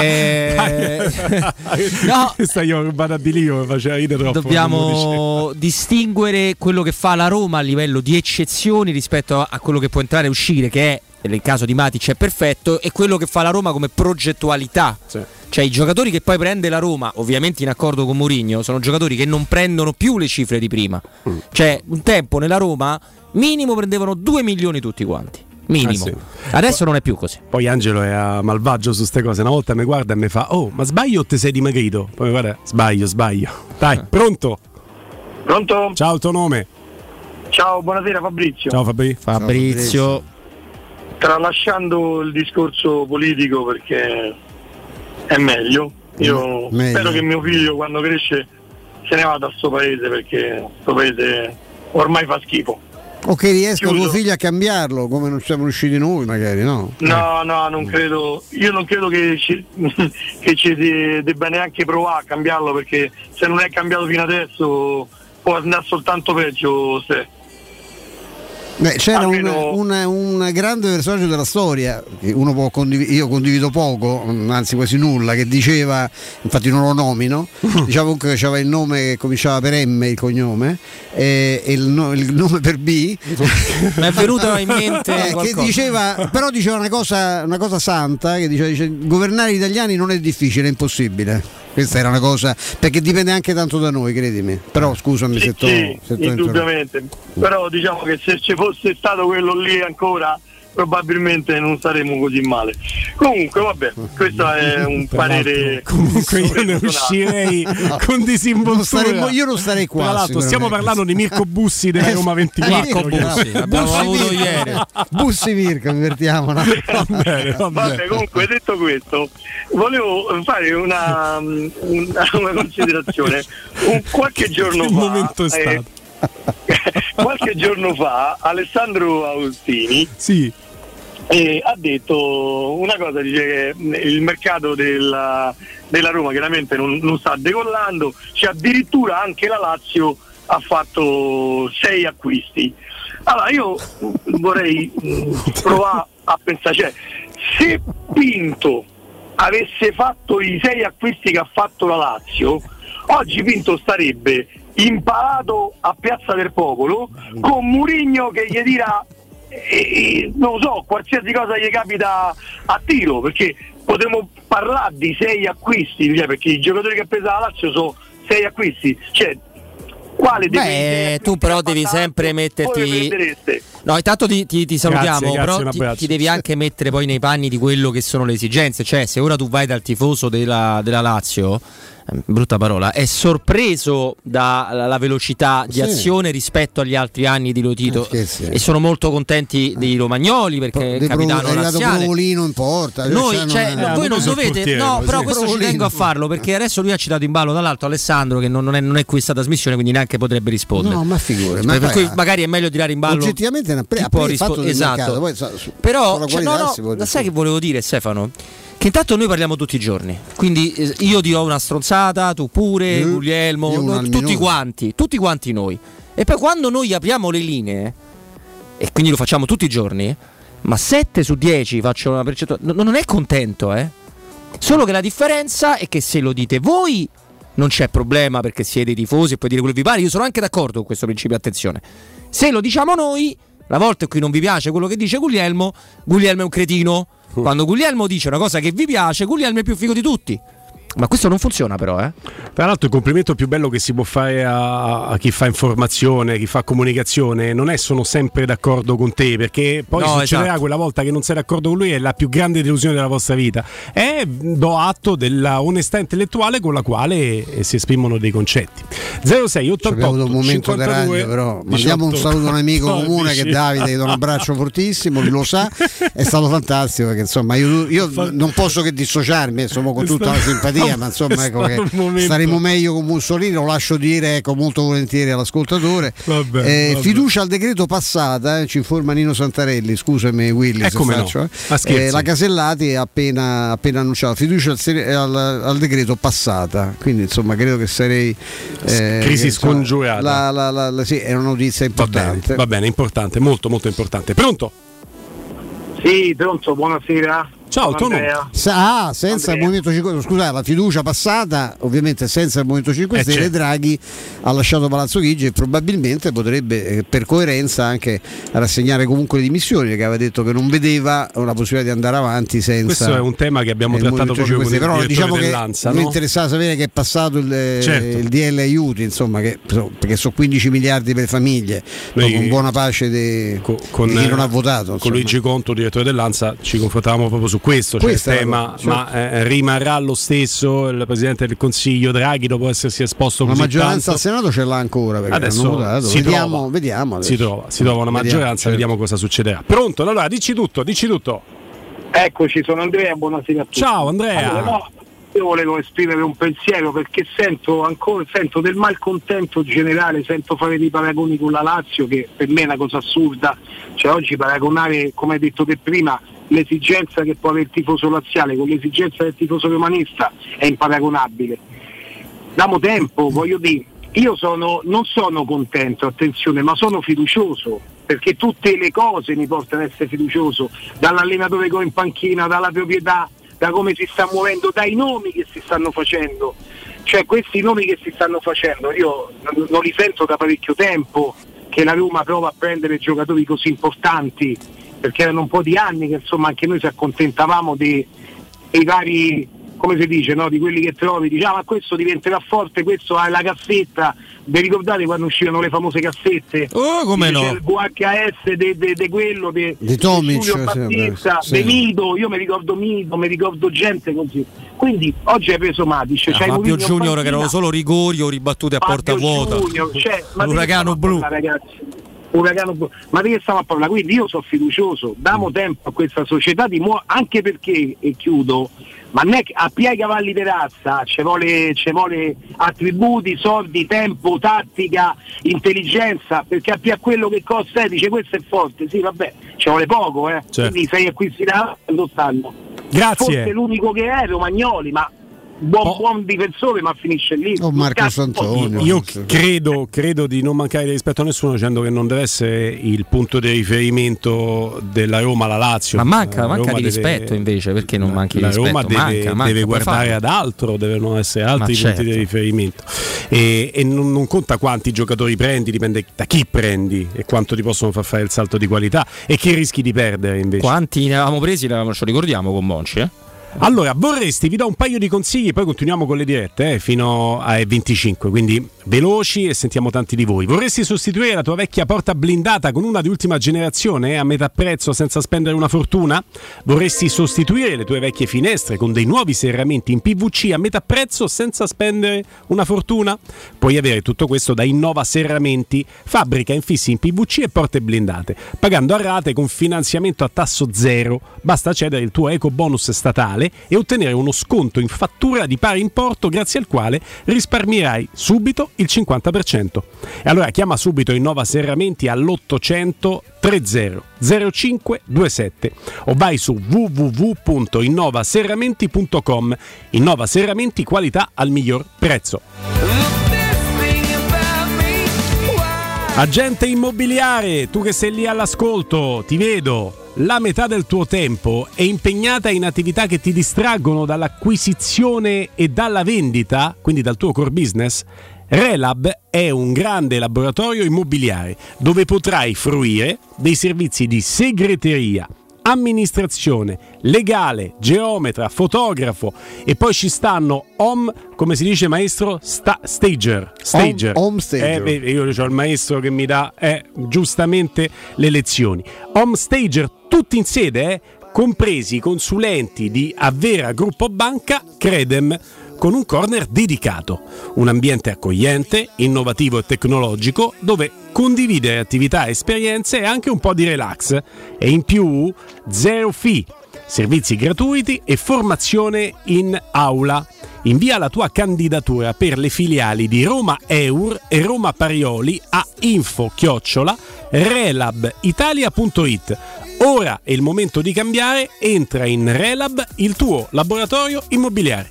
eh, no, questa io ho rubata di lì, mi faceva ridere troppo. Dobbiamo distinguere quello che fa la Roma a livello di eccezioni rispetto a, a quello che può entrare e uscire, che è nel caso di Matic è perfetto, e quello che fa la Roma come progettualità. Sì. Cioè i giocatori che poi prende la Roma, ovviamente in accordo con Mourinho, sono giocatori che non prendono più le cifre di prima. Mm. Cioè un tempo nella Roma minimo prendevano due milioni tutti quanti. Minimo. Ah, sì. Adesso non è più così. Poi Angelo è a malvagio su ste cose. Una volta mi guarda e mi fa: oh, ma sbaglio o te sei dimagrito? Poi mi guarda, sbaglio, sbaglio. Dai, pronto? Pronto? Ciao, il tuo nome? Ciao, buonasera Fabrizio. Ciao Fabri. Fabrizio. Tralasciando il discorso politico perché è meglio. Io meglio. Spero che mio figlio quando cresce se ne vada a sto paese, perché sto paese ormai fa schifo. O che riesca tuo figlio a cambiarlo, come non siamo riusciti noi, magari, no? No, no, non credo. Io non credo che ci, che ci debba neanche provare a cambiarlo, perché se non è cambiato fino adesso può andare soltanto peggio. Se. Beh, c'era Almeno... un, un, un grande personaggio della storia che uno può condiv- io condivido poco, anzi quasi nulla, che diceva, infatti non lo nomino, diceva comunque che aveva il nome che cominciava per M, il cognome, e, e il, no, il nome per B. Mi è venuto in mente eh, che diceva, però diceva una cosa, una cosa santa, che diceva, dice, governare gli italiani non è difficile, è impossibile. Questa era una cosa, perché dipende anche tanto da noi, credimi. Però scusami sì, se tu sì, indubbiamente. Però diciamo che se ci fosse stato quello lì ancora, probabilmente non saremmo così male. Comunque vabbè, questo è un parere. Comunque io ne uscirei no. con disinvoltura. Io non starei qua. Tra l'altro stiamo parlando di Mirko Bussi della Roma ventiquattro. Mirko Bussi, l'abbiamo avuto ieri. Bussi Mirko, divertiamo. No? Va bene, va bene. Vabbè, comunque detto questo, volevo fare una, una, una considerazione. Un qualche giorno Il fa. momento è stato. Eh, qualche giorno fa Alessandro Agostini sì. eh, ha detto una cosa, dice che il mercato della, della Roma chiaramente non, non sta decollando, cioè addirittura anche la Lazio ha fatto sei acquisti. Allora io vorrei provare a pensare, cioè, se Pinto avesse fatto i sei acquisti che ha fatto la Lazio, oggi Pinto starebbe impalato a Piazza del Popolo con Mourinho che gli dirà eh, non lo so, qualsiasi cosa gli capita a tiro, perché potremmo parlare di sei acquisti, cioè, perché i giocatori che ha preso la Lazio sono sei acquisti, cioè quale Beh, tu però devi sempre metterti. No, intanto ti, ti, ti salutiamo, grazie, però grazie, ti, ti devi anche mettere poi nei panni di quello che sono le esigenze. Cioè, se ora tu vai dal tifoso della, della Lazio, brutta parola, è sorpreso dalla velocità di sì. azione rispetto agli altri anni di Lotito, eh, sì. e sono molto contenti dei romagnoli perché è capitano nazionale. Provolino in porta. Noi, cioè, cioè, non è, voi eh, non dovete, portiere, no, però questo Provolino. Ci tengo a farlo perché adesso lui ha citato in ballo dall'alto Alessandro che non, non, è, non è questa trasmissione, quindi neanche potrebbe rispondere. No, ma figura, ma per cui magari è meglio tirare in ballo. Oggettivamente è pre- può rispo- esatto. Poi, so, però cioè, no, no, sai che volevo dire, Stefano? Che intanto noi parliamo tutti i giorni, quindi eh, io ti do una stronzata, tu pure, mm. Guglielmo, no, tutti minuto. quanti, tutti quanti noi. E poi quando noi apriamo le linee, e quindi lo facciamo tutti i giorni, ma sette su dieci faccio una percentuale, no, non è contento, eh? Solo che la differenza è che se lo dite voi non c'è problema perché siete tifosi e puoi dire quello che vi pare, io sono anche d'accordo con questo principio, attenzione. Se lo diciamo noi, la volta in cui non vi piace quello che dice Guglielmo, Guglielmo è un cretino. Quando Guglielmo dice una cosa che vi piace, Guglielmo è più figo di tutti. Ma questo non funziona però, eh? Tra l'altro il complimento più bello che si può fare a, a chi fa informazione, chi fa comunicazione, non è sono sempre d'accordo con te, perché poi no, succederà esatto. quella volta che non sei d'accordo con lui, è la più grande delusione della vostra vita. E do atto della onestà intellettuale con la quale si esprimono dei concetti. zero sei ottantotto abbiamo un momento di radio, però mandiamo un saluto a un amico no, comune dici. Che è Davide, gli do un abbraccio fortissimo, lui lo sa, è stato fantastico perché insomma io, io non posso che dissociarmi, insomma, con tutta la simpatia. Ma insomma ecco che staremo meglio con Mussolini, lo lascio dire ecco, molto volentieri all'ascoltatore. Vabbè, eh, vabbè. Fiducia al decreto passata, eh, ci informa Nino Santarelli, scusami Willy se faccio, no. eh. Eh, la Casellati ha appena, appena annunciato fiducia al, al, al decreto passata, quindi insomma credo che sarei eh, crisi scongiurata. La, la, la, la, sì, è una notizia importante. Va bene, va bene, importante, molto molto importante. Pronto? Sì, pronto, buonasera. Ciao, tu no. Ah, senza Andrea. Il Movimento cinque Stelle, scusate, la fiducia passata, ovviamente senza il Movimento cinque Stelle, eh, certo. Draghi ha lasciato Palazzo Chigi e probabilmente potrebbe eh, per coerenza anche rassegnare comunque le dimissioni, perché aveva detto che non vedeva una possibilità di andare avanti senza. Questo è un tema che abbiamo trattato proprio con il però diciamo che dell'Ansa, mi no? interessava sapere che è passato il, certo. il D L aiuti, insomma, che, perché sono quindici miliardi per famiglie, Noi, con buona pace de, con, con, di chi non ha votato. Insomma. Con Luigi Conto, direttore dell'Ansa, ci confrontavamo proprio su questo, cioè il tema, certo. ma eh, rimarrà lo stesso il Presidente del Consiglio Draghi dopo essersi esposto così la maggioranza tanto. al Senato ce l'ha ancora perché adesso hanno votato. Si vediamo, trova, vediamo si trova, si trova una vediamo, maggioranza, certo. vediamo cosa succederà. Pronto? Allora dici tutto, dici tutto. Eccoci, sono Andrea, buonasera a tutti. Ciao Andrea. Allora, no, io volevo esprimere un pensiero perché sento ancora sento del malcontento generale, sento fare dei paragoni con la Lazio che per me è una cosa assurda, cioè oggi paragonare, come hai detto te prima, l'esigenza che può avere il tifoso laziale con l'esigenza del tifoso romanista è imparagonabile. Diamo tempo, voglio dire, io sono, non sono contento, attenzione, ma sono fiducioso perché tutte le cose mi portano ad essere fiducioso, dall'allenatore che ho in panchina, dalla proprietà, da come si sta muovendo, dai nomi che si stanno facendo. Cioè questi nomi che si stanno facendo io non, non li sento da parecchio tempo, che la Roma prova a prendere giocatori così importanti, perché erano un po' di anni che insomma anche noi ci accontentavamo dei, dei vari, come si dice, no? Di quelli che trovi, diciamo, ah, ma questo diventerà forte, questo ha la cassetta. Vi ricordate quando uscivano le famose cassette? Oh, come no? Il V H S de, de, de quello de, di Tomic, Giulio Battista, sì, de Mido, io mi ricordo Mido, mi ricordo gente così. Quindi oggi hai preso Matic, ah, c'hai Fabio Junior che erano solo rigori o ribattute a porta vuota. Cioè, l'uragano blu. Ragazzi, uragano blu. Ma di che stiamo a parlare? Quindi io sono fiducioso, diamo tempo a questa società di muo- anche perché, e chiudo, ma non è che a piedi cavalli di razza ci vuole, ci vuole attributi, soldi, tempo, tattica, intelligenza, perché a piedi quello che costa è, dice questo è forte, sì vabbè, ci vuole poco, eh. Certo. Quindi sei acquisti da quando stanno. Grazie. Forse l'unico che è Romagnoli, ma buon, oh. buon difensore, ma finisce lì. Oh, Marco Santonio. Io credo, credo di non mancare di rispetto a nessuno dicendo che non deve essere il punto di riferimento della Roma, la Lazio. Ma manca, la manca Roma di deve, rispetto invece, perché non manchi la di rispetto? Roma deve, manca, manca, deve guardare ad altro, devono essere altri Ma punti certo. di riferimento. E, e non, non conta quanti giocatori prendi, dipende da chi prendi e quanto ti possono far fare il salto di qualità e che rischi di perdere invece. Quanti ne avevamo presi, ce lo ricordiamo con Monci, eh? Allora, vorresti, vi do un paio di consigli, poi continuiamo con le dirette eh, fino alle venticinque, quindi veloci e sentiamo tanti di voi. Vorresti sostituire la tua vecchia porta blindata con una di ultima generazione eh, a metà prezzo senza spendere una fortuna? Vorresti sostituire le tue vecchie finestre con dei nuovi serramenti in P V C a metà prezzo senza spendere una fortuna? Puoi avere tutto questo da Innova Serramenti, fabbrica infissi in P V C e porte blindate, pagando a rate con finanziamento a tasso zero. Basta cedere il tuo eco bonus statale e ottenere uno sconto in fattura di pari importo, grazie al quale risparmierai subito il cinquanta per cento. E allora chiama subito Innova Serramenti all'ottocento trenta zero cinque ventisette o vai su w w w punto innova serramenti punto com. Innova Serramenti, qualità al miglior prezzo. Agente immobiliare, tu che sei lì all'ascolto, ti vedo. La metà del tuo tempo è impegnata in attività che ti distraggono dall'acquisizione e dalla vendita, quindi dal tuo core business? Relab è un grande laboratorio immobiliare dove potrai fruire dei servizi di segreteria, amministrazione, legale, geometra, fotografo e poi ci stanno home, come si dice maestro, sta, stager, stager. Home, home stager. Eh, io ho il maestro che mi dà eh, giustamente le lezioni. Home stager tutti in sede, eh, compresi i consulenti di Avvera Gruppo Banca, Credem, con un corner dedicato, un ambiente accogliente, innovativo e tecnologico dove condividere attività e esperienze e anche un po' di relax e in più zero fee, servizi gratuiti e formazione in aula. Invia la tua candidatura per le filiali di Roma Eur e Roma Parioli a info chiocciola relabitalia punto it. Ora è il momento di cambiare, entra in Relab, il tuo laboratorio immobiliare.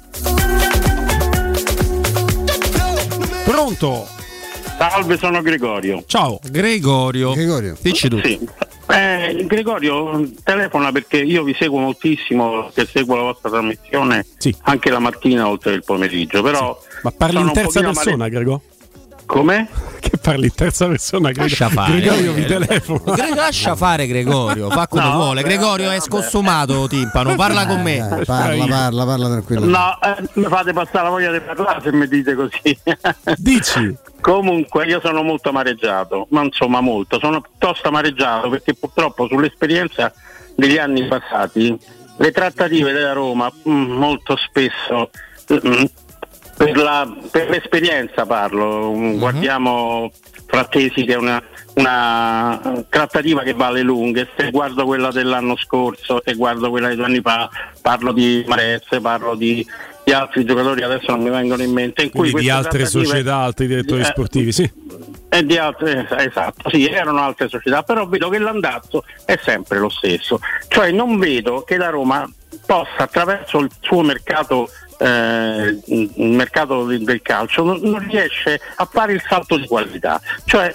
Pronto? Salve, sono Gregorio. Ciao. Gregorio. Gregorio. Dici tu. Sì. Eh, Gregorio telefona perché io vi seguo moltissimo, che seguo la vostra trasmissione sì. anche la mattina oltre il pomeriggio, però sì. Ma parli in terza persona, male... Grego? Come? Che parli in terza persona, lascia fare. Gregorio vi telefono. Lascia fare Gregorio, fa come no, vuole. beh, Gregorio beh, è scostumato, timpano, parla con me. Eh, parla, parla, parla tranquillo. No, eh, mi fate passare la voglia di parlare se mi dite così. Dici. Comunque io sono molto amareggiato, ma insomma molto, sono piuttosto amareggiato perché purtroppo sull'esperienza degli anni passati le trattative della Roma mh, molto spesso mh, per, la, per l'esperienza parlo, uh-huh. guardiamo Frattesi che è una, una trattativa che va alle lunghe, se guardo quella dell'anno scorso, se guardo quella di due anni fa, parlo di Marezze, parlo di di altri giocatori adesso non mi vengono in mente, in cui di altre società, altri direttori eh, sportivi, sì. E di altre, esatto, sì, erano altre società, però vedo che l'andazzo è sempre lo stesso, cioè non vedo che la Roma possa attraverso il suo mercato eh, il mercato del calcio non, non riesce a fare il salto di qualità. Cioè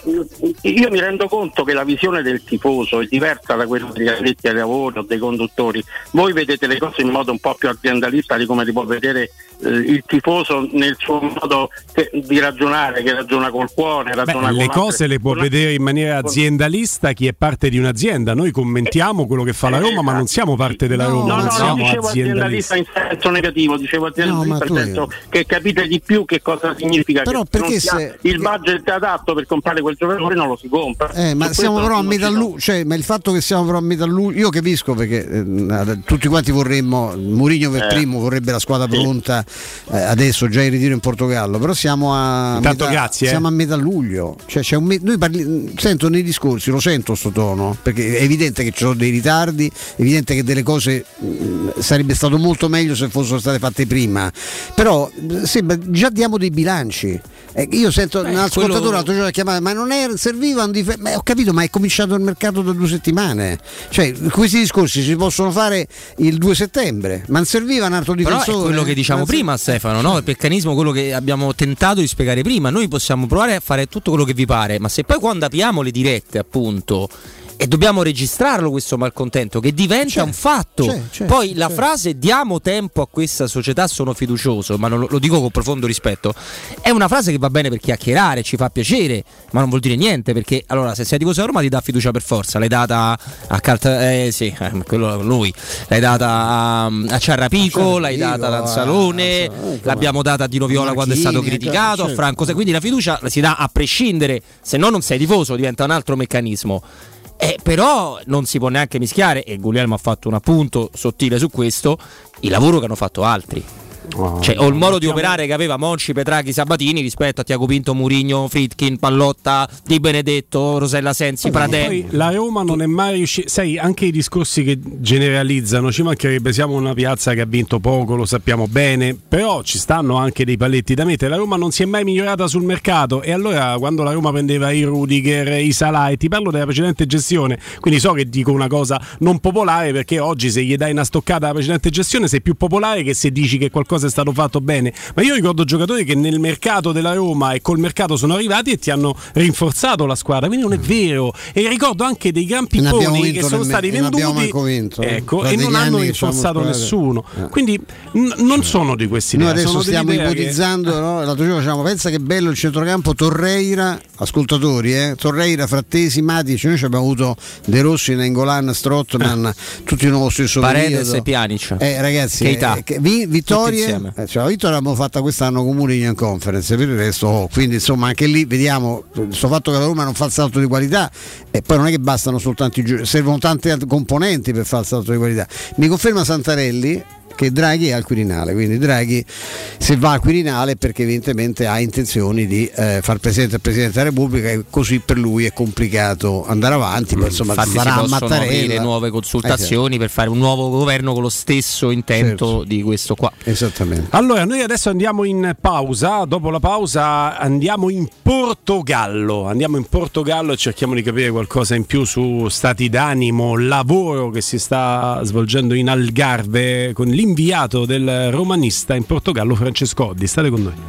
io mi rendo conto che la visione del tifoso è diversa da quella degli addetti ai lavori o dei conduttori. Voi vedete le cose in modo un po' più aziendalista di come li può vedere eh, il tifoso nel suo modo che, di ragionare, che ragiona col cuore, ragiona Beh, con le cose le può vedere in maniera aziendalista chi è parte di un'azienda. Noi commentiamo quello che fa la Roma, ma non siamo parte della no, Roma, no, non no, siamo no, dicevo aziendalisti. aziendalista in senso negativo, dicevo aziendalista No, in senso che capite di più che cosa significa. Però che perché non si ha se- il budget adatto per comprare quel giocatore non lo si compra. Eh, ma Su siamo questo però a non metà ci luglio, cioè, ma il fatto che siamo però a metà luglio, io capisco perché eh, tutti quanti vorremmo, Mourinho per Eh. primo vorrebbe la squadra Sì. pronta eh, adesso già in ritiro in Portogallo, però siamo a Intanto metà, grazie, eh. siamo a metà luglio, cioè, c'è un me- noi parli- sento nei discorsi, lo sento sto tono, perché è evidente che ci sono dei ritardi, è evidente che delle cose mh, sarebbe stato molto meglio se fossero state fatte prima, però mh, sembra già diamo dei bilanci. Eh, io sento Beh, un ascoltatore quello- l'altro giorno a chiamare, ma non era, serviva un difensore, ma ho capito, ma è cominciato il mercato da due settimane, cioè questi discorsi si possono fare il due settembre, ma non serviva un altro Però difensore. è quello che diciamo Ma se- prima, Stefano, no? Il meccanismo, quello che abbiamo tentato di spiegare prima. Noi possiamo provare a fare tutto quello che vi pare, ma se poi quando apriamo le dirette, appunto, e dobbiamo registrarlo questo malcontento che diventa C'è, un fatto, c'è, c'è, poi la c'è. frase diamo tempo a questa società, sono fiducioso, ma non lo, lo dico con profondo rispetto, è una frase che va bene per chiacchierare, ci fa piacere, ma non vuol dire niente, perché allora se sei tifoso della Roma ti dà fiducia per forza, l'hai data a Calta, eh sì, eh, quello lui, l'hai data a, a Ciarrapico, l'hai data ad Anzalone, a- a- l'abbiamo data a Dino Viola quando è stato Marchini, criticato, a certo. Franco, quindi la fiducia la si dà a prescindere, se no non sei tifoso, diventa un altro meccanismo. Eh, però non si può neanche mischiare, e Guglielmo ha fatto un appunto sottile su questo, il lavoro che hanno fatto altri. Oh, Cioè, o il modo di mettiamo- operare che aveva Monci, Petraghi, Sabatini rispetto a Tiago Pinto, Murigno, Fritkin, Pallotta, Di Benedetto, Rosella Sensi, Pradè. Poi la Roma non è mai riuscita, sai, anche i discorsi che generalizzano, ci mancherebbe, siamo una piazza che ha vinto poco, lo sappiamo bene, però ci stanno anche dei paletti da mettere. La Roma non si è mai migliorata sul mercato, e allora quando la Roma prendeva i Rudiger, i Salah, e ti parlo della precedente gestione, quindi so che dico una cosa non popolare, perché oggi se gli dai una stoccata alla precedente gestione sei più popolare che se dici che qualcosa è stato fatto bene, ma io ricordo giocatori che nel mercato della Roma e col mercato sono arrivati e ti hanno rinforzato la squadra, quindi non è vero. E ricordo anche dei gran Ne abbiamo picconi vinto che sono nemme- stati e non abbiamo venduti, manco vinto, eh. ecco, Da e non degli hanno anni che siamo rinforzato squadre. nessuno, Eh. quindi n- non sono di questi Noi idea, adesso sono stiamo dell'idea che- ipotizzando, no? L'altro giorno diciamo, pensa che bello il centrocampo Torreira, ascoltatori, eh? Torreira, Frattesi, Matic, noi ci abbiamo avuto De Rossi, Nengolan, Strottman, tutti nello stesso Paredes periodo. e Pjanic. Eh, ragazzi, Keita. eh, che- vi- vittorie, Tutti insieme. eh, cioè, la vittoria l'abbiamo fatta quest'anno con Mourinho in conference, per il resto, oh, quindi insomma anche lì vediamo questo fatto che la Roma non fa il salto di qualità, e poi non è che bastano soltanto i giocatori, servono tante altre componenti per fare il salto di qualità. Mi conferma Santarelli che Draghi è al Quirinale, quindi Draghi se va al Quirinale è perché evidentemente ha intenzioni di eh, far presente al Presidente della Repubblica, e così per lui è complicato andare avanti, poi insomma Infatti farà si a possono aprire Mattarella nuove consultazioni per fare un nuovo governo con lo stesso intento Certo. di questo qua. Esattamente. Allora, noi adesso andiamo in pausa, dopo la pausa andiamo in Portogallo, andiamo in Portogallo e cerchiamo di capire qualcosa in più su stati d'animo, lavoro che si sta svolgendo in Algarve con l'inviato del romanista in Portogallo, Francesco Oddi. State con noi.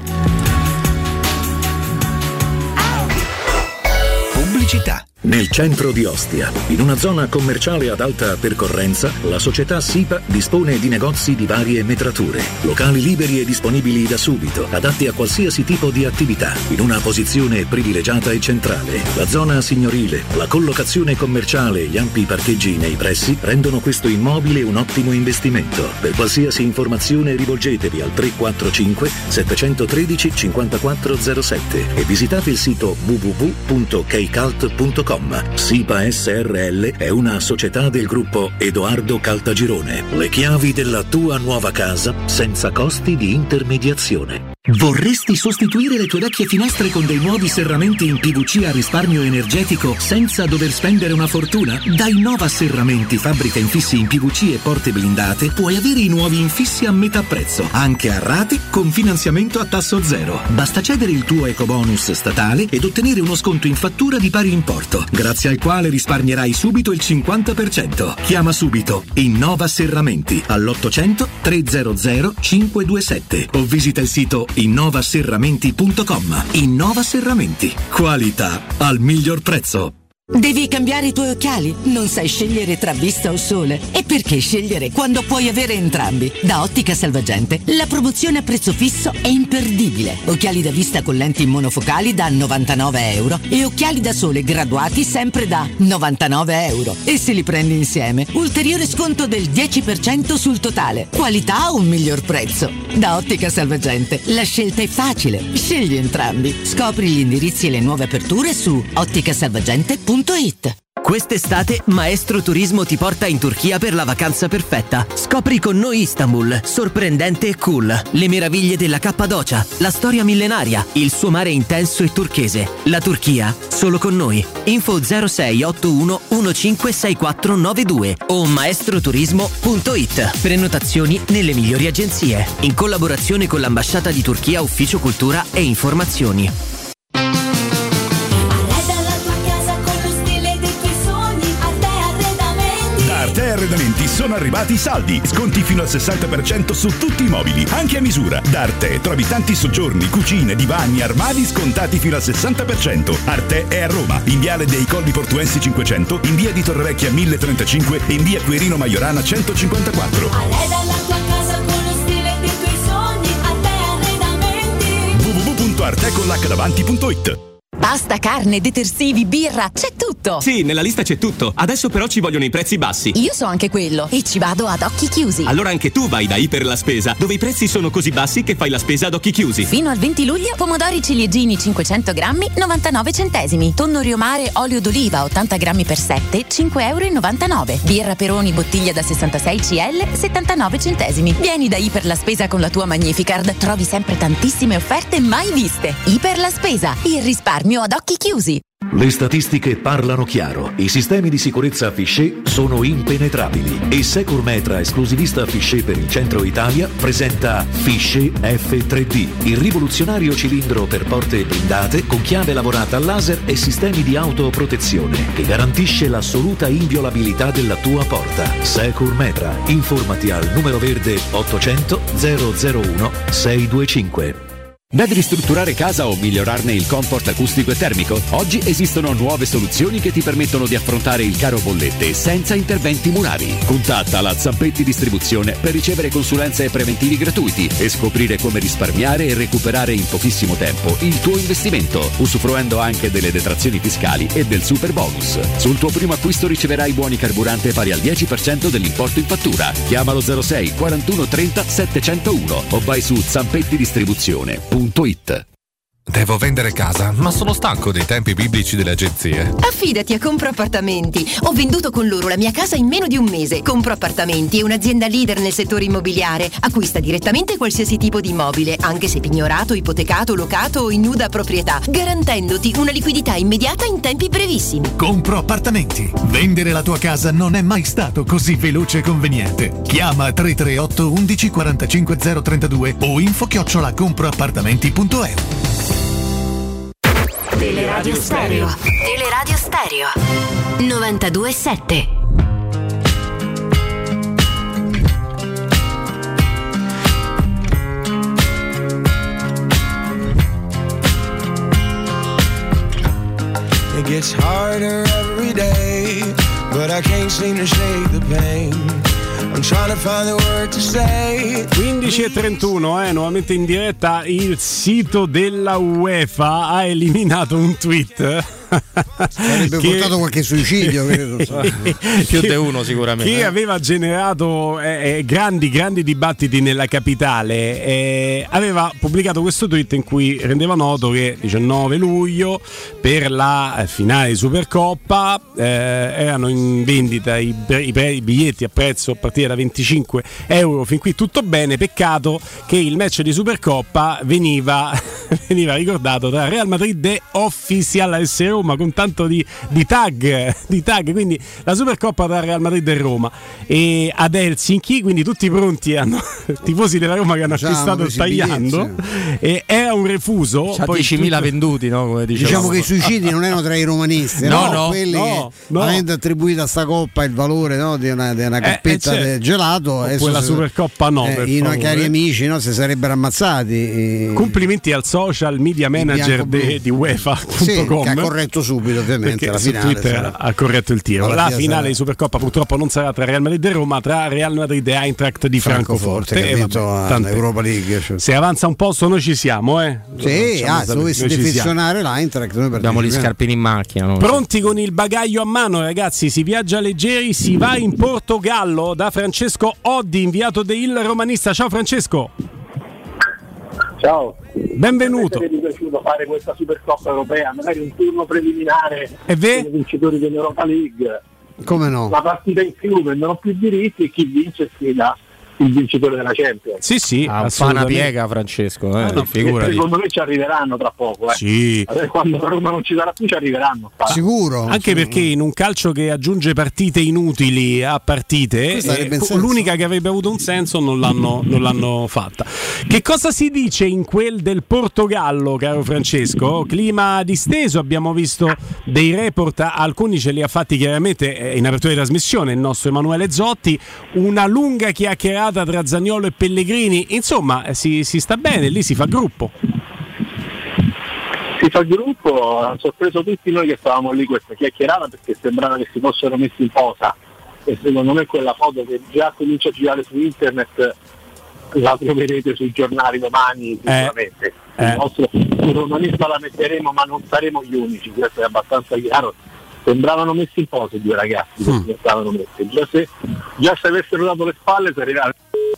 Pubblicità. Nel centro di Ostia, in una zona commerciale ad alta percorrenza, la società SIPA dispone di negozi di varie metrature, locali liberi e disponibili da subito, adatti a qualsiasi tipo di attività, in una posizione privilegiata e centrale. La zona signorile, la collocazione commerciale e gli ampi parcheggi nei pressi rendono questo immobile un ottimo investimento. Per qualsiasi informazione rivolgetevi al tre quattro cinque sette uno tre cinque zero sette e visitate il sito w w w punto keicalt punto com. SIPA S R L è una società del gruppo Edoardo Caltagirone. Le chiavi della tua nuova casa senza costi di intermediazione. Vorresti sostituire le tue vecchie finestre con dei nuovi serramenti in P V C a risparmio energetico senza dover spendere una fortuna? Da Innova Serramenti, fabbrica infissi in P V C e porte blindate, puoi avere i nuovi infissi a metà prezzo, anche a rate con finanziamento a tasso zero. Basta cedere il tuo ecobonus statale ed ottenere uno sconto in fattura di pari importo, grazie al quale risparmierai subito il cinquanta per cento. Chiama subito Innova Serramenti all'ottocento trecento cinquecentoventisette o visita il sito innova serramenti punto com. Innova Serramenti, qualità al miglior prezzo. Devi cambiare i tuoi occhiali? Non sai scegliere tra vista o sole? E perché scegliere quando puoi avere entrambi? Da Ottica Salvagente la promozione a prezzo fisso è imperdibile. Occhiali da vista con lenti monofocali da novantanove euro e occhiali da sole graduati sempre da novantanove euro. E se li prendi insieme, ulteriore sconto del dieci per cento sul totale. Qualità o un miglior prezzo? Da Ottica Salvagente la scelta è facile. Scegli entrambi. Scopri gli indirizzi e le nuove aperture su otticasalvagente punto it. Quest'estate Maestro Turismo ti porta in Turchia per la vacanza perfetta. Scopri con noi Istanbul, sorprendente e cool, le meraviglie della Cappadocia, la storia millenaria, il suo mare intenso e turchese. La Turchia, solo con noi. Info zero sei otto uno uno cinque sei quattro nove due o maestroturismo punto it. Prenotazioni nelle migliori agenzie, in collaborazione con l'Ambasciata di Turchia Ufficio Cultura e Informazioni. Arte Arredamenti sono arrivati i saldi, sconti fino al sessanta per cento su tutti i mobili, anche a misura. Da Arte trovi tanti soggiorni, cucine, divani, armadi scontati fino al sessanta per cento. Arte è a Roma, in viale dei Colli Portuensi cinquecento, in via di Torrevecchia mille trentacinque e in via Quirino Maiorana centocinquantaquattro. Arreda la tua casa con lo stile dei tuoi sogni, Arte Arredamenti. w w w punto arte con l'acca davanti punto it. Pasta, carne, detersivi, birra, c'è tutto! Sì, nella lista c'è tutto. Adesso però ci vogliono i prezzi bassi. Io so anche quello e ci vado ad occhi chiusi. Allora anche tu vai da Iper la Spesa, dove i prezzi sono così bassi che fai la spesa ad occhi chiusi. Fino al venti luglio, pomodori ciliegini cinquecento grammi, novantanove centesimi. Tonno Riomare olio d'oliva ottanta grammi per sette, cinque e novantanove euro. Birra Peroni bottiglia da sessantasei centilitri, settantanove centesimi. Vieni da Iper la Spesa con la tua Magnificard. Trovi sempre tantissime offerte mai viste. Iper la Spesa, il risparmio ad occhi chiusi. Le statistiche parlano chiaro. I sistemi di sicurezza Fichet sono impenetrabili e Securmetra, esclusivista Fichet per il centro Italia, presenta Fichet F tre D, il rivoluzionario cilindro per porte blindate con chiave lavorata a laser e sistemi di autoprotezione che garantisce l'assoluta inviolabilità della tua porta. Securmetra, informati al numero verde ottocento zero zero uno sei due cinque. Devi ristrutturare casa o migliorarne il comfort acustico e termico? Oggi esistono nuove soluzioni che ti permettono di affrontare il caro bollette senza interventi murari. Contatta la Zampetti Distribuzione per ricevere consulenze e preventivi gratuiti e scoprire come risparmiare e recuperare in pochissimo tempo il tuo investimento, usufruendo anche delle detrazioni fiscali e del super bonus. Sul tuo primo acquisto riceverai buoni carburante pari al dieci per cento dell'importo in fattura. Chiamalo zero sei quarantuno trenta settecentouno o vai su zampetti distribuzione punto it. Devo vendere casa, ma sono stanco dei tempi biblici delle agenzie. Affidati a Compro Appartamenti. Ho venduto con loro la mia casa in meno di un mese. Compro Appartamenti è un'azienda leader nel settore immobiliare. Acquista direttamente qualsiasi tipo di immobile, anche se pignorato, ipotecato, locato o in nuda proprietà, garantendoti una liquidità immediata in tempi brevissimi. Compro Appartamenti. Vendere la tua casa non è mai stato così veloce e conveniente. Chiama tre tre otto undici quarantacinque zero trentadue o info chiocciola comproappartamenti punto e u. Teleradio Stereo. Teleradio Stereo. novantadue sette. It gets harder every day, but I can't seem to shake the pain. I'm trying to find the word to say. quindici e trentuno, eh, nuovamente in diretta. Il sito della UEFA ha eliminato un tweet Sarebbe che... portato qualche suicidio, credo. So. Più di uno sicuramente. Che aveva generato eh, grandi, grandi dibattiti nella capitale. Eh, aveva pubblicato questo tweet in cui rendeva noto che diciannove luglio per la finale di Supercoppa eh, erano in vendita i, i, i biglietti a prezzo a partire da venticinque euro. Fin qui tutto bene, peccato che il match di Supercoppa veniva, veniva ricordato tra Real Madrid e Official A S Roma con tanto di, di tag di tag, quindi la Supercoppa tra Real Madrid e Roma e ad Helsinki, quindi tutti pronti, hanno tifosi della Roma che hanno diciamo, acquistato tagliando e era un refuso. C'ha diecimila tutto... venduti, no? Come diciamo che i suicidi non erano tra i romanisti, no, no, no, quelli no, che no. avendo attribuito a sta coppa il valore, no, di una, di una coppetta eh, eh, del gelato, e quella Supercoppa no, eh, per i favore. Cari amici, no, si sarebbero ammazzati. Complimenti al social media manager de, di UEFA punto com, sì, che ha corretto subito ovviamente la finale. Twitter ha corretto il tiro. La finale sarà. Di Supercoppa purtroppo non sarà tra Real Madrid e Roma, tra Real Madrid e Eintracht di Francoforte, Francoforte che ha vinto l'Europa League. Cioè. Se avanza un posto noi ci siamo, eh. Sì, ah, se dovessi defezionare l'Eintracht noi abbiamo gli scarpini in macchina. No? Pronti con il bagaglio a mano, ragazzi, si viaggia leggeri, si va in Portogallo da Francesco Oddi, inviato del Romanista. Ciao Francesco. Ciao. Benvenuto. Mi è piaciuto fare questa Supercoppa europea, magari un turno preliminare dei vincitori dell'Europa League. Come no? La partita in più, vendono più diritti e chi vince sfida il vincitore della Champions. Sì, sì, ah, fa una piega Francesco, eh, ah, no, secondo me ci arriveranno tra poco, eh. Sì. Quando la Roma non ci sarà più ci arriveranno. Fa. Sicuro. Anche sicuro. Perché in un calcio che aggiunge partite inutili a partite, eh, l'unica che avrebbe avuto un senso non l'hanno, non l'hanno fatta. Che cosa si dice in quel del Portogallo, caro Francesco? Clima disteso, abbiamo visto dei report, alcuni ce li ha fatti chiaramente in apertura di trasmissione il nostro Emanuele Zotti, una lunga chiacchierata tra Zaniolo e Pellegrini, insomma si, si sta bene, lì si fa gruppo. Si fa gruppo, ha sorpreso tutti noi che stavamo lì questa chiacchierata perché sembrava che si fossero messi in posa e secondo me quella foto che già comincia a girare su internet la troverete sui giornali domani sicuramente. Eh, il nostro il romanista la metteremo ma non saremo gli unici, questo è abbastanza chiaro. Sembravano messi in posa i due ragazzi mm. che stavano messi. Già se, già se avessero dato le spalle si arrivava.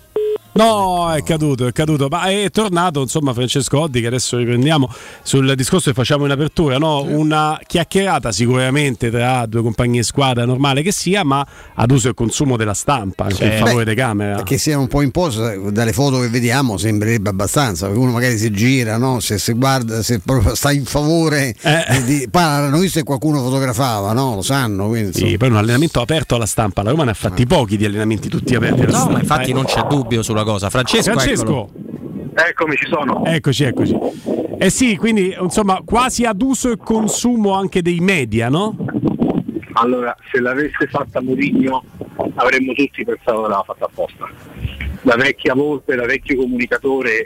No, è caduto, è caduto, ma è tornato insomma Francesco Oddi, che adesso riprendiamo sul discorso che facciamo in apertura, no? Una chiacchierata sicuramente tra due compagnie di squadra, normale che sia, ma ad uso e consumo della stampa, anche cioè, in favore delle camere. Che sia un po' in posa, dalle foto che vediamo sembrerebbe abbastanza, perché uno magari si gira, no? Se si guarda, se proprio sta in favore eh. di... poi hanno visto che qualcuno fotografava, no? Lo sanno, quindi, sì, poi un allenamento aperto alla stampa, la Roma ne ha fatti ah. pochi di allenamenti tutti aperti. No, ma infatti non c'è dubbio sulla cosa. Francesco, Francesco. Eccomi, ci sono. Eccoci, eccoci. Eh sì, quindi insomma quasi ad uso e consumo anche dei media, no? Allora, se l'avesse fatta Mourinho avremmo tutti pensato che l'aveva fatta apposta. Da vecchia volpe, da vecchio comunicatore,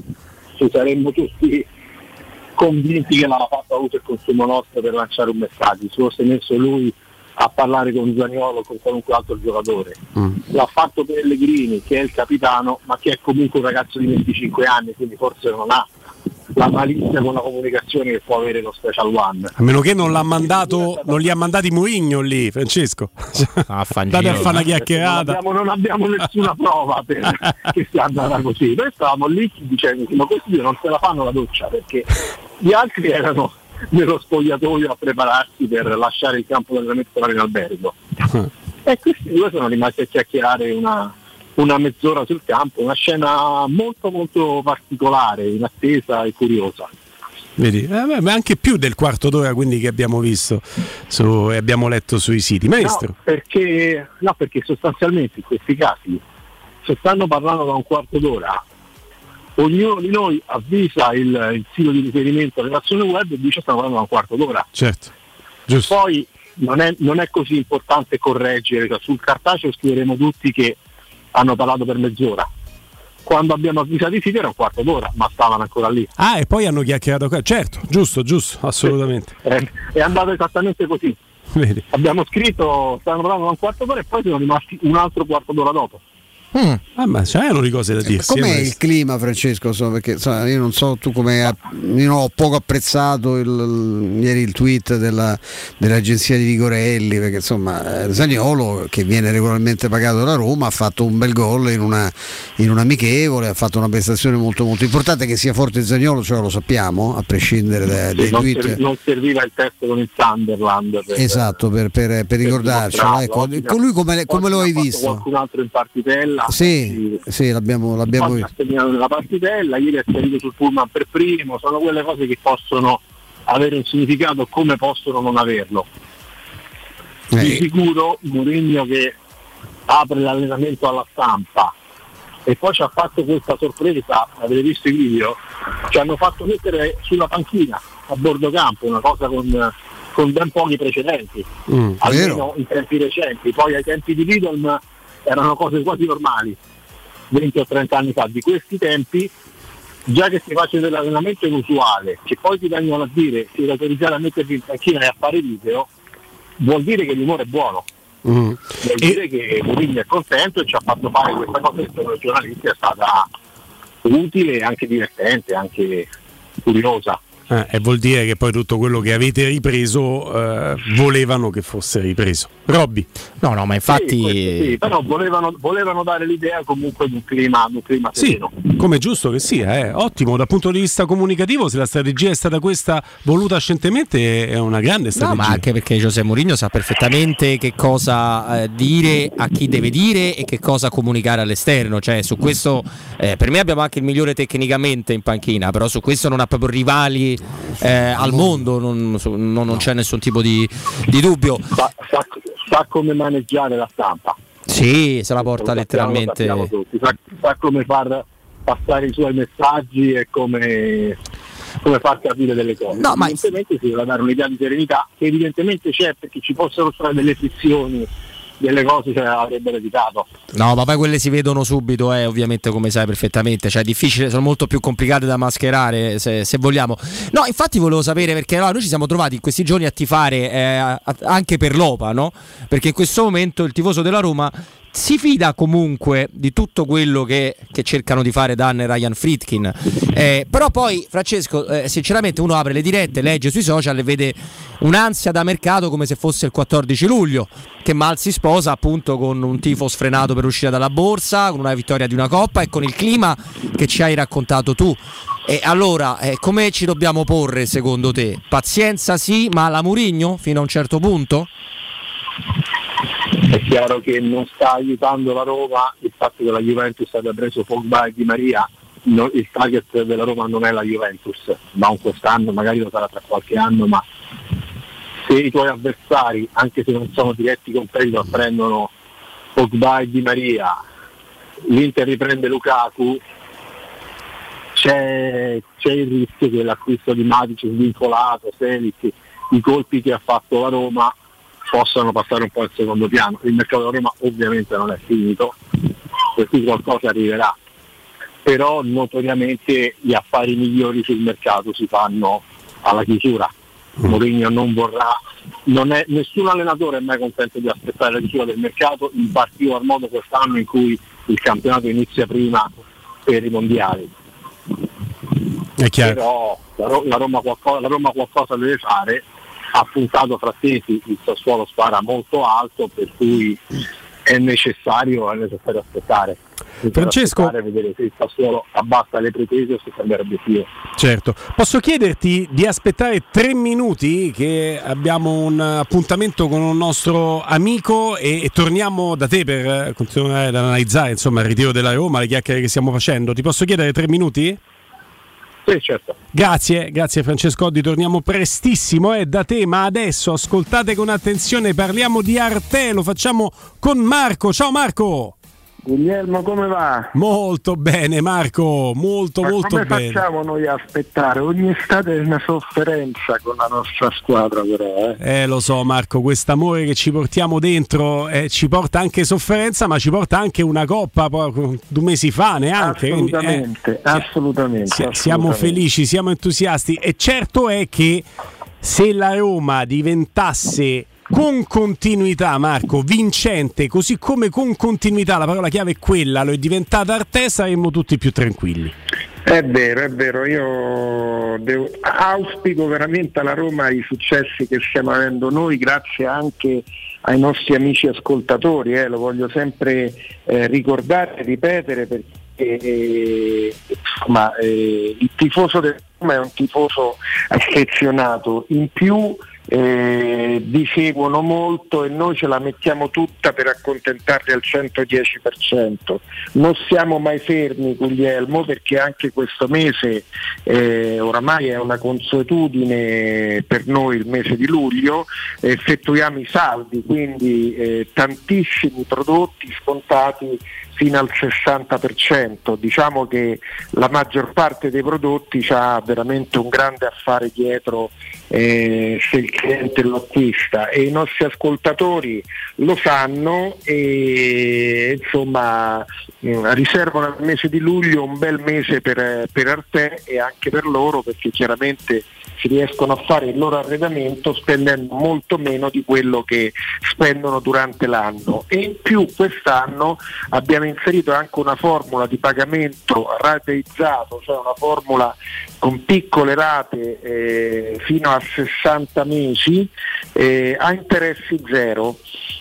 ci saremmo tutti convinti che l'aveva fatta a uso e consumo nostro per lanciare un messaggio. Se fosse messo lui a parlare con Zaniolo o con qualunque altro giocatore, mm. l'ha fatto Pellegrini che è il capitano ma che è comunque un ragazzo di venticinque anni, quindi forse non ha la malizia con la comunicazione che può avere lo Special One, a meno che non l'ha mandato, non li ha mandati Mourinho lì, Francesco. Ah, date a fare una chiacchierata. Non abbiamo, non abbiamo nessuna prova per che sia andata così. Noi stavamo lì dicendo ma questi due non se la fanno la doccia, perché gli altri erano nello spogliatoio a prepararsi per lasciare il campo d'allenamento per andare in albergo e questi due sono rimasti a chiacchierare una, una mezz'ora sul campo, una scena molto molto particolare, inattesa e curiosa. Vedi, eh, ma anche più del quarto d'ora quindi che abbiamo visto su, e abbiamo letto sui siti, maestro. No, perché, no, perché sostanzialmente in questi casi se stanno parlando da un quarto d'ora ognuno di noi avvisa il, il sito di riferimento alla relazione web e dice stiamo parlando da un quarto d'ora. Certo, giusto. Poi non è, non è così importante correggere, cioè, sul cartaceo scriveremo tutti che hanno parlato per mezz'ora. Quando abbiamo avvisato i siti era un quarto d'ora, ma stavano ancora lì. Ah, e poi hanno chiacchierato qua. Certo, giusto, giusto, assolutamente. È, è andato esattamente così. Vedi. Abbiamo scritto, stavano parlando da un quarto d'ora e poi sono rimasti un altro quarto d'ora dopo. Mm. Ah, ma c'erano di cose da dirsi. Com'è eh, il clima, Francesco? So, perché so, io non so tu come, io ho poco apprezzato il, il, ieri il tweet della, dell'agenzia di Vigorelli, perché insomma Zaniolo, che viene regolarmente pagato da Roma, ha fatto un bel gol in una in un amichevole, ha fatto una prestazione molto molto importante. Che sia forte Zaniolo, cioè lo sappiamo, a prescindere dai, dai non tweet. Serv- non serviva il testo con il Sunderland per, esatto, per, per, per, per ricordarcelo. Ecco, con lui come, come lo hai visto? Qualcun altro in partitella. Sì, sì, l'abbiamo, l'abbiamo visto. Ha segnato nella partitella, ieri è salito sul pullman per primo, sono quelle cose che possono avere un significato come possono non averlo. Eh. Di sicuro Mourinho che apre l'allenamento alla stampa e poi ci ha fatto questa sorpresa, avete visto i video, ci hanno fatto mettere sulla panchina a bordo campo, una cosa con, con ben pochi precedenti, mm, almeno vero. In tempi recenti, poi ai tempi di Lidl erano cose quasi normali, venti o trenta anni fa. Di questi tempi, già che si faccia dell'allenamento inusuale, che poi ti vengono a dire che autorizzare a mettersi in panchina e a fare video, vuol dire che l'umore è buono, mm. vuol e... dire che Mourinho è contento e ci ha fatto fare questa cosa che per i giornalisti è stata utile e anche divertente, anche curiosa. Eh, e vuol dire che poi tutto quello che avete ripreso eh, volevano che fosse ripreso. Robby? No, no, ma infatti. Sì, sì, però volevano, volevano dare l'idea comunque di un clima, di un clima sereno. Sì, come giusto che sia, eh. Ottimo dal punto di vista comunicativo. Se la strategia è stata questa voluta scientemente, è una grande strategia. No, ma anche perché José Mourinho sa perfettamente che cosa eh, dire a chi deve dire e che cosa comunicare all'esterno. Cioè, su questo eh, per me abbiamo anche il migliore tecnicamente in panchina, però su questo non ha proprio rivali. Eh, al mondo non, non, non c'è nessun tipo di, di dubbio. Sa, sa, sa come maneggiare la stampa. Sì, se la porta lo letteralmente. Sappiamo, sa, sa come far passare i suoi messaggi e come, come far capire delle cose. No, ma evidentemente si deve dare un'idea di serenità che evidentemente c'è, perché ci possono stare delle frizioni, delle cose che avrebbero evitato. No, ma poi quelle si vedono subito, eh, ovviamente, come sai perfettamente, cioè è difficile, sono molto più complicate da mascherare, se, se vogliamo. No, infatti volevo sapere, perché no, noi ci siamo trovati in questi giorni a tifare eh, anche per l'Opa, no? Perché in questo momento il tifoso della Roma si fida comunque di tutto quello che, che cercano di fare Dan e Ryan Friedkin, eh, però poi Francesco, eh, sinceramente uno apre le dirette, legge sui social e vede un'ansia da mercato come se fosse il quattordici luglio, che mal si sposa appunto con un tifo sfrenato per uscire dalla borsa, con una vittoria di una coppa e con il clima che ci hai raccontato tu. E allora eh, come ci dobbiamo porre secondo te? Pazienza sì, ma la Mourinho fino a un certo punto? È chiaro che non sta aiutando la Roma il fatto che la Juventus abbia preso Pogba e Di Maria. No, il target della Roma non è la Juventus, non quest'anno, magari lo sarà tra qualche anno, ma se i tuoi avversari, anche se non sono diretti competitor, prendono Pogba e Di Maria, l'Inter riprende Lukaku, c'è, c'è il rischio che l'acquisto di Matic svincolato, Selic, i colpi che ha fatto la Roma possano passare un po' al secondo piano. Il mercato della Roma ovviamente non è finito, per cui qualcosa arriverà, però notoriamente gli affari migliori sul mercato si fanno alla chiusura. Mourinho non vorrà, non è, nessun allenatore è mai contento di aspettare la chiusura del mercato, in particolar modo quest'anno in cui il campionato inizia prima per i mondiali. È chiaro. Però la, la, Roma qualcosa, la Roma qualcosa deve fare. Ha puntato Frattesi, il Sassuolo spara molto alto, per cui è necessario, è necessario aspettare. Francesco, aspettare, vedere se il Sassuolo abbassa le pretese o se cambia l'obiettivo. Certo, posso chiederti di aspettare tre minuti che abbiamo un appuntamento con un nostro amico e, e torniamo da te per continuare ad analizzare insomma il ritiro della Roma, le chiacchiere che stiamo facendo. Ti posso chiedere tre minuti? Sì, certo. Grazie, grazie Francesco Oddi, torniamo prestissimo eh, da te, ma adesso ascoltate con attenzione, parliamo di Arte, lo facciamo con Marco. Ciao Marco! Guglielmo, come va? Molto bene Marco, molto Ma molto come bene. Come facciamo noi a aspettare? Ogni estate è una sofferenza con la nostra squadra però. Eh, eh lo so Marco, quest'amore che ci portiamo dentro eh, ci porta anche sofferenza, ma ci porta anche una coppa po- due mesi fa neanche. Assolutamente, quindi, eh, assolutamente, si- assolutamente. Siamo felici, siamo entusiasti e certo è che se la Roma diventasse con continuità, Marco, vincente, così come con continuità, la parola chiave è quella, lo è diventata Arte, saremmo tutti più tranquilli. È vero, è vero, io devo, auspico veramente alla Roma i successi che stiamo avendo noi, grazie anche ai nostri amici ascoltatori, eh, lo voglio sempre eh, ricordare e ripetere, perché eh, insomma, eh, il tifoso del Roma è un tifoso affezionato, in più Eh, vi seguono molto e noi ce la mettiamo tutta per accontentarli al centodieci per cento. Non siamo mai fermi, Guglielmo, perché anche questo mese eh, oramai è una consuetudine per noi, il mese di luglio, eh, effettuiamo i saldi, quindi eh, tantissimi prodotti scontati fino al sessanta per cento. Diciamo che la maggior parte dei prodotti ha veramente un grande affare dietro eh, se il cliente lo acquista, e i nostri ascoltatori lo sanno e insomma eh, riservano al mese di luglio un bel mese per, per Arte e anche per loro, perché chiaramente si riescono a fare il loro arredamento spendendo molto meno di quello che spendono durante l'anno. E in più quest'anno abbiamo inserito anche una formula di pagamento rateizzato, cioè una formula con piccole rate eh, fino a sessanta mesi eh, a interessi zero,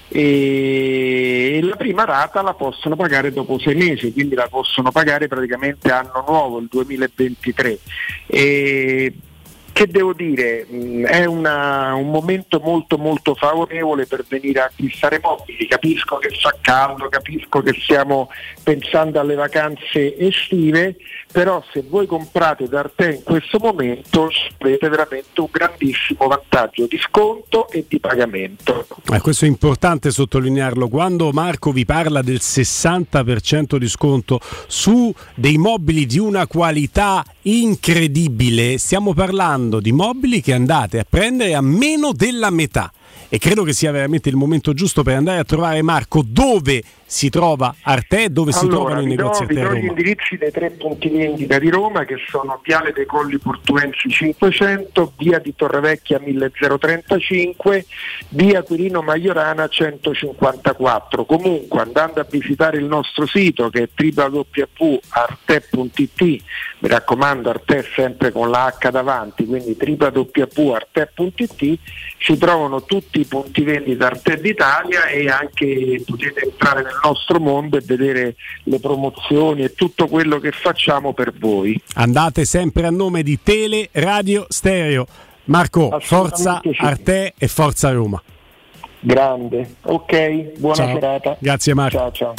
e la prima rata la possono pagare dopo sei mesi, quindi la possono pagare praticamente anno nuovo, il duemilaventitré. E che devo dire, è una, un momento molto molto favorevole per venire a acquistare mobili. Capisco che fa caldo, capisco che stiamo pensando alle vacanze estive, però se voi comprate da Arte in questo momento avete veramente un grandissimo vantaggio di sconto e di pagamento. Eh, questo è importante sottolinearlo. Quando Marco vi parla del sessanta per cento di sconto su dei mobili di una qualità incredibile, stiamo parlando di mobili che andate a prendere a meno della metà, e credo che sia veramente il momento giusto per andare a trovare Marco. Dove si trova Arte, dove allora, si trovano i negozi Arte a Roma? Vi do gli indirizzi dei tre punti vendita di Roma, che sono Viale dei Colli Portuensi cinquecento, via di Torrevecchia milletrentacinque, via Quirino Maiorana centocinquantaquattro. Comunque, andando a visitare il nostro sito, che è w w w punto arte punto i t, mi raccomando, Arte sempre con la H davanti, quindi w w w punto arte punto i t, si trovano tutti i punti vendita Arte d'Italia, e anche potete entrare nel nostro mondo e vedere le promozioni e tutto quello che facciamo per voi. Andate sempre a nome di Tele Radio Stereo. Marco, forza sì. Arte e forza Roma. Grande, ok, buona ciao. Serata. Grazie Marco. Ciao ciao.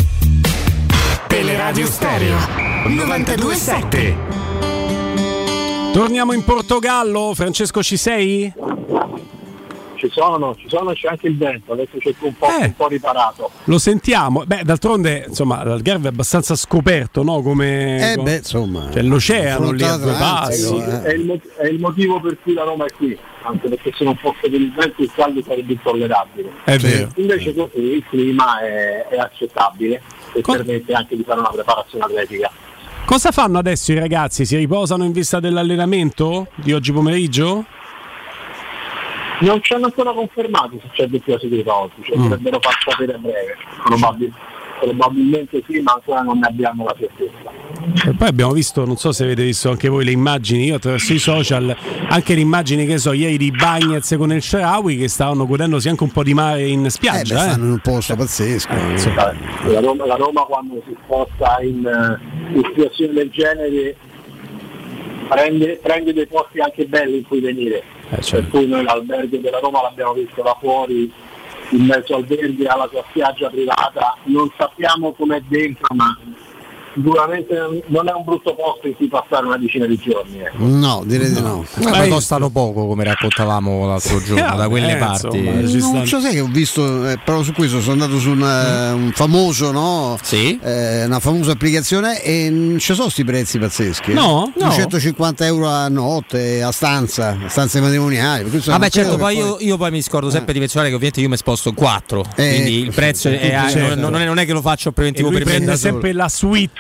Tele Radio Stereo novantadue sette. Torniamo in Portogallo. Francesco, ci sei? Ci sono, ci sono, c'è anche il vento, adesso c'è un po', eh, un po' riparato. Lo sentiamo. Beh, d'altronde, insomma, l'Algarve è abbastanza scoperto, no? Come eh beh, insomma, c'è l'oceano lì a due passi. Eh. È, il, è il motivo per cui la Roma è qui, anche perché se non fosse per il vento il caldo sarebbe intollerabile. È vero. Invece così il clima è, è accettabile e Co- permette anche di fare una preparazione atletica. Cosa fanno adesso i ragazzi? Si riposano in vista dell'allenamento di oggi pomeriggio? Non ci hanno ancora confermato se c'è doppia segreta oggi, cioè mm. dovrebbero far sapere a breve, Probabil- probabilmente sì, ma ancora non ne abbiamo la certezza. E poi abbiamo visto, non so se avete visto anche voi le immagini, io attraverso i social, anche le immagini che so ieri di Bagnez con il Shaarawy, che stavano godendosi anche un po' di mare in spiaggia. Eh beh, eh. stanno in un posto pazzesco. Eh, la, Roma, la Roma quando si sposta in, in situazioni del genere prende, prende dei posti anche belli in cui venire. Eh, certo. Per cui noi l'albergo della Roma l'abbiamo visto da fuori, in mezzo al verde, alla sua spiaggia privata. Non sappiamo com'è dentro, ma sicuramente non è un brutto posto in cui passare una decina di giorni. Ecco. No, direi di no. no. Ma costano poco, come raccontavamo l'altro giorno, da quelle eh, parti. Insomma, non so se che ho visto, eh, però su questo sono andato su una, un famoso, no? Sì. Eh, una famosa applicazione, e non ci sono sti prezzi pazzeschi. No, no. duecentocinquanta euro a notte, a stanza, a stanze matrimoniali. Vabbè, certo, poi io, io poi mi scordo sempre eh. di menzionare che ovviamente io mi sposto in quattro, eh, quindi il prezzo è, è, certo. non, non, è, non è che lo faccio preventivo e lui per prende me. sempre la suite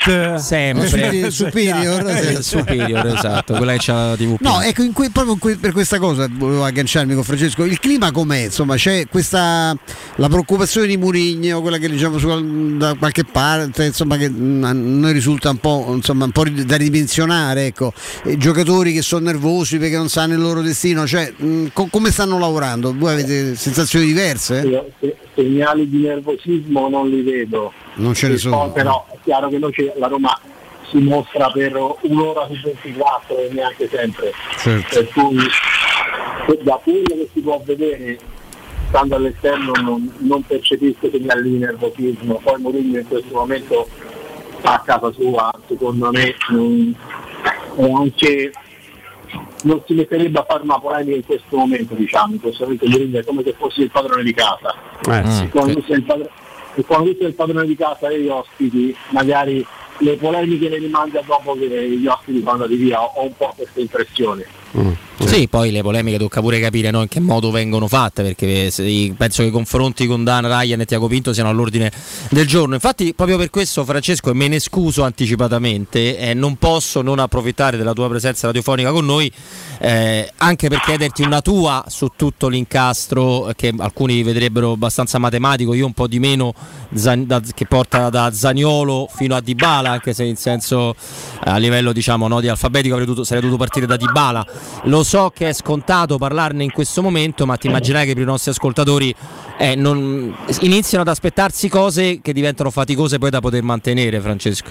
Elite sempre Superior, eh, Superior, esatto, quella che c'ha la tivù. No, ecco, in que- proprio in que- per questa cosa volevo agganciarmi con Francesco. Il clima com'è? Insomma, c'è questa la preoccupazione di Mourinho, quella che diciamo su, da qualche parte, insomma, che mh, a noi risulta un po', insomma, un po' da ridimensionare, ecco. I giocatori che sono nervosi perché non sanno il loro destino, cioè mh, co- come stanno lavorando? Voi avete sensazioni diverse? Io, se, segnali di nervosismo non li vedo. Non ce ne sono. Poi, però è chiaro che noi la Roma si mostra per un'ora su ventiquattro e neanche sempre. Certo. Per cui da quello che si può vedere stando all'esterno non, non percepisco segnali di nervosismo. Poi Mourinho in questo momento a casa sua, secondo me, non, è anche non si metterebbe a fare una polemica in questo momento, diciamo, in questo momento Mourinho è come se fosse il padrone di casa. Eh, sì. Quando tu sei il padrone, e quando tu sei il padrone di casa e gli ospiti, magari le polemiche le rimandi a dopo che gli ospiti sono andati via, ho un po' questa impressione. Mm. Sì, poi le polemiche tocca pure capire, no, in che modo vengono fatte, perché se, penso che i confronti con Dan Ryan e Tiago Pinto siano all'ordine del giorno. Infatti proprio per questo, Francesco, e me ne scuso anticipatamente, eh, non posso non approfittare della tua presenza radiofonica con noi, eh, anche per chiederti una tua su tutto l'incastro, che alcuni vedrebbero abbastanza matematico, io un po' di meno, Zan- da, che porta da Zaniolo fino a Dybala, anche se in senso a livello, diciamo, no, di alfabetico avrei dovuto, sarei dovuto partire da Dybala. Lo so che è scontato parlarne in questo momento, ma ti immaginerai che per i nostri ascoltatori eh, non, iniziano ad aspettarsi cose che diventano faticose poi da poter mantenere, Francesco.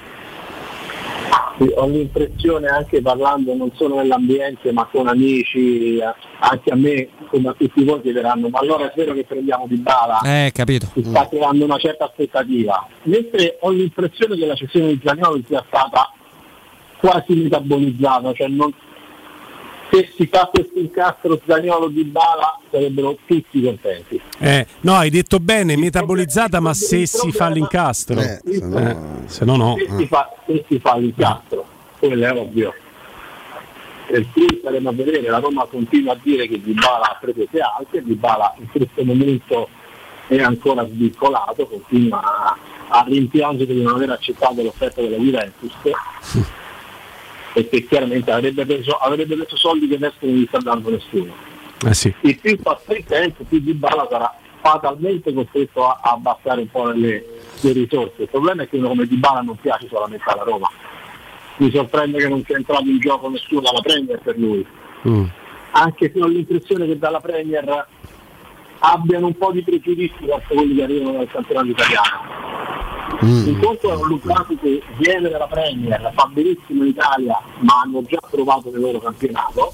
Sì, ho l'impressione, anche parlando non solo nell'ambiente ma con amici, anche a me come a tutti voi chiederanno: ma allora è vero che prendiamo Dybala? Eh, capito. Si sta creando una certa aspettativa, mentre ho l'impressione che la cessione di Zaniolo sia stata quasi metabolizzata, cioè non, se si fa questo incastro Zaniolo Dybala sarebbero tutti contenti. Eh, no, hai detto bene, metabolizzata, ma se si fa l'incastro, eh, se no, eh, se no no. Se si fa, se si fa l'incastro, quello è ovvio. Per cui staremo a vedere, la Roma continua a dire che Dybala ha pretese alte, Dybala in questo momento è ancora svincolato, continua a, a rimpiangere di non aver accettato l'offerta della Juventus. E che chiaramente avrebbe preso, avrebbe preso soldi che adesso non gli sta dando nessuno. Eh sì. E più passa il tempo, più Dybala sarà fatalmente costretto a, a abbassare un po' le, le risorse. Il problema è che uno come Dybala non piace solamente alla Roma. Mi sorprende che non sia entrato in gioco nessuno dalla Premier per lui. Mm. Anche se ho l'impressione che dalla Premier abbiano un po' di pregiudizi verso quelli che arrivano dal campionato italiano. Mm. Un conto è un Lukaku che viene dalla Premier, fa benissimo in Italia, ma hanno già provato nel loro campionato,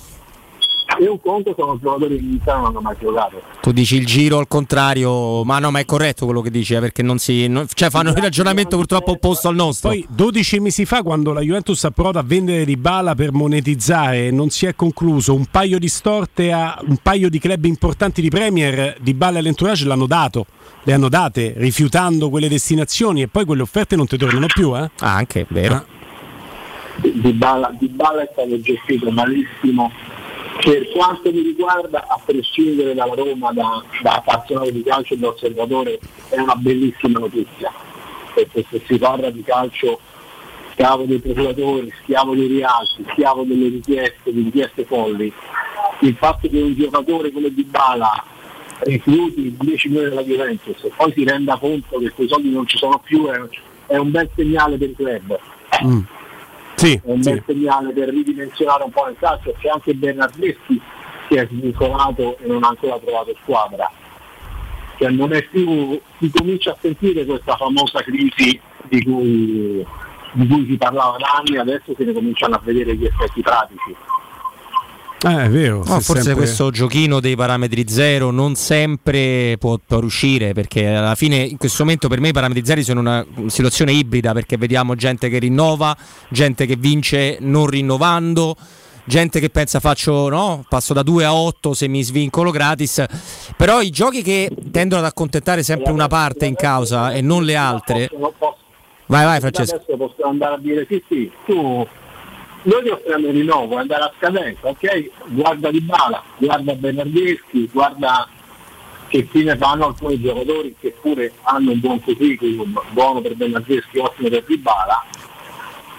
e un conto sono giocatori che in Italia non hanno mai giocato. Tu dici il giro al contrario, ma no, ma è corretto quello che dici, eh, perché non si non, cioè fanno il ragionamento purtroppo opposto al nostro. Poi dodici mesi fa, quando la Juventus ha provato a vendere Dybala per monetizzare, non si è concluso, un paio di storte a un paio di club importanti di Premier, Dybala e l'entourage l'hanno dato, le hanno date rifiutando quelle destinazioni, e poi quelle offerte non ti tornano più, eh? Ah, anche, vero. Ah. Dybala, Dybala è stato gestito malissimo. Per quanto mi riguarda, a prescindere dalla Roma, da, da appassionato di calcio e da osservatore, è una bellissima notizia, perché se si parla di calcio, schiavo dei procuratori, schiavo dei rialzi, schiavo delle richieste, di richieste folli, il fatto che un giocatore come Dybala rifiuti dieci milioni della Juventus e poi si renda conto che quei soldi non ci sono più è, è un bel segnale per il club. Mm. Sì, è un sì. bel segnale per ridimensionare un po' il calcio. C'è anche Bernardeschi che è svincolato e non ha ancora trovato squadra, cioè non è più, si comincia a sentire questa famosa crisi di cui, di cui si parlava da anni, adesso se ne cominciano a vedere gli effetti pratici. Eh, è vero. No, forse sempre... questo giochino dei parametri zero non sempre può, può riuscire, perché alla fine in questo momento per me i parametri zero sono una situazione ibrida, perché vediamo gente che rinnova, gente che vince non rinnovando, gente che pensa faccio no, passo da due a otto se mi svincolo gratis, però i giochi che tendono ad accontentare sempre una parte in causa e non le altre. Vai vai Francesco. Adesso posso andare a dire sì sì, tu noi ti offriamo il rinnovo, andare a scadenza, ok? Guarda Dybala, guarda Bernardeschi, guarda che fine fanno alcuni giocatori che pure hanno un buon curriculum, buono per Bernardeschi, ottimo per Dybala,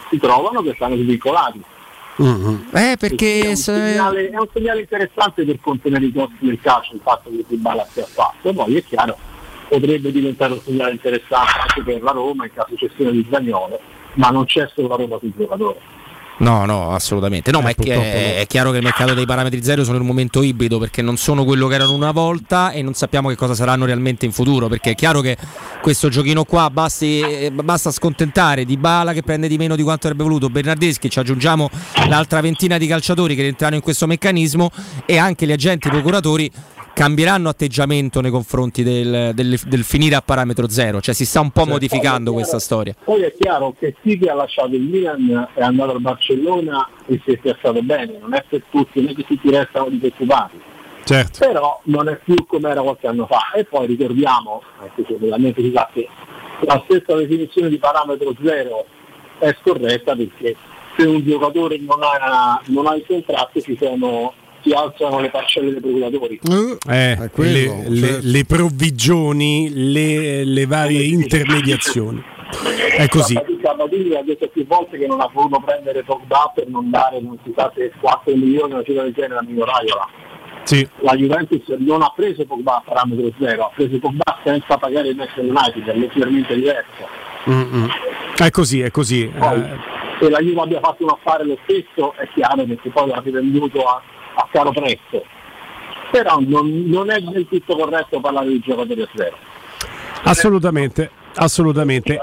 si trovano che stanno svincolati. Mm-hmm. Eh, perché è un, segnale, è un segnale interessante per contenere i costi del calcio, il fatto che Dybala sia fatto. Poi è chiaro, potrebbe diventare un segnale interessante anche per la Roma in caso cessione di Zaniolo, ma non c'è solo la Roma sul giocatore. No, no, assolutamente. No, eh, ma è, è, è chiaro che il mercato dei parametri zero sono in un momento ibrido, perché non sono quello che erano una volta e non sappiamo che cosa saranno realmente in futuro, perché è chiaro che questo giochino qua basti, basta scontentare Dybala che prende di meno di quanto avrebbe voluto, Bernardeschi, ci aggiungiamo l'altra ventina di calciatori che rientrano in questo meccanismo e anche gli agenti procuratori cambieranno atteggiamento nei confronti del, del, del finire a parametro zero, cioè si sta un po' cioè, modificando chiaro, questa storia. Poi è chiaro che chi che ha lasciato il Milan è andato al Barcellona e si è piazzato bene, non è per tutti, non è che tutti restano disoccupati. Certo. Però non è più come era qualche anno fa. E poi ricordiamo, anche se veramente si sa che la stessa definizione di parametro zero è scorretta, perché se un giocatore non ha, non ha il contratto si sono si alzano le parcelle dei procuratori. Eh, le, le, le provvigioni, le, le varie intermediazioni. È così. Sabatini ha detto più volte che non ha voluto prendere Pogba per non dare, non si sa se quattro milioni una cifra del genere a Mino Raiola. Sì. La Juventus non ha preso Pogba a parametro zero, ha preso Pogba senza pagare il Manchester United, è leggermente diverso. Mm-mm. È così, è così. Poi, eh. se la Juve abbia fatto un affare lo stesso è chiaro, perché poi l'ha rivenduto a a caro prezzo, però non, non è del tutto corretto parlare di giocatori a zero. Assolutamente, assolutamente.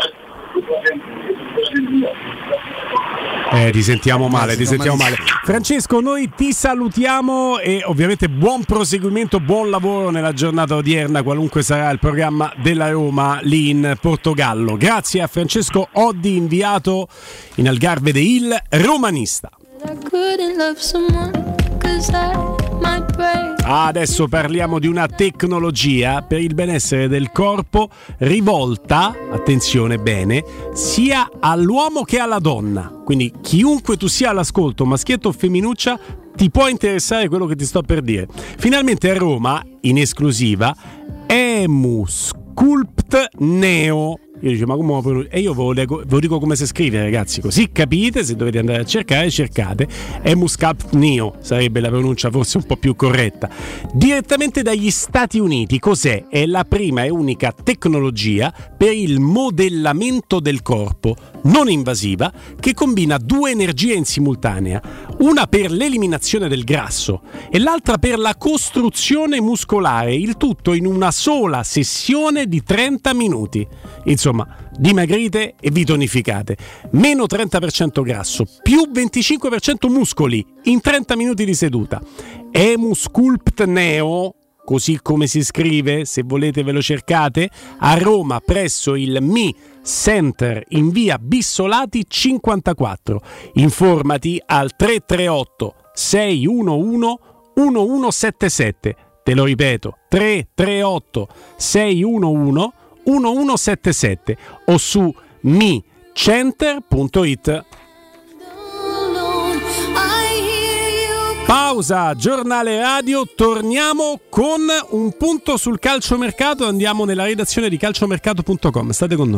Eh, ti sentiamo male, ti sentiamo male. Francesco, noi ti salutiamo e ovviamente buon proseguimento, buon lavoro nella giornata odierna, qualunque sarà il programma della Roma lì in Portogallo. Grazie a Francesco Oddi, inviato in Algarve de Il Romanista. Adesso parliamo di una tecnologia per il benessere del corpo rivolta, attenzione bene, sia all'uomo che alla donna. Quindi chiunque tu sia all'ascolto, maschietto o femminuccia, ti può interessare quello che ti sto per dire. Finalmente a Roma, in esclusiva, Emusculpt Neo. Io dico, ma come? E io ve lo, leggo, ve lo dico come si scrive, ragazzi, così capite. Se dovete andare a cercare, cercate Emusculpt Neo, sarebbe la pronuncia forse un po' più corretta. Direttamente dagli Stati Uniti. Cos'è? È la prima e unica tecnologia per il modellamento del corpo non invasiva che combina due energie in simultanea, una per l'eliminazione del grasso e l'altra per la costruzione muscolare, il tutto in una sola sessione di trenta minuti. Insomma, dimagrite e vi tonificate. Meno trenta per cento grasso, più venticinque per cento muscoli in trenta minuti di seduta. Emusculpt Neo, così come si scrive, se volete ve lo cercate, a Roma presso il Mi Center in via Bissolati cinquantaquattro. Informati al tre tre otto sei uno uno uno uno sette sette. Te lo ripeto, tre tre otto sei uno uno uno uno sette sette o su mi center punto it. Pausa, giornale radio, torniamo con un punto sul calciomercato, andiamo nella redazione di calciomercato punto com, state con noi.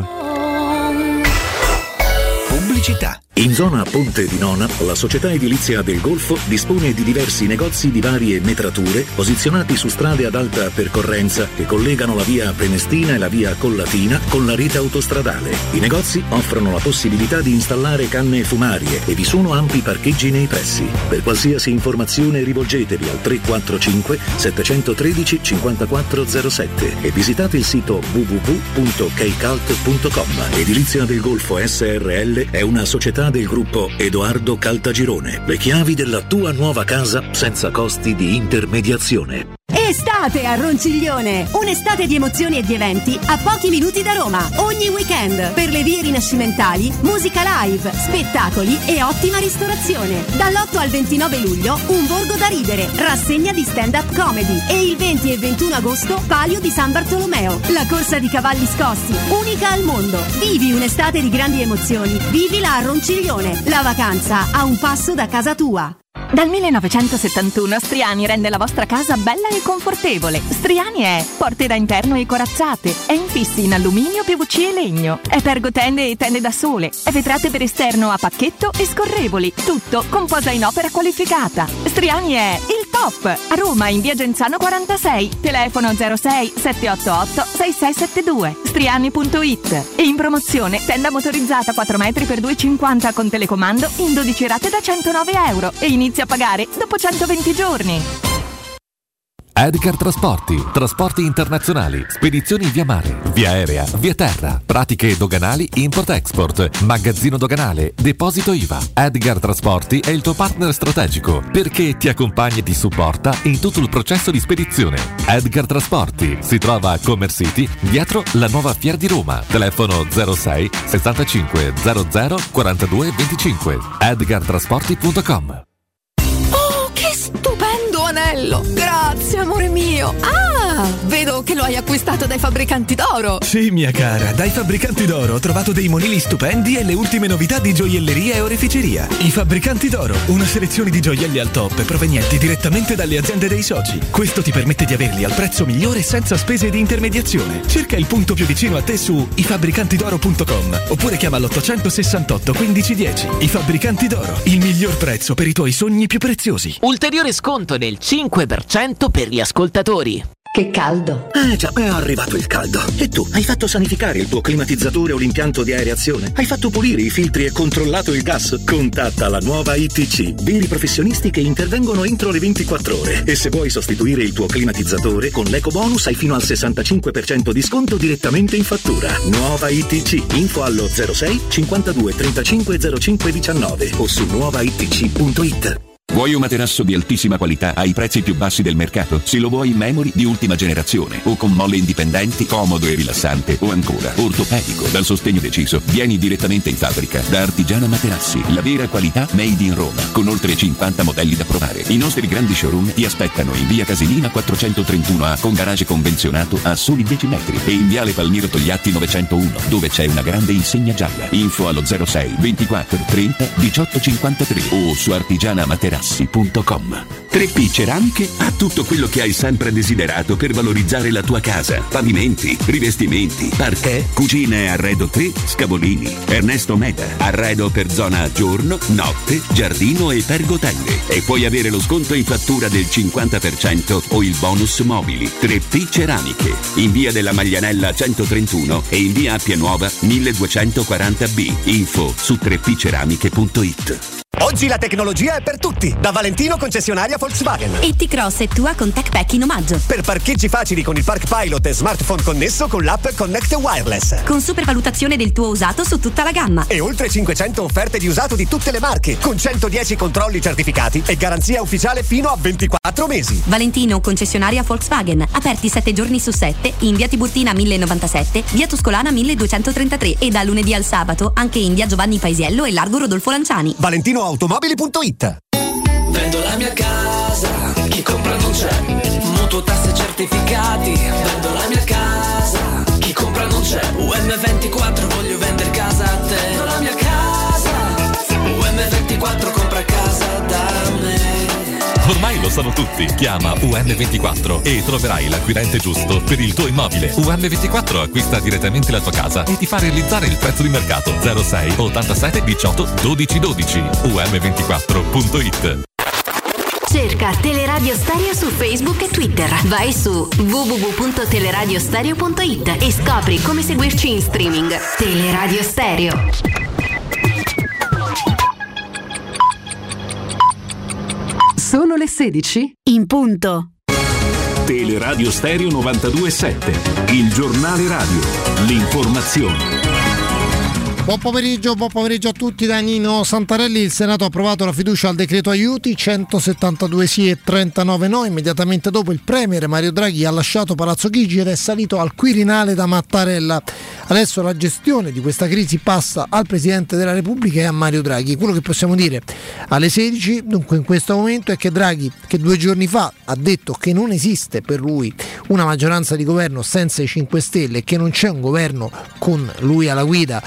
Pubblicità. In zona Ponte di Nona, la società edilizia del Golfo dispone di diversi negozi di varie metrature posizionati su strade ad alta percorrenza che collegano la via Prenestina e la via Collatina con la rete autostradale. I negozi offrono la possibilità di installare canne fumarie e vi sono ampi parcheggi nei pressi. Per qualsiasi informazione rivolgetevi al tre quattro cinque sette uno tre cinque zero sette e visitate il sito w w w punto keycult punto com. Edilizia del Golfo S R L è una società del gruppo Edoardo Caltagirone. Le chiavi della tua nuova casa senza costi di intermediazione. Estate a Ronciglione, un'estate di emozioni e di eventi a pochi minuti da Roma, ogni weekend, per le vie rinascimentali, musica live, spettacoli e ottima ristorazione. Dall'otto al ventinove luglio, un borgo da ridere, rassegna di stand-up comedy e il venti e ventuno agosto, Palio di San Bartolomeo, la corsa di cavalli scossi, unica al mondo. Vivi un'estate di grandi emozioni, vivila a Ronciglione, la vacanza a un passo da casa tua. Dal millenovecentosettantuno Striani rende la vostra casa bella e confortevole. Striani è porte da interno e corazzate, è infissi in alluminio, P V C e legno, è pergotende e tende da sole, è vetrate per esterno a pacchetto e scorrevoli, tutto con posa in opera qualificata. Striani è il top! A Roma in via Genzano quarantasei, telefono zero sei sette otto otto sei sei sette due, striani punto it. E in promozione tenda motorizzata quattro metri per due e cinquanta con telecomando in dodici rate da centonove euro e inizia a pagare dopo centoventi giorni. Edgar Trasporti, trasporti internazionali, spedizioni via mare, via aerea, via terra, pratiche doganali import-export, magazzino doganale, deposito I V A. Edgar Trasporti è il tuo partner strategico perché ti accompagna e ti supporta in tutto il processo di spedizione. Edgar Trasporti si trova a Commerce City, dietro la nuova Fiera di Roma. Telefono zero sei sessantacinque zero zero quarantadue venticinque. edgar trasporti punto com. Stupendo anello! Grazie, amore mio! Ah, vedo che lo hai acquistato dai fabbricanti d'oro! Sì, mia cara, dai fabbricanti d'oro ho trovato dei monili stupendi e le ultime novità di gioielleria e oreficeria. I fabbricanti d'oro, una selezione di gioielli al top provenienti direttamente dalle aziende dei soci. Questo ti permette di averli al prezzo migliore senza spese di intermediazione. Cerca il punto più vicino a te su i fabbricanti d'oro punto com oppure chiama l'ottocentosessantotto quindici dieci. I Fabbricanti d'Oro, il miglior prezzo per i tuoi sogni più preziosi. Ulteriore sconto del cinque per cento per gli ascoltatori. Che caldo! Eh già, è arrivato il caldo. E tu, hai fatto sanificare il tuo climatizzatore o l'impianto di areazione? Hai fatto pulire i filtri e controllato il gas? Contatta la nuova I T C, veri professionisti che intervengono entro le ventiquattro ore. E se vuoi sostituire il tuo climatizzatore, con l'eco bonus hai fino al sessantacinque per cento di sconto direttamente in fattura. Nuova I T C, info allo zero sei cinquantadue trentacinque zero cinque diciannove o su nuova i t c punto it. Vuoi un materasso di altissima qualità ai prezzi più bassi del mercato? Se lo vuoi in memory di ultima generazione o con molle indipendenti, comodo e rilassante, o ancora ortopedico dal sostegno deciso, vieni direttamente in fabbrica da Artigiana Materassi, la vera qualità made in Roma, con oltre cinquanta modelli da provare. I nostri grandi showroom ti aspettano in via Casilina quattrocentotrentuno A con garage convenzionato a soli dieci metri e in viale Palmiro Togliatti novecentouno dove c'è una grande insegna gialla. Info allo zero sei ventiquattro trenta diciotto cinquantatré o su artigiana materassi punto com. tre P Ceramiche ha tutto quello che hai sempre desiderato per valorizzare la tua casa: pavimenti, rivestimenti, parquet, cucine e arredo tre, Scavolini. Ernesto Meda, arredo per zona giorno, notte, giardino e pergotelle. E puoi avere lo sconto in fattura del cinquanta per cento o il bonus mobili. tre P Ceramiche, in via della Maglianella centotrentuno e in via Appia Nuova milleduecentoquaranta B. Info su tre p ceramiche punto it. Oggi la tecnologia è per tutti. Da Valentino concessionaria Volkswagen. E T-Cross è tua con Tech Pack in omaggio. Per parcheggi facili con il Park Pilot e smartphone connesso con l'app Connect Wireless. Con supervalutazione del tuo usato su tutta la gamma. E oltre cinquecento offerte di usato di tutte le marche, con centodieci controlli certificati e garanzia ufficiale fino a ventiquattro mesi. Valentino concessionaria Volkswagen. Aperti sette giorni su sette in via Tiburtina mille novantasette, via Tuscolana milleduecentotrentatré e da lunedì al sabato anche in via Giovanni Paisiello e largo Rodolfo Lanciani. Valentino automobili punto it. Vendo la mia casa, chi compra non c'è. Mutuo, tasse, certificati. Vendo la mia casa, chi compra non c'è. U M ventiquattro, voglio vendere casa a te. Vendo la mia casa, U M ventiquattro, compra casa da me. Ormai lo sanno tutti. Chiama U M ventiquattro e troverai l'acquirente giusto per il tuo immobile. U M ventiquattro acquista direttamente la tua casa e ti fa realizzare il prezzo di mercato. zero sei ottantasette diciotto dodici dodici. U M ventiquattro punto it. Cerca Teleradio Stereo su Facebook e Twitter. Vai su w w w punto teleradiostereo punto it e scopri come seguirci in streaming. Teleradio Stereo. Sono le sedici in punto. Teleradio Stereo novantadue sette, il giornale radio, l'informazione. Buon pomeriggio, buon pomeriggio a tutti da Nino Santarelli. Il Senato ha approvato la fiducia al decreto aiuti, centosettantadue sì e trentanove no. Immediatamente dopo il premier Mario Draghi ha lasciato Palazzo Chigi ed è salito al Quirinale da Mattarella. Adesso la gestione di questa crisi passa al Presidente della Repubblica e a Mario Draghi. Quello che possiamo dire alle sedici, dunque in questo momento, è che Draghi, che due giorni fa ha detto che non esiste per lui una maggioranza di governo senza i cinque Stelle e che non c'è un governo con lui alla guida, con una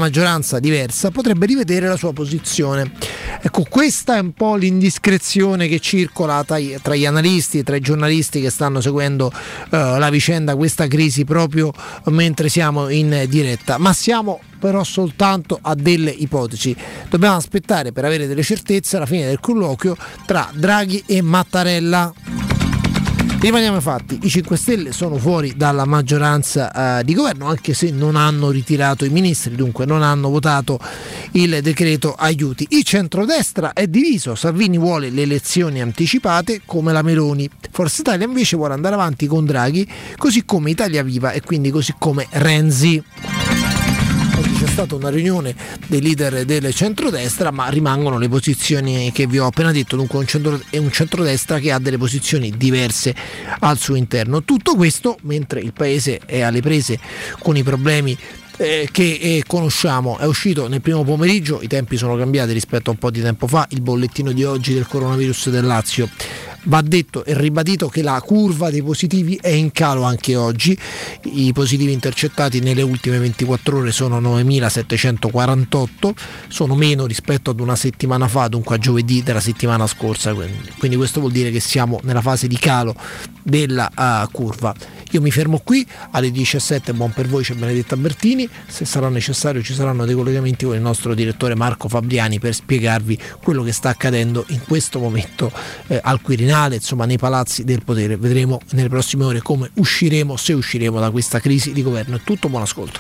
maggioranza diversa potrebbe rivedere la sua posizione. Ecco, questa è un po' l'indiscrezione che circola tra, tra gli analisti e tra i giornalisti che stanno seguendo uh, la vicenda, questa crisi proprio mentre siamo in diretta, ma siamo però soltanto a delle ipotesi. Dobbiamo aspettare per avere delle certezze alla fine del colloquio tra Draghi e Mattarella. Rimaniamo ai fatti, i cinque Stelle sono fuori dalla maggioranza eh, di governo, anche se non hanno ritirato i ministri, dunque non hanno votato il decreto aiuti. Il centrodestra è diviso, Salvini vuole le elezioni anticipate come la Meloni, Forza Italia invece vuole andare avanti con Draghi, così come Italia Viva e quindi così come Renzi. Oggi c'è stata una riunione dei leader del centrodestra, ma rimangono le posizioni che vi ho appena detto, dunque un, centro, è un centrodestra che ha delle posizioni diverse al suo interno. Tutto questo mentre il paese è alle prese con i problemi Eh, che eh, conosciamo. È uscito nel primo pomeriggio, i tempi sono cambiati rispetto a un po' di tempo fa, il bollettino di oggi del coronavirus del Lazio. Va detto e ribadito che la curva dei positivi è in calo anche oggi. I positivi intercettati nelle ultime ventiquattro ore sono novemilasettecentoquarantotto, sono meno rispetto ad una settimana fa, dunque a giovedì della settimana scorsa, quindi questo vuol dire che siamo nella fase di calo della uh, curva. Io mi fermo qui, alle diciassette buon per voi, c'è Benedetta Bertini, se sarà necessario ci saranno dei collegamenti con il nostro direttore Marco Fabriani per spiegarvi quello che sta accadendo in questo momento eh, al Quirinale, insomma nei palazzi del potere. Vedremo nelle prossime ore come usciremo, se usciremo da questa crisi di governo. È tutto, buon ascolto.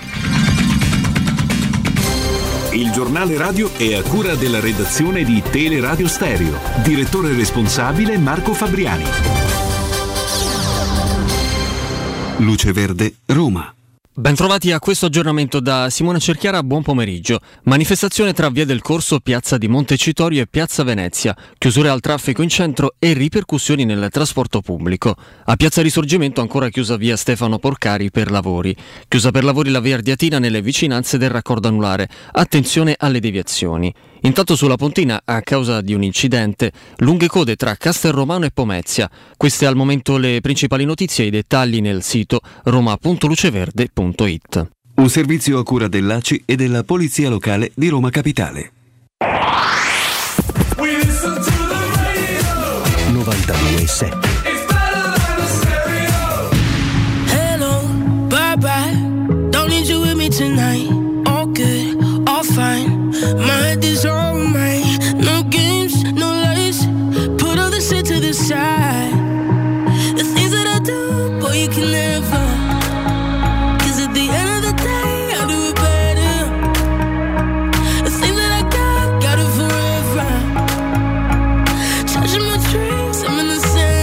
Il giornale radio è a cura della redazione di Teleradio Stereo, direttore responsabile Marco Fabriani. Luce Verde, Roma. Bentrovati a questo aggiornamento da Simone Cerchiara, buon pomeriggio. Manifestazione tra Via del Corso, Piazza di Montecitorio e Piazza Venezia, chiusure al traffico in centro e ripercussioni nel trasporto pubblico. A Piazza Risorgimento ancora chiusa via Stefano Porcari per lavori. Chiusa per lavori la via Ardiatina nelle vicinanze del raccordo anulare. Attenzione alle deviazioni. Intanto sulla Pontina, a causa di un incidente, lunghe code tra Castelromano e Pomezia. Queste al momento le principali notizie e i dettagli nel sito roma punto luceverde punto it. Un servizio a cura dell'A C I e della Polizia Locale di Roma Capitale. novantadue sette. Hello, bye bye. Don't need you with me tonight. All good, all fine. My head is on mine. No games, no lies. Put all the shit to the side. The things that I do, boy, you can never. Cause at the end of the day, I do it better. The things that I got, got it forever. Charging my drinks, I'm in the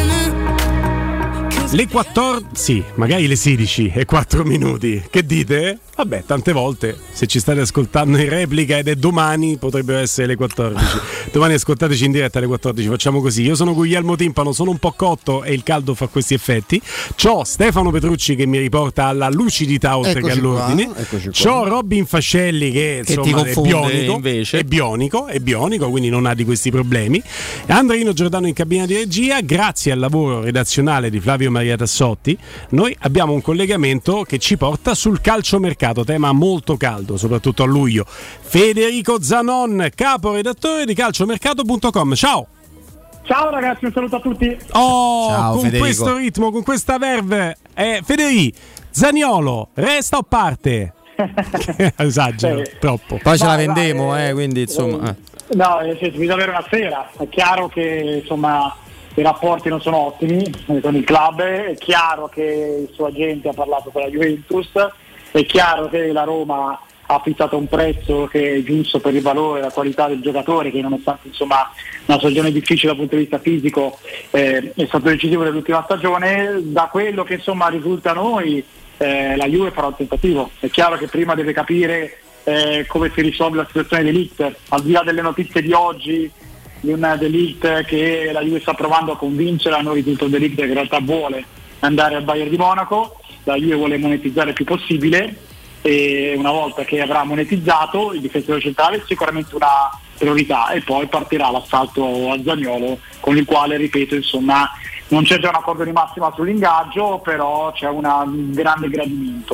center. Le quattordici, sì, magari le sedici e quattro minuti. Che dite? Vabbè, tante volte, se ci state ascoltando in replica ed è domani, potrebbero essere le quattordici. Domani ascoltateci in diretta alle quattordici, facciamo così. Io sono Guglielmo Timpano, sono un po' cotto e il caldo fa questi effetti. C'ho Stefano Petrucci che mi riporta alla lucidità oltre eccoci che all'ordine. C'ho Robin Fascelli che, che insomma è bionico, invece. è bionico, è bionico, quindi non ha di questi problemi. Andreino Giordano in cabina di regia. Grazie al lavoro redazionale di Flavio Maria Tassotti, noi abbiamo un collegamento che ci porta sul calciomercato. Tema molto caldo, soprattutto a luglio. Federico Zanon, caporedattore di calciomercato punto com. Ciao! Ciao ragazzi, un saluto a tutti. Oh, Ciao, con Federico. Questo ritmo, con questa verve. Eh, Federico, Zaniolo, resta o parte? Esagero, eh, troppo. Poi ce no, la vendiamo, eh, eh, quindi insomma. Eh. No, nel senso, bisogna avere una sera. È chiaro che insomma i rapporti non sono ottimi con il club, è chiaro che il suo agente ha parlato con la Juventus. È chiaro che la Roma ha fissato un prezzo che è giusto per il valore e la qualità del giocatore, che nonostante insomma una stagione difficile dal punto di vista fisico eh, è stato decisivo nell'ultima stagione. Da quello che insomma risulta a noi eh, la Juve farà un tentativo. È chiaro che prima deve capire eh, come si risolve la situazione De Ligt, al di là delle notizie di oggi di un De Ligt che la Juve sta provando a convincere, hanno risultato un De Ligt che in realtà vuole andare al Bayern di Monaco. La Juve vuole monetizzare il più possibile e una volta che avrà monetizzato il difensore centrale è sicuramente una priorità e poi partirà l'assalto a Zaniolo, con il quale, ripeto, insomma non c'è già un accordo di massima sull'ingaggio, però c'è una, un grande gradimento.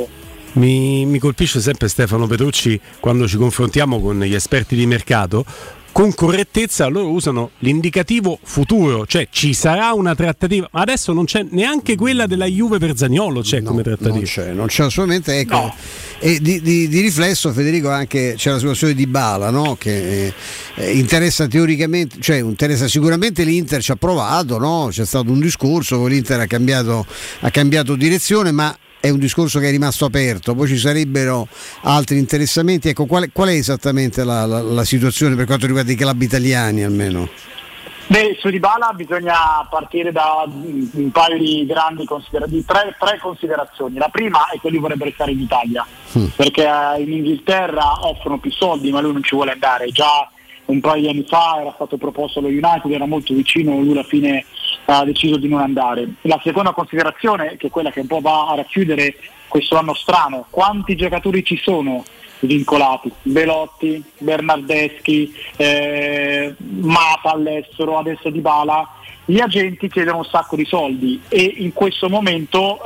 Mi, mi colpisce sempre Stefano Petrucci quando ci confrontiamo con gli esperti di mercato. Con correttezza loro usano l'indicativo futuro, cioè ci sarà una trattativa, ma adesso non c'è neanche quella della Juve per Zaniolo, c'è no, come trattativa. Non c'è, non c'è assolutamente, ecco. No. E di, di, di riflesso, Federico, anche c'è la situazione di Dybala, no? Che eh, interessa teoricamente, cioè interessa sicuramente l'Inter, ci ha provato, no? C'è stato un discorso, l'Inter ha cambiato, ha cambiato direzione, ma è un discorso che è rimasto aperto, poi ci sarebbero altri interessamenti. Ecco, qual, qual è esattamente la, la, la situazione per quanto riguarda i club italiani almeno? Beh, su Dybala bisogna partire da un paio di grandi considerazioni, tre, tre considerazioni. La prima è che lui vorrebbe restare in Italia, mm. perché in Inghilterra offrono più soldi, ma lui non ci vuole andare. Già un paio di anni fa era stato proposto allo United, era molto vicino, lui alla fine ha deciso di non andare. La seconda considerazione, che è quella che un po' va a racchiudere questo anno strano: quanti giocatori ci sono vincolati? Belotti, Bernardeschi, eh, Mata all'estero, adesso Dybala. Gli agenti chiedono un sacco di soldi e in questo momento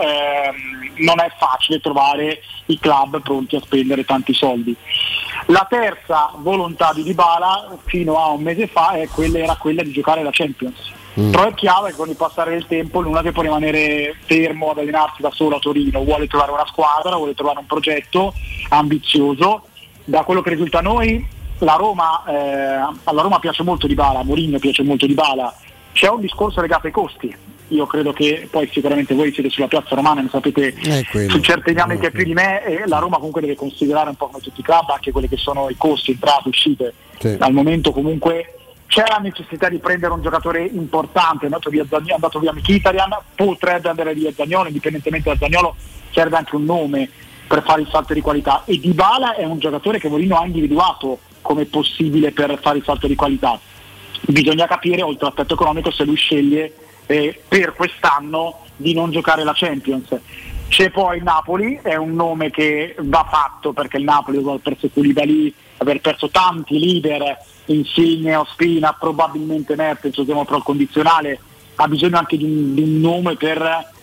eh, non è facile trovare i club pronti a spendere tanti soldi. La terza volontà di Dybala fino a un mese fa è quella, era quella di giocare la Champions. Mm. Però è chiaro che con il passare del tempo non è che può rimanere fermo ad allenarsi da solo a Torino, vuole trovare una squadra, vuole trovare un progetto ambizioso. Da quello che risulta a noi, la Roma, eh, alla Roma piace molto Dybala, a Mourinho piace molto Dybala. C'è un discorso legato ai costi. Io credo che poi sicuramente voi siete sulla piazza romana, ne sapete su certe dinamiche più di me, e la Roma comunque deve considerare un po' come tutti i club anche quelli che sono i costi, entrate, uscite. Sì. Al momento comunque c'è la necessità di prendere un giocatore importante, è andato via, è andato via Mkhitaryan, potrebbe andare via Zaniolo, indipendentemente da Zaniolo serve anche un nome per fare il salto di qualità, e Dybala è un giocatore che Mourinho ha individuato come possibile per fare il salto di qualità. Bisogna capire, oltre all'aspetto economico, se lui sceglie eh, per quest'anno di non giocare la Champions. C'è poi il Napoli, è un nome che va fatto, perché il Napoli, dopo aver perso Koulibaly, aver perso tanti leader, Insigne, Ospina, probabilmente Mertens, usiamo però il condizionale, ha bisogno anche di un, di un nome per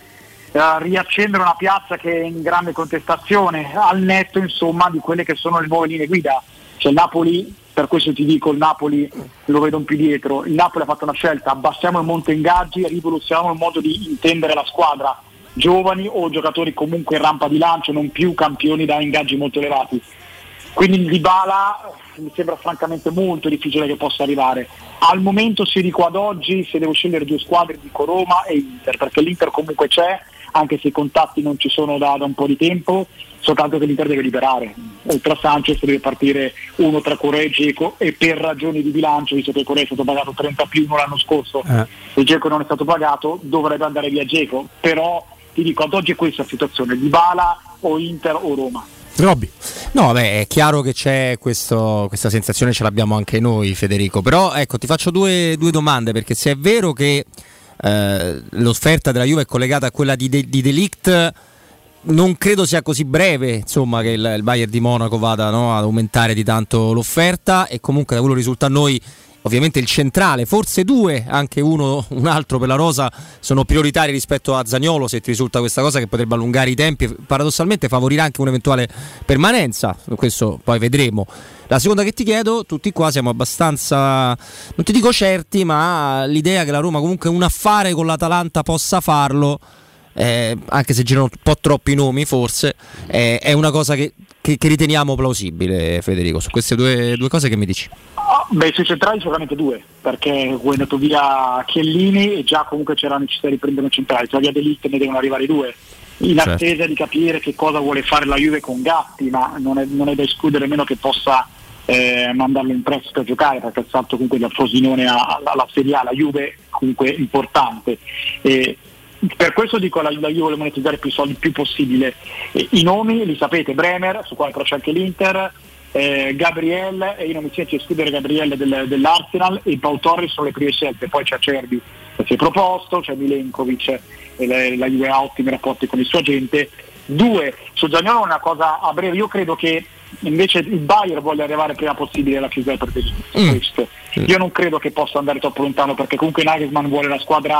uh, riaccendere una piazza che è in grande contestazione, al netto insomma di quelle che sono le nuove linee guida. Cioè il Napoli, per questo ti dico, il Napoli lo vedo un più dietro, il Napoli ha fatto una scelta: abbassiamo il monte ingaggi, rivoluzioniamo il modo di intendere la squadra, giovani o giocatori comunque in rampa di lancio, non più campioni da ingaggi molto elevati. Quindi Dybala mi sembra francamente molto difficile che possa arrivare. Al momento, se dico ad oggi, se devo scegliere due squadre, dico Roma e Inter, perché l'Inter comunque c'è, anche se i contatti non ci sono da, da un po' di tempo, soltanto che l'Inter deve liberare. Oltre a Sanchez deve partire uno tra Correa e Dzeko, e per ragioni di bilancio, visto che Correa è stato pagato trenta più uno l'anno scorso eh. e Dzeko non è stato pagato, dovrebbe andare via Dzeko. Però ti dico, ad oggi è questa la situazione: Dybala o Inter o Roma. Robby. No, vabbè, è chiaro che c'è questo, questa sensazione, ce l'abbiamo anche noi, Federico. Però ecco, ti faccio due, due domande, perché se è vero che eh, l'offerta della Juve è collegata a quella di, De, di De Ligt, non credo sia così breve, insomma, che il, il Bayern di Monaco vada, no, ad aumentare di tanto l'offerta. E comunque da quello che risulta a noi, ovviamente il centrale, forse due, anche uno, un altro per la rosa, sono prioritari rispetto a Zaniolo, se ti risulta questa cosa, che potrebbe allungare i tempi e paradossalmente favorire anche un'eventuale permanenza. Questo poi vedremo. La seconda che ti chiedo: tutti qua siamo abbastanza, non ti dico certi, ma l'idea che la Roma comunque un affare con l'Atalanta possa farlo, eh, anche se girano un po' troppi nomi forse, eh, è una cosa che, che, che riteniamo plausibile. Federico, su queste due, due cose che mi dici? Beh, sui centrali sicuramente due, perché è andato via Chiellini e già comunque c'era la necessità di prendere un centrale, tra via De Ligt ne devono arrivare due, in attesa certo. di capire che cosa vuole fare la Juve con Gatti, ma non è, non è da escludere nemmeno che possa eh, mandarlo in prestito a giocare, perché il salto comunque da Frosinone alla Serie A, la Juve comunque importante. E per questo dico la, la Juve vuole monetizzare più soldi il più possibile. E i nomi li sapete: Bremer, su quale però c'è anche l'Inter, Eh, Gabriel, e io non mi sento escludere Gabriel del, dell'Arsenal, e Pau Torres sono le prime scelte. Poi c'è Acerbi che si è proposto, c'è Milenkovic, e la, la Juve ha ottimi rapporti con il suo agente. Due, su Zaniolo una cosa a breve: io credo che invece il Bayern voglia arrivare prima possibile alla chiusura per Bellingham. mm. Questo mm. io non credo che possa andare troppo lontano, perché comunque Nagelsmann vuole la squadra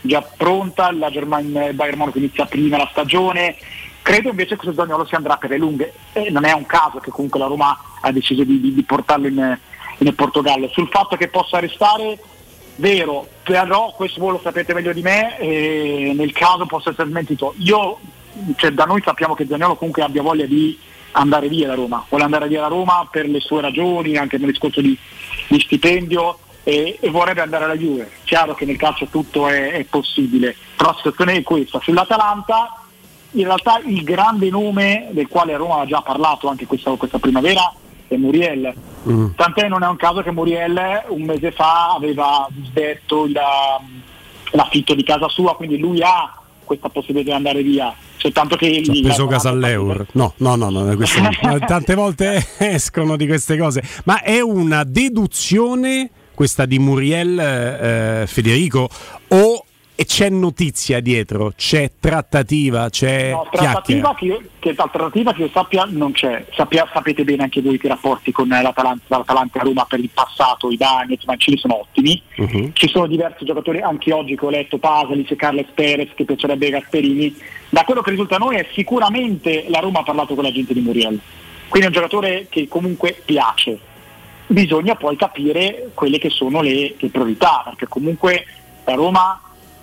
già pronta, la Germania, il Bayern Monaco inizia prima la stagione. Credo invece che Zaniolo si andrà per le lunghe, e non è un caso che comunque la Roma ha deciso di, di, di portarlo in, in Portogallo. Sul fatto che possa restare, vero, però questo voi lo sapete meglio di me, e nel caso possa essere smentito. Io, cioè, da noi sappiamo che Zaniolo comunque abbia voglia di andare via da Roma, vuole andare via da Roma per le sue ragioni, anche nel discorso di, di stipendio, e, e vorrebbe andare alla Juve. Chiaro che nel calcio tutto è, è possibile, però la situazione è questa. Sull'Atalanta, in realtà il grande nome del quale Roma ha già parlato anche questa, questa primavera è Muriel. Mm. Tant'è non è un caso che Muriel un mese fa aveva disdetto la, l'affitto di casa sua, quindi lui ha questa possibilità di andare via, soltanto che ha preso casa all'Eur. No, no, no, no, questo no. Tante volte escono di queste cose, ma è una deduzione questa di Muriel, eh, Federico, o e c'è notizia dietro, c'è trattativa, c'è no, trattativa che, io, che alternativa che io sappia non c'è. Sappia, sapete bene anche voi che i rapporti con l'Atalanta, l'Atalanta e Roma per il passato, i Dani e i Mancini sono ottimi. Uh-huh. Ci sono diversi giocatori, anche oggi che ho letto, Pasalic e Carles Perez, che piacerebbe ai Gasperini. Da quello che risulta a noi è sicuramente la Roma ha parlato con la gente di Muriel, quindi è un giocatore che comunque piace. Bisogna poi capire quelle che sono le, le priorità, perché comunque la Roma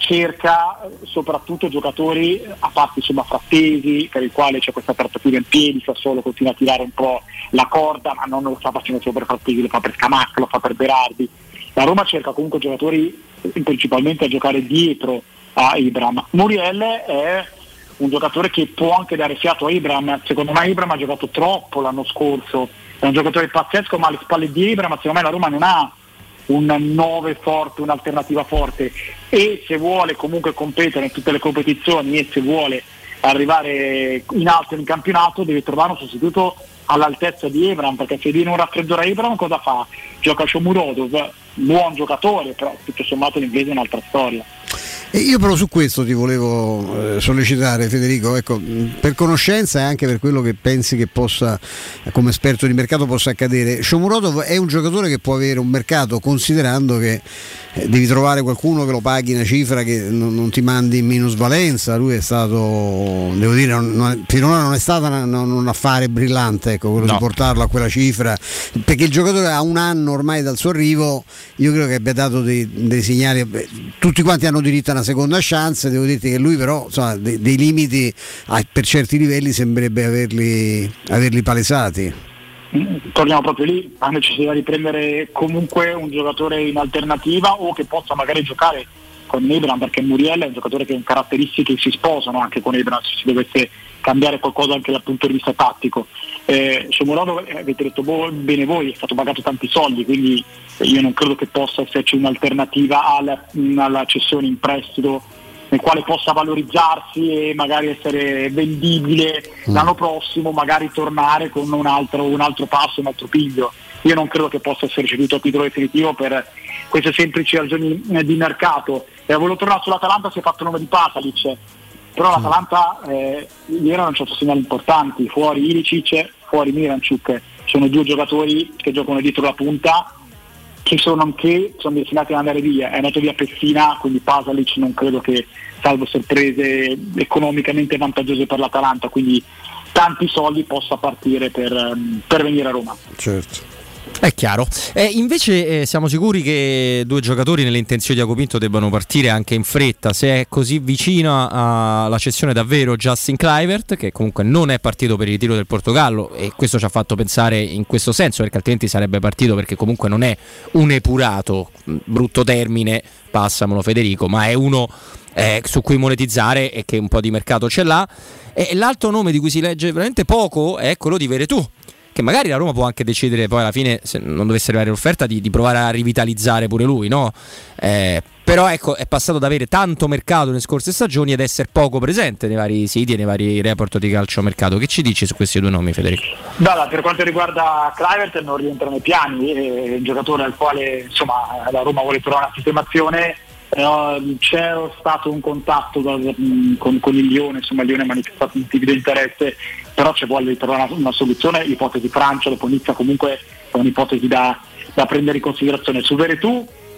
cerca soprattutto giocatori, a parte insomma Frattesi, per il quale c'è questa trattativa in piedi, Sassuolo continua a tirare un po' la corda, ma non lo sta facendo solo per Frattesi, lo fa per Scamacca, lo fa per Berardi. La Roma cerca comunque giocatori principalmente a giocare dietro a Ibram. Muriel è un giocatore che può anche dare fiato a Ibram, secondo me Ibram ha giocato troppo l'anno scorso, è un giocatore pazzesco, ma alle spalle di Ibram secondo me la Roma non ha un nove forte, un'alternativa forte, e se vuole comunque competere in tutte le competizioni e se vuole arrivare in alto in campionato deve trovare un sostituto all'altezza di Ebram, perché se viene un raffreddore a Ebram cosa fa? Gioca Shomurodov, buon giocatore, però tutto sommato l'inglese è un'altra storia. E io però su questo ti volevo eh, sollecitare, Federico, ecco, per conoscenza e anche per quello che pensi che possa, come esperto di mercato, possa accadere. Shomurodov è un giocatore che può avere un mercato, considerando che eh, devi trovare qualcuno che lo paghi una cifra che non, non ti mandi in minusvalenza. Lui è stato, devo dire, non, non, finora non è stato un, un affare brillante, ecco, quello no. di portarlo a quella cifra, perché il giocatore ha un anno ormai dal suo arrivo, io credo che abbia dato dei, dei segnali, beh, tutti quanti hanno diritto a una seconda chance, devo dirti che lui però insomma, dei, dei limiti ah, per certi livelli sembrerebbe averli, averli palesati. Torniamo proprio lì, ha necessità di prendere comunque un giocatore in alternativa o che possa magari giocare con Ebram, perché Muriel è un giocatore che ha caratteristiche che si sposano anche con Ebram se si dovesse cambiare qualcosa anche dal punto di vista tattico. eh, Shomurodov, avete detto bo- bene voi, è stato pagato tanti soldi, quindi io non credo che possa esserci un'alternativa alla, alla cessione in prestito nel quale possa valorizzarsi e magari essere vendibile mm. l'anno prossimo, magari tornare con un altro, un altro passo, un altro piglio. Io non credo che possa essere ceduto a titolo definitivo per queste semplici ragioni di mercato. E volevo tornare sull'Atalanta, si è fatto il nome di Pasalic, però mm. l'Atalanta eh, ieri hanno lanciato segnali importanti, fuori Ilicic, fuori Miranchuk, sono due giocatori che giocano dietro la punta, che sono anche sono destinati ad andare via. È andato via Pessina, quindi Pasalic non credo che, salvo sorprese economicamente vantaggiose per l'Atalanta, quindi tanti soldi possa partire per, per venire a Roma. Certo. È chiaro. Eh, invece eh, siamo sicuri che due giocatori nelle intenzioni di Jaco Pinto debbano partire anche in fretta, se è così vicina alla cessione davvero Justin Kluivert, che comunque non è partito per il ritiro del Portogallo, e questo ci ha fatto pensare in questo senso, perché altrimenti sarebbe partito, perché comunque non è un epurato, brutto termine, passamelo Federico, ma è uno eh, su cui monetizzare e che un po' di mercato ce l'ha. E l'altro nome di cui si legge veramente poco è quello di Veretù, che magari la Roma può anche decidere poi alla fine, se non dovesse arrivare l'offerta, di, di provare a rivitalizzare pure lui, no? Eh, però ecco, è passato ad avere tanto mercato nelle scorse stagioni ed essere poco presente nei vari siti e nei vari report di calciomercato. Che ci dici su questi due nomi, Federico? Dalla, per quanto riguarda Kluivert non rientra nei piani, è un giocatore al quale insomma la Roma vuole trovare una sistemazione. Uh, c'è stato un contatto da, mh, con, con il Lione, insomma il Lione ha manifestato un tipo di interesse, però ci vuole trovare una, una soluzione. L'ipotesi Francia dopo Nizza comunque è un'ipotesi da, da prendere in considerazione. Su Veretù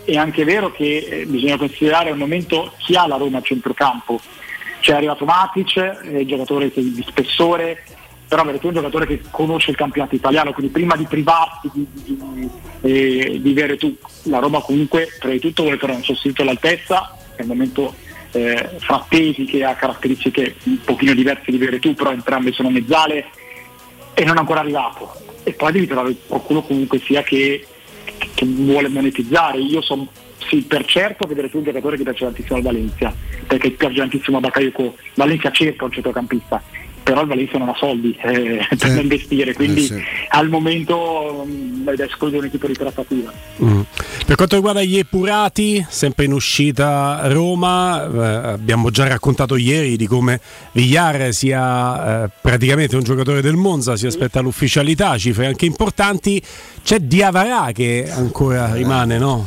è anche vero che eh, bisogna considerare al momento chi ha la Roma a centrocampo. C'è arrivato Matic, è un giocatore di spessore, però avete un giocatore che conosce il campionato italiano, quindi prima di privarsi di, di, di, eh, di Veretù, la Roma comunque prima di tutto vuole trovare un sostituto all'altezza, è un momento eh, Frattesi che ha caratteristiche un pochino diverse di Veretù, però entrambe sono mezzale e non è ancora arrivato, e poi devi trovare qualcuno comunque sia che, che vuole monetizzare. Io sono sì, per certo che Veretù è un giocatore che piace tantissimo al Valencia, perché piace tantissimo a Bakayoko. Valencia cerca un centrocampista, però il Valencia non ha soldi eh, per sì. investire, quindi eh sì. al momento mh, è da escludere un tipo di trattativa. Mm. Per quanto riguarda gli epurati, sempre in uscita Roma, eh, abbiamo già raccontato ieri di come Villar sia eh, praticamente un giocatore del Monza, si aspetta l'ufficialità, cifre anche importanti. C'è Diawara che ancora rimane, no?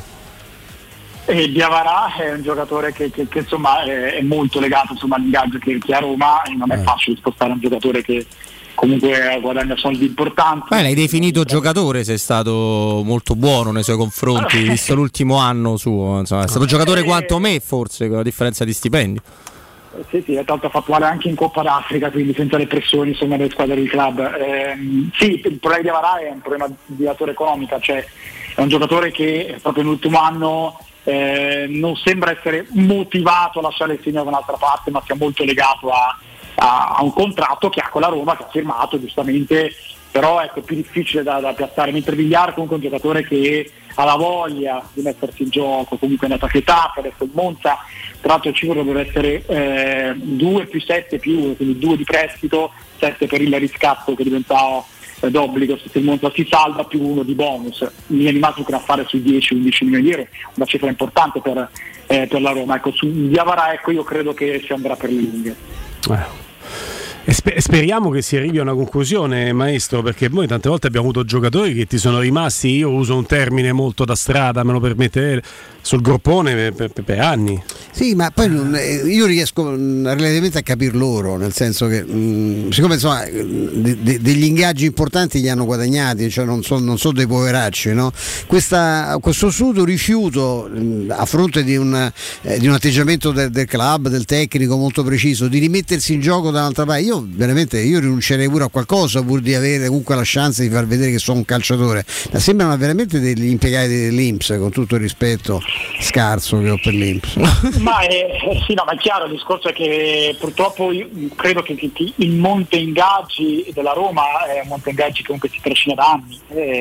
E Diawara è un giocatore che, che, che insomma è, è molto legato insomma, all'ingaggio che, che ha Roma, e non è facile spostare un giocatore che comunque guadagna soldi importanti. Beh, l'hai definito giocatore, sei stato molto buono nei suoi confronti, visto l'ultimo anno suo, insomma, è stato giocatore quanto me forse, con la differenza di stipendi. Sì, sì, è tanto fattuale anche in Coppa d'Africa, quindi senza le pressioni insomma delle squadre del club. Eh, sì, il problema di Diawara è un problema di natura economica, cioè è un giocatore che proprio nell'ultimo anno Eh, non sembra essere motivato a lasciare il segno da un'altra parte, ma sia molto legato a, a, a un contratto che ha con la Roma, che ha firmato giustamente, però ecco, è più difficile da, da piazzare, mentre Villar comunque è un giocatore che ha la voglia di mettersi in gioco, comunque è andata a età, adesso il Monza, tra l'altro il ciclo dovrebbe essere eh, due più sette più, quindi due di prestito, sette per il riscatto che diventa d'obbligo se il Monza si salva, più uno di bonus, in linea di massimo da fare sui dieci undici milioni di euro, una cifra importante per, eh, per la Roma. Ecco, su Diawara ecco, io credo che si andrà per le lunghe. Eh. E sper- speriamo che si arrivi a una conclusione, maestro, perché noi tante volte abbiamo avuto giocatori che ti sono rimasti, io uso un termine molto da strada, me lo permette, sul groppone per, per, per anni. Sì, ma poi non, io riesco relativamente a capir loro, nel senso che mh, siccome insomma de, de, degli ingaggi importanti li hanno guadagnati, cioè non sono non so dei poveracci, no? Questa, questo assoluto rifiuto mh, a fronte di un, eh, di un atteggiamento del, del club, del tecnico molto preciso, di rimettersi in gioco dall'altra parte, io veramente io rinuncerei pure a qualcosa pur di avere comunque la chance di far vedere che sono un calciatore. Ma sembrano veramente degli impiegati dell'I N P S, con tutto il rispetto scarso che ho per l'I N P S. Ma è, sì, no, ma è chiaro, il discorso è che purtroppo io credo che, che, che il monte ingaggi della Roma è un monte ingaggi che comunque si trascina da anni,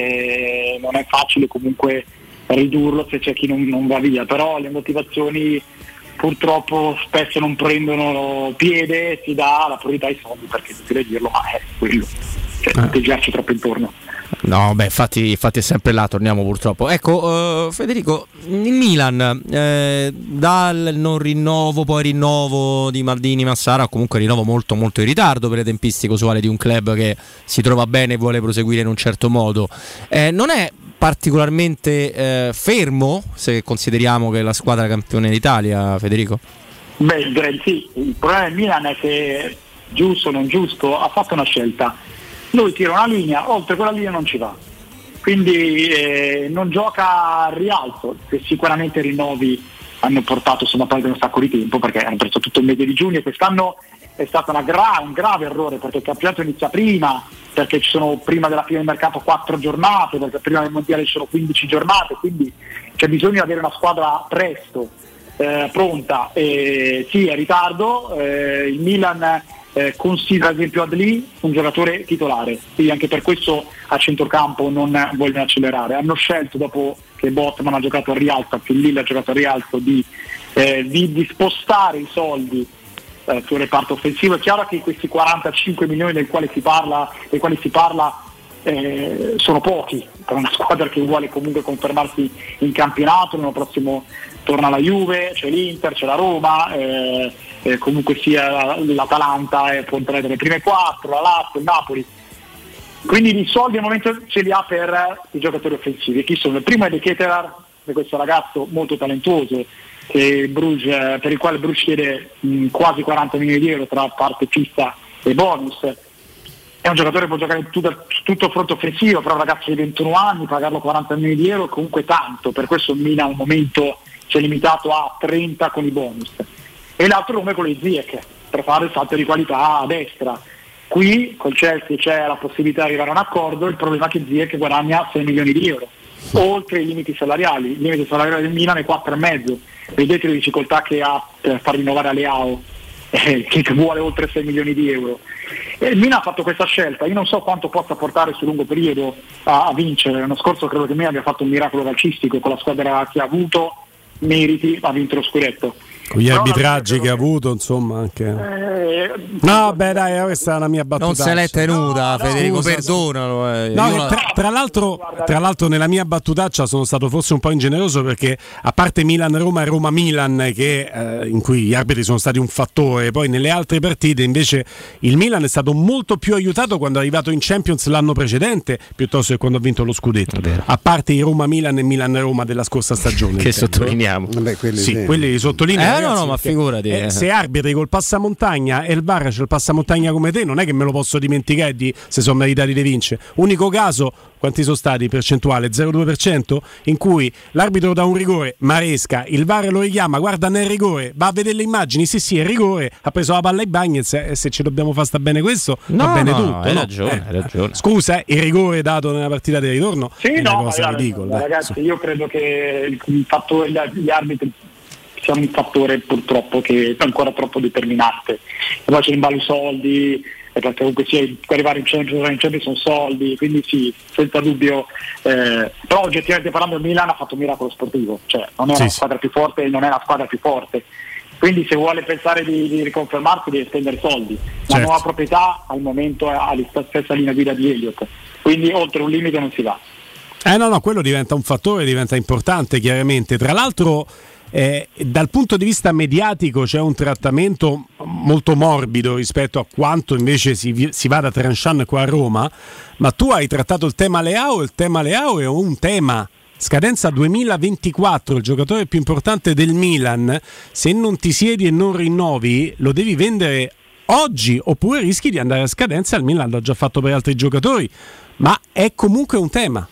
e non è facile comunque ridurlo se c'è chi non, non va via, però le motivazioni purtroppo spesso non prendono piede, si dà la priorità ai soldi, perché è inutile dirlo, ma è quello, cioè non ti girarci troppo intorno. No, beh, infatti, infatti è sempre là, torniamo purtroppo. Ecco, uh, Federico, il Milan, eh, dal non rinnovo, poi rinnovo di Maldini, Massara, comunque rinnovo molto molto in ritardo per le tempistiche usuali di un club che si trova bene e vuole proseguire in un certo modo. Eh, non è particolarmente eh, fermo, se consideriamo che è la squadra campione d'Italia, Federico? Beh, direi sì, il problema del Milan è che, giusto o non giusto, ha fatto una scelta. Lui tira una linea, oltre quella linea non ci va, quindi eh, non gioca al rialzo, che sicuramente i rinnovi hanno portato insomma perdere un sacco di tempo, perché hanno preso tutto il mese di giugno, e quest'anno è stato una gra- un grave errore, perché il campionato inizia prima, perché ci sono prima della fine del mercato quattro giornate, perché prima del mondiale ci sono quindici giornate, quindi c'è bisogno di avere una squadra presto, eh, pronta. E sì, è in ritardo, eh, il Milan eh, considera ad esempio Adli un giocatore titolare, quindi anche per questo a centrocampo non vogliono accelerare. Hanno scelto, dopo che Botman ha giocato al rialzo, che Lille ha giocato al rialzo, di, eh, di, di spostare i soldi eh, sul reparto offensivo. È chiaro che questi quarantacinque milioni del quale si parla, dei quali si parla eh, sono pochi per una squadra che vuole comunque confermarsi in campionato. L'anno prossimo torna la Juve, c'è l'Inter, c'è la Roma, eh, eh, comunque sia l'Atalanta eh, può entrare nelle prime quattro, la Lazio, il Napoli. Quindi i soldi al momento ce li ha per i giocatori offensivi. Chi sono? Il primo è De Ketelaar, questo ragazzo molto talentuoso che Bruges, per il quale Bruges chiede mh, quasi quaranta milioni di euro tra parte fissa e bonus. è un giocatore che può giocare tutto, tutto il fronte offensivo, però ragazzi di ventuno anni, pagarlo quaranta milioni di euro è comunque tanto, per questo il Milan al momento si è limitato a trenta con i bonus. E l'altro nome è quello di Ziyech, per fare il salto di qualità a destra. Qui col Chelsea c'è la possibilità di arrivare a un accordo, il problema è che Ziyech guadagna sei milioni di euro, oltre i limiti salariali. Il limite salariale del Milan è quattro e mezzo. Vedete le difficoltà che ha per far rinnovare a Leao, eh, che vuole oltre sei milioni di euro. E il Milan ha fatto questa scelta, io non so quanto possa portare sul lungo periodo a, a vincere. L'anno scorso credo che il Milan abbia fatto un miracolo calcistico, con la squadra che ha avuto meriti ha vinto lo scudetto. Con gli arbitraggi che ha avuto, insomma, anche. Eh, no, beh, dai, questa è una mia battuta. Non se l'è tenuta, no, Federico, scusa, perdonalo. Eh. No, tra, tra, l'altro, tra l'altro nella mia battutaccia sono stato forse un po' ingeneroso, perché a parte Milan-Roma e Roma-Milan, che, eh, in cui gli arbitri sono stati un fattore, poi nelle altre partite invece il Milan è stato molto più aiutato quando è arrivato in Champions l'anno precedente, piuttosto che quando ha vinto lo scudetto, a parte i Roma-Milan e Milan-Roma della scorsa stagione. Che sottolineiamo. Vabbè, quelli, sì, sì. quelli li sottolineiamo. Eh, no, no, ma figurati. Eh, se arbitri col passamontagna e il V A R c'è il passamontagna come te, non è che me lo posso dimenticare di se sono meritati di vincere. Unico caso, quanti sono stati percentuale? zero virgola due per cento in cui l'arbitro dà un rigore, Maresca, il V A R lo richiama, guarda nel rigore, va a vedere le immagini, sì sì è rigore, ha preso la palla ai Bagnets, e se ci dobbiamo far sta bene questo, no, va bene no, tutto. Hai no? ragione, eh, hai ragione. Scusa, eh, il rigore dato nella partita di ritorno sì, è no, una cosa ragazzi, ridicola. Ragazzi, io credo che il, il fattore, gli arbitri siano un fattore purtroppo che è ancora troppo determinante. E poi c'è in ballo i soldi, perché comunque sia arrivare in Champions, in Champions sono soldi, quindi sì, senza dubbio. Eh, però oggettivamente parlando il Milan ha fatto un miracolo sportivo, cioè non è sì, una sì. squadra più forte e non è la squadra più forte. Quindi se vuole pensare di, di riconfermarsi deve spendere soldi. La certo. nuova proprietà al momento ha la stessa linea guida di Elliott, quindi oltre un limite non si va. Eh no, no, quello diventa un fattore, diventa importante chiaramente. Tra l'altro eh, dal punto di vista mediatico c'è un trattamento molto morbido rispetto a quanto invece si, si va da Tranchant qua a Roma, ma tu hai trattato il tema Leao, e il tema Leao è un tema scadenza duemilaventiquattro, il giocatore più importante del Milan. Se non ti siedi e non rinnovi lo devi vendere oggi, oppure rischi di andare a scadenza. Il Milan l'ha già fatto per altri giocatori, ma è comunque un tema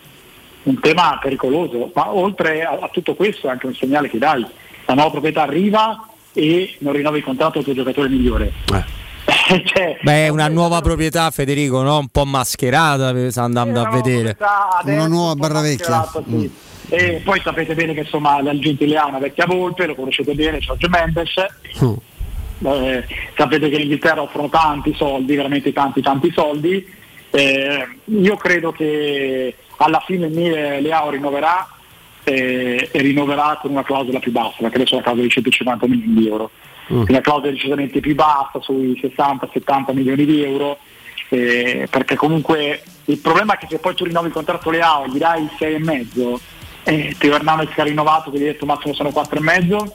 un tema pericoloso, ma oltre a, a tutto questo è anche un segnale che dai, la nuova proprietà arriva e non rinnova il contratto del tuo giocatore migliore. Eh. cioè, Beh, è una nuova proprietà, Federico, no? Un po' mascherata, sta andando a vedere. Una nuova barra vecchia. Sì. Mm. E poi sapete bene che insomma l'Argentina è una vecchia volpe, lo conoscete bene, Giorgio Mendes. Mm. Eh, sapete che l'Inghilterra offrono tanti soldi, veramente tanti tanti soldi. Eh, io credo che alla fine il Leao rinnoverà eh, e rinnoverà con una clausola più bassa, perché adesso è una clausola di centocinquanta milioni di euro, mm. una clausola decisamente più bassa, sui sessanta settanta milioni di euro, eh, perché comunque il problema è che se poi tu rinnovi il contratto Leao gli dai sei e mezzo, eh, Teo Hernandez che ha rinnovato, che gli hai detto massimo sono quattro e mezzo,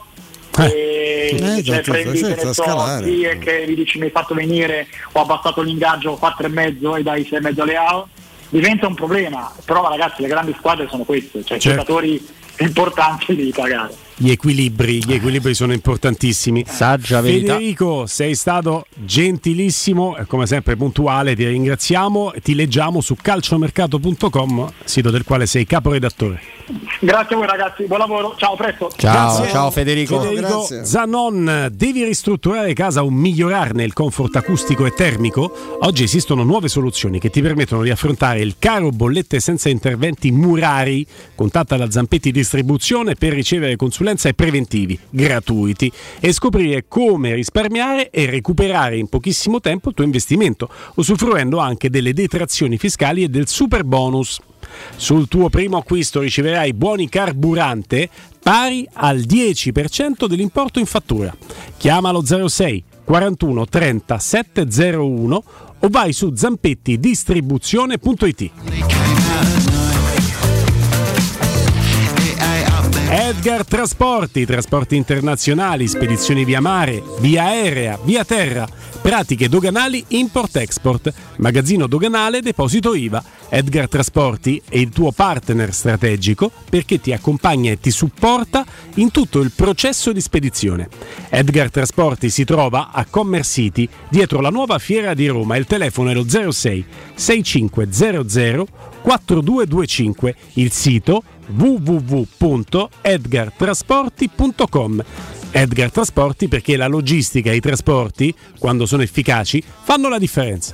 e eh, cioè, certo, prendi certo, che ne so, scalare. sì, e che vi dici mi hai fatto venire, ho abbassato l'ingaggio quattro e mezzo e dai sei e mezzo a Leao, diventa un problema. Però ragazzi, le grandi squadre sono queste, cioè certo. giocatori importanti devi pagare. Gli equilibri, gli equilibri sono importantissimi. Saggia verità. Federico, sei stato gentilissimo e come sempre puntuale, ti ringraziamo e ti leggiamo su calciomercato punto com, sito del quale sei caporedattore. Grazie a voi ragazzi, buon lavoro, ciao, presto. Ciao, Grazie. ciao Federico. Federico Grazie. Zanon, devi ristrutturare casa o migliorarne il comfort acustico e termico? Oggi esistono nuove soluzioni che ti permettono di affrontare il caro bollette senza interventi murari. Contatta la Zampetti Distribuzione per ricevere consulenza e preventivi gratuiti e scoprire come risparmiare e recuperare in pochissimo tempo il tuo investimento, usufruendo anche delle detrazioni fiscali e del super bonus. Sul tuo primo acquisto riceverai buoni carburante pari al dieci per cento dell'importo in fattura. Chiama lo zero sei quarantuno trenta settecentouno o vai su zampetti distribuzione punto it. Edgar Trasporti, trasporti internazionali, spedizioni via mare, via aerea, via terra, pratiche doganali, import-export, magazzino doganale, deposito I V A. Edgar Trasporti è il tuo partner strategico perché ti accompagna e ti supporta in tutto il processo di spedizione. Edgar Trasporti si trova a Commerce City, dietro la nuova fiera di Roma. Il telefono è lo zero sei sei cinque zero zero quattro due due cinque, il sito w w w punto edgar trasporti punto com. Edgar Trasporti, perché la logistica e i trasporti, quando sono efficaci, fanno la differenza.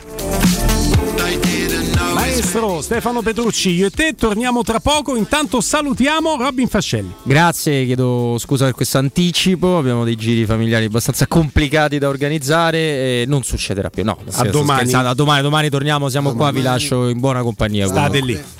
Maestro Stefano Petrucci, io e te torniamo tra poco, intanto salutiamo Robin Fascelli. Grazie, chiedo scusa per questo anticipo, abbiamo dei giri familiari abbastanza complicati da organizzare e non succederà più. No, a domani. A domani, domani torniamo, siamo domani. Qua, vi lascio in buona compagnia. State comunque. lì.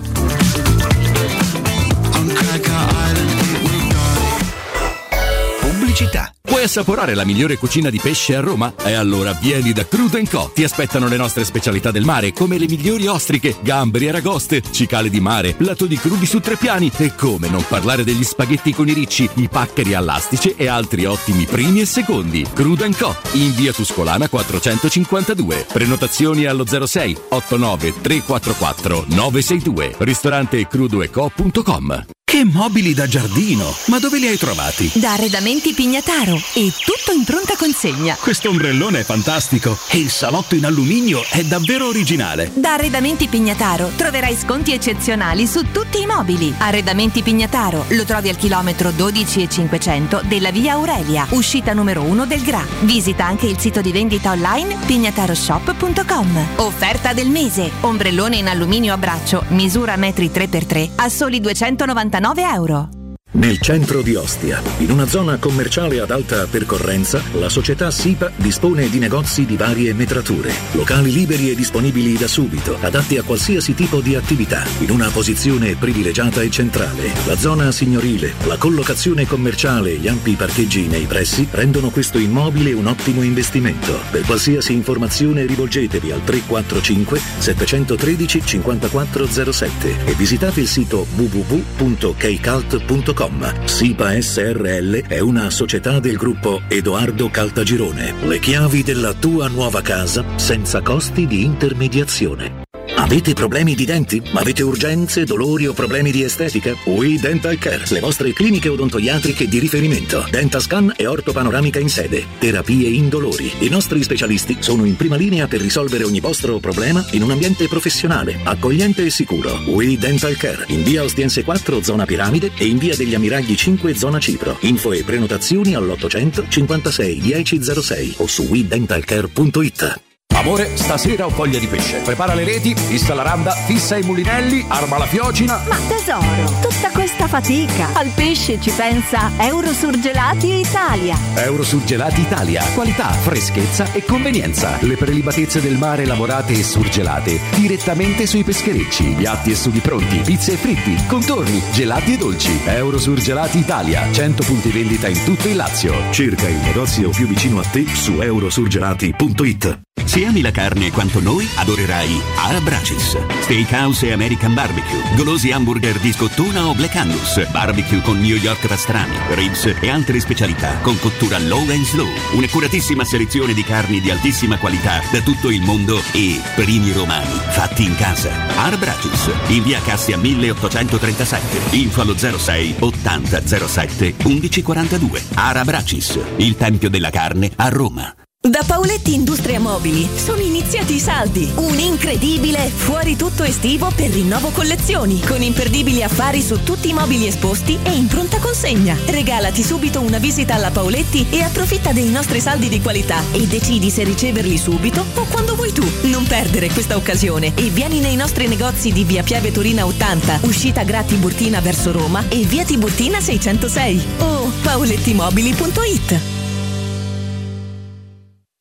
Pubblicità. Vuoi assaporare la migliore cucina di pesce a Roma? E allora vieni da Crudo and Co. Ti aspettano le nostre specialità del mare, come le migliori ostriche, gamberi, aragoste, cicale di mare, plato di crudi su tre piani e come non parlare degli spaghetti con i ricci, i paccheri all'astice e altri ottimi primi e secondi. Crudo and Co. in via Tuscolana quattrocentocinquantadue. Prenotazioni allo zero sei otto nove tre quattro quattro nove sei due. Ristorante crudo e co punto com. Che mobili da giardino! Ma dove li hai trovati? Da Arredamenti Pignataro e tutto in pronta consegna. Questo ombrellone è fantastico e il salotto in alluminio è davvero originale. Da Arredamenti Pignataro troverai sconti eccezionali su tutti i mobili. Arredamenti Pignataro lo trovi al chilometro dodici e cinquecento della via Aurelia, uscita numero uno del Gra. Visita anche il sito di vendita online pignataroshop punto com. Offerta del mese: ombrellone in alluminio a braccio, misura metri tre per tre a soli duecentonovantanove euro. Nel centro di Ostia, in una zona commerciale ad alta percorrenza, la società SIPA dispone di negozi di varie metrature, locali liberi e disponibili da subito, adatti a qualsiasi tipo di attività, in una posizione privilegiata e centrale. La zona signorile, la collocazione commerciale e gli ampi parcheggi nei pressi rendono questo immobile un ottimo investimento. Per qualsiasi informazione rivolgetevi al tre quattro cinque sette uno tre cinque zero sette e visitate il sito w w w punto keycult punto com. SIPA S R L è una società del gruppo Edoardo Caltagirone. Le chiavi della tua nuova casa senza costi di intermediazione. Avete problemi di denti? Avete urgenze, dolori o problemi di estetica? We Dental Care, le vostre cliniche odontoiatriche di riferimento. Dentascan e ortopanoramica in sede. Terapie indolori. I nostri specialisti sono in prima linea per risolvere ogni vostro problema in un ambiente professionale, accogliente e sicuro. We Dental Care, in via Ostiense quattro, zona Piramide, e in via degli Ammiragli cinque, zona Cipro. Info e prenotazioni all'ottocento cinquantasei dieci zero sei o su we dental care punto it. Amore, stasera ho voglia di pesce. Prepara le reti, fissa la randa, fissa i mulinelli, arma la fiocina. Ma tesoro, tutta questa fatica. Al pesce ci pensa Eurosurgelati Italia. Eurosurgelati Italia. Qualità, freschezza e convenienza. Le prelibatezze del mare lavorate e surgelate direttamente sui pescherecci. Piatti e sughi pronti, pizze e fritti, contorni, gelati e dolci. Eurosurgelati Italia. cento punti vendita in tutto il Lazio. Cerca il negozio più vicino a te su eurosurgelati punto it. Se ami la carne quanto noi, adorerai Arabracis. Steakhouse e American Barbecue, golosi hamburger di scottuna o Black Angus, barbecue con New York pastrami, ribs e altre specialità con cottura low and slow. Un'accuratissima selezione di carni di altissima qualità da tutto il mondo e primi romani fatti in casa. Arabracis, in via Cassia milleottocentotrentasette. Info allo zero sei ottanta zero sette undici quarantadue. Arabracis, il tempio della carne a Roma. Da Paoletti Industria Mobili sono iniziati i saldi. Un incredibile fuori tutto estivo per rinnovo collezioni, con imperdibili affari su tutti i mobili esposti e in pronta consegna. Regalati subito una visita alla Paoletti e approfitta dei nostri saldi di qualità e decidi se riceverli subito o quando vuoi tu. Non perdere questa occasione e vieni nei nostri negozi di via Piave Torina ottanta, uscita Gra Tiburtina verso Roma, e via Tiburtina seicentosei o paolettimobili punto it.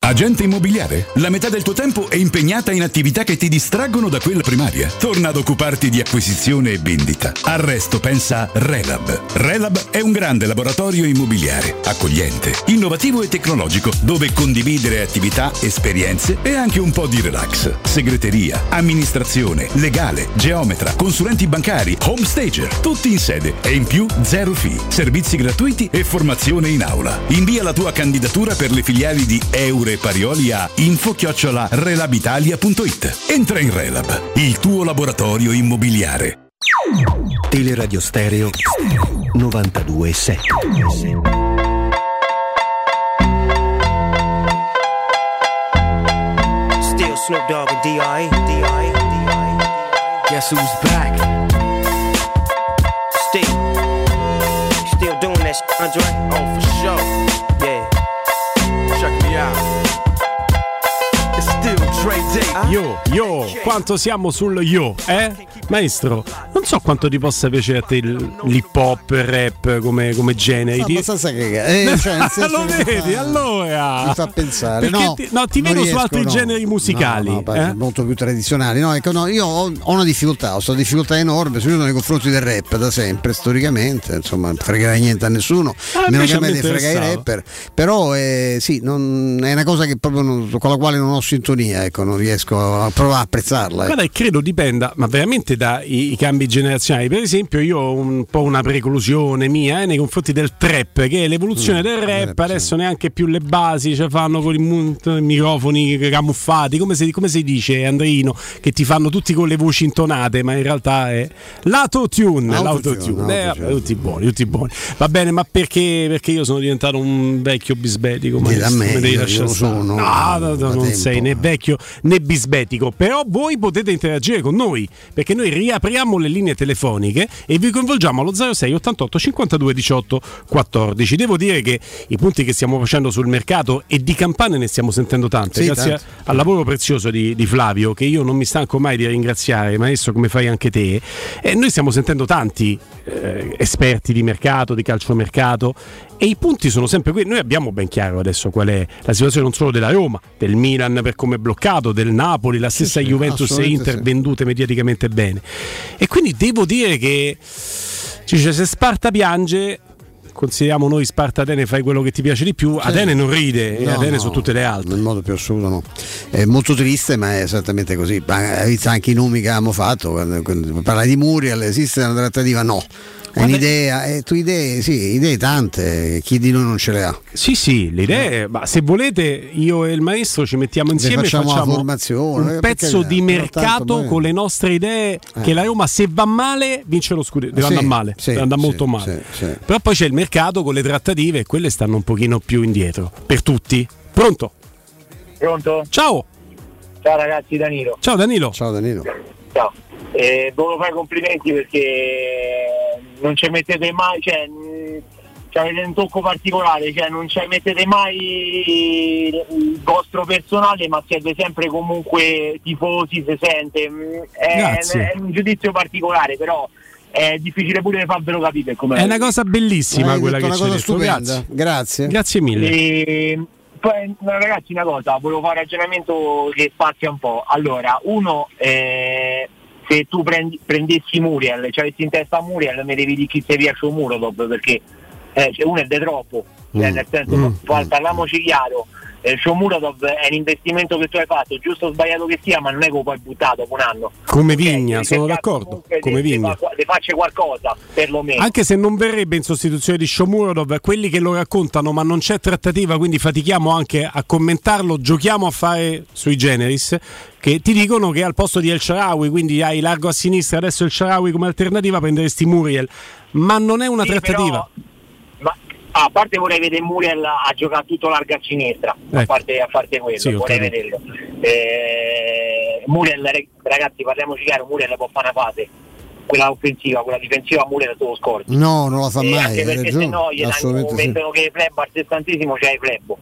Agente immobiliare? La metà del tuo tempo è impegnata in attività che ti distraggono da quella primaria. Torna ad occuparti di acquisizione e vendita. Al resto pensa Relab. Relab è un grande laboratorio immobiliare, accogliente, innovativo e tecnologico, dove condividere attività, esperienze e anche un po' di relax. Segreteria, amministrazione, legale, geometra, consulenti bancari, home stager, tutti in sede e in più zero fee, servizi gratuiti e formazione in aula. Invia la tua candidatura per le filiali di Euro e Parioli a info chiocciola relabitalia punto it. Entra in Relab, il tuo laboratorio immobiliare. Teleradio Stereo novantadue sette. Still Snoop Dogg and D R E. D R E. D R E. Guess who's back? Still. Still doing that shit, Andre? Oh, for sure. Yeah. Check me out. It's still Dre Day. Io, io, quanto siamo sul io, eh? Maestro, non so quanto ti possa piacere a te l'hip hop, il rap come, come generi. No, abbastanza cagare. Eh, cioè, nel senso lo vedi, fa, allora mi fa pensare. Perché no, ti, no, ti vedo riesco, su altri no. generi musicali, no, no, eh? molto più tradizionali. No, ecco, no, io ho, ho una difficoltà, ho questa difficoltà enorme, soprattutto nei confronti del rap da sempre, storicamente. Insomma, non fregherà niente a nessuno, ah, meno che a me ne frega i rapper. Però eh, sì, non, è una cosa che proprio non, con la quale non ho sintonia, ecco, non riesco a provare a apprezzarla. Guarda, ecco. credo dipenda, ma veramente dai i cambi generazionali. Per esempio, io ho un po' una preclusione mia eh, nei confronti del trap, che è l'evoluzione mm, del rap. rap adesso sì. Neanche più le basi, cioè fanno con i mu- microfoni camuffati, come si, come si dice, Andreino, che ti fanno tutti con le voci intonate, ma in realtà è l'autotune. L'autotune, eh, vabbè, tutti buoni, tutti buoni. Va bene, ma perché? Perché io sono diventato un vecchio bisbetico. Ma da me, devi io, lasciare io sono, no, no, no, non tempo. Sei né vecchio né bisbetico, però voi potete interagire con noi, perché noi riapriamo le linee telefoniche e vi coinvolgiamo allo zero sei ottantotto cinquantadue diciotto quattordici. Devo dire che i punti che stiamo facendo sul mercato e di campane ne stiamo sentendo tante, sì, grazie tanto. Al lavoro prezioso di, di Flavio, che io non mi stanco mai di ringraziare, maestro, come fai anche te. E noi stiamo sentendo tanti eh, esperti di mercato, di calciomercato, e i punti sono sempre qui. Noi abbiamo ben chiaro adesso qual è la situazione non solo della Roma, del Milan per come è bloccato, del Napoli, la stessa sì, Juventus e Inter sì. vendute mediaticamente bene. E quindi devo dire che cioè, se Sparta piange, consideriamo noi Sparta Atene, fai quello che ti piace di più, sì. Atene non ride, no, Atene no, su tutte le altre. Nel modo più assoluto no. È molto triste, ma è esattamente così. Hai visto anche i nomi che abbiamo fatto, quando, quando parlai di Muriel, esiste una trattativa? No. È un'idea, eh, tu idee, sì, idee tante, chi di noi non ce le ha? Sì, sì, le idee, ma se volete io e il maestro ci mettiamo insieme e facciamo, facciamo formazione, un pezzo di mercato con le nostre idee, eh. che la Roma se va male vince lo scudetto, deve sì, andare male, sì, deve andare sì, molto male. Sì, sì. Però poi c'è il mercato con le trattative e quelle stanno un pochino più indietro, per tutti. Pronto? Pronto? Ciao! Ciao ragazzi, Danilo. Ciao Danilo. Ciao Danilo. Ciao. Eh, volevo fare complimenti perché non ci mettete mai, cioè, cioè avete un tocco particolare, cioè non ci mettete mai il vostro personale, ma siete sempre comunque tifosi, si sente. È, è un giudizio particolare, però è difficile pure farvelo capire. Come è una cosa bellissima Hai quella che una ci cosa detto. stupenda. Grazie. Grazie. Grazie mille. E, poi, ragazzi, una cosa, volevo fare un ragionamento che spazia un po'. Allora, uno, eh, se tu prendi, prendessi Muriel, cioè avessi in testa Muriel, mi devi dire chi si riesce un muro dopo, perché eh, cioè uno è de troppo, cioè, mm. nel senso, mm. parliamoci chiaro, eh, Shomurodov è un investimento che tu hai fatto, giusto o sbagliato che sia, ma non è che lo poi buttato dopo un anno. Come Vigna, okay, sono d'accordo, come Vigna. Le faccia qualcosa, perlomeno. Anche se non verrebbe in sostituzione di Shomurodov, quelli che lo raccontano, ma non c'è trattativa, quindi fatichiamo anche a commentarlo, giochiamo a fare sui generis, che ti dicono che al posto di El Shaarawy, quindi hai largo a sinistra, adesso El Shaarawy come alternativa, prenderesti Muriel, ma non è una sì, trattativa. Però, ma, a parte vorrei vedere Muriel a giocare tutto largo a sinistra, ecco. a, parte, a parte quello, sì, vorrei okay. vederlo. Eh, Muriel, ragazzi, parliamoci chiaro, Muriel può fare una fase, quella offensiva, quella difensiva Muriel tu lo scordi. No, non la fa eh, mai. Anche perché se no gli mettono sì. che Flebbo al sessantesimo c'è il Flebbo.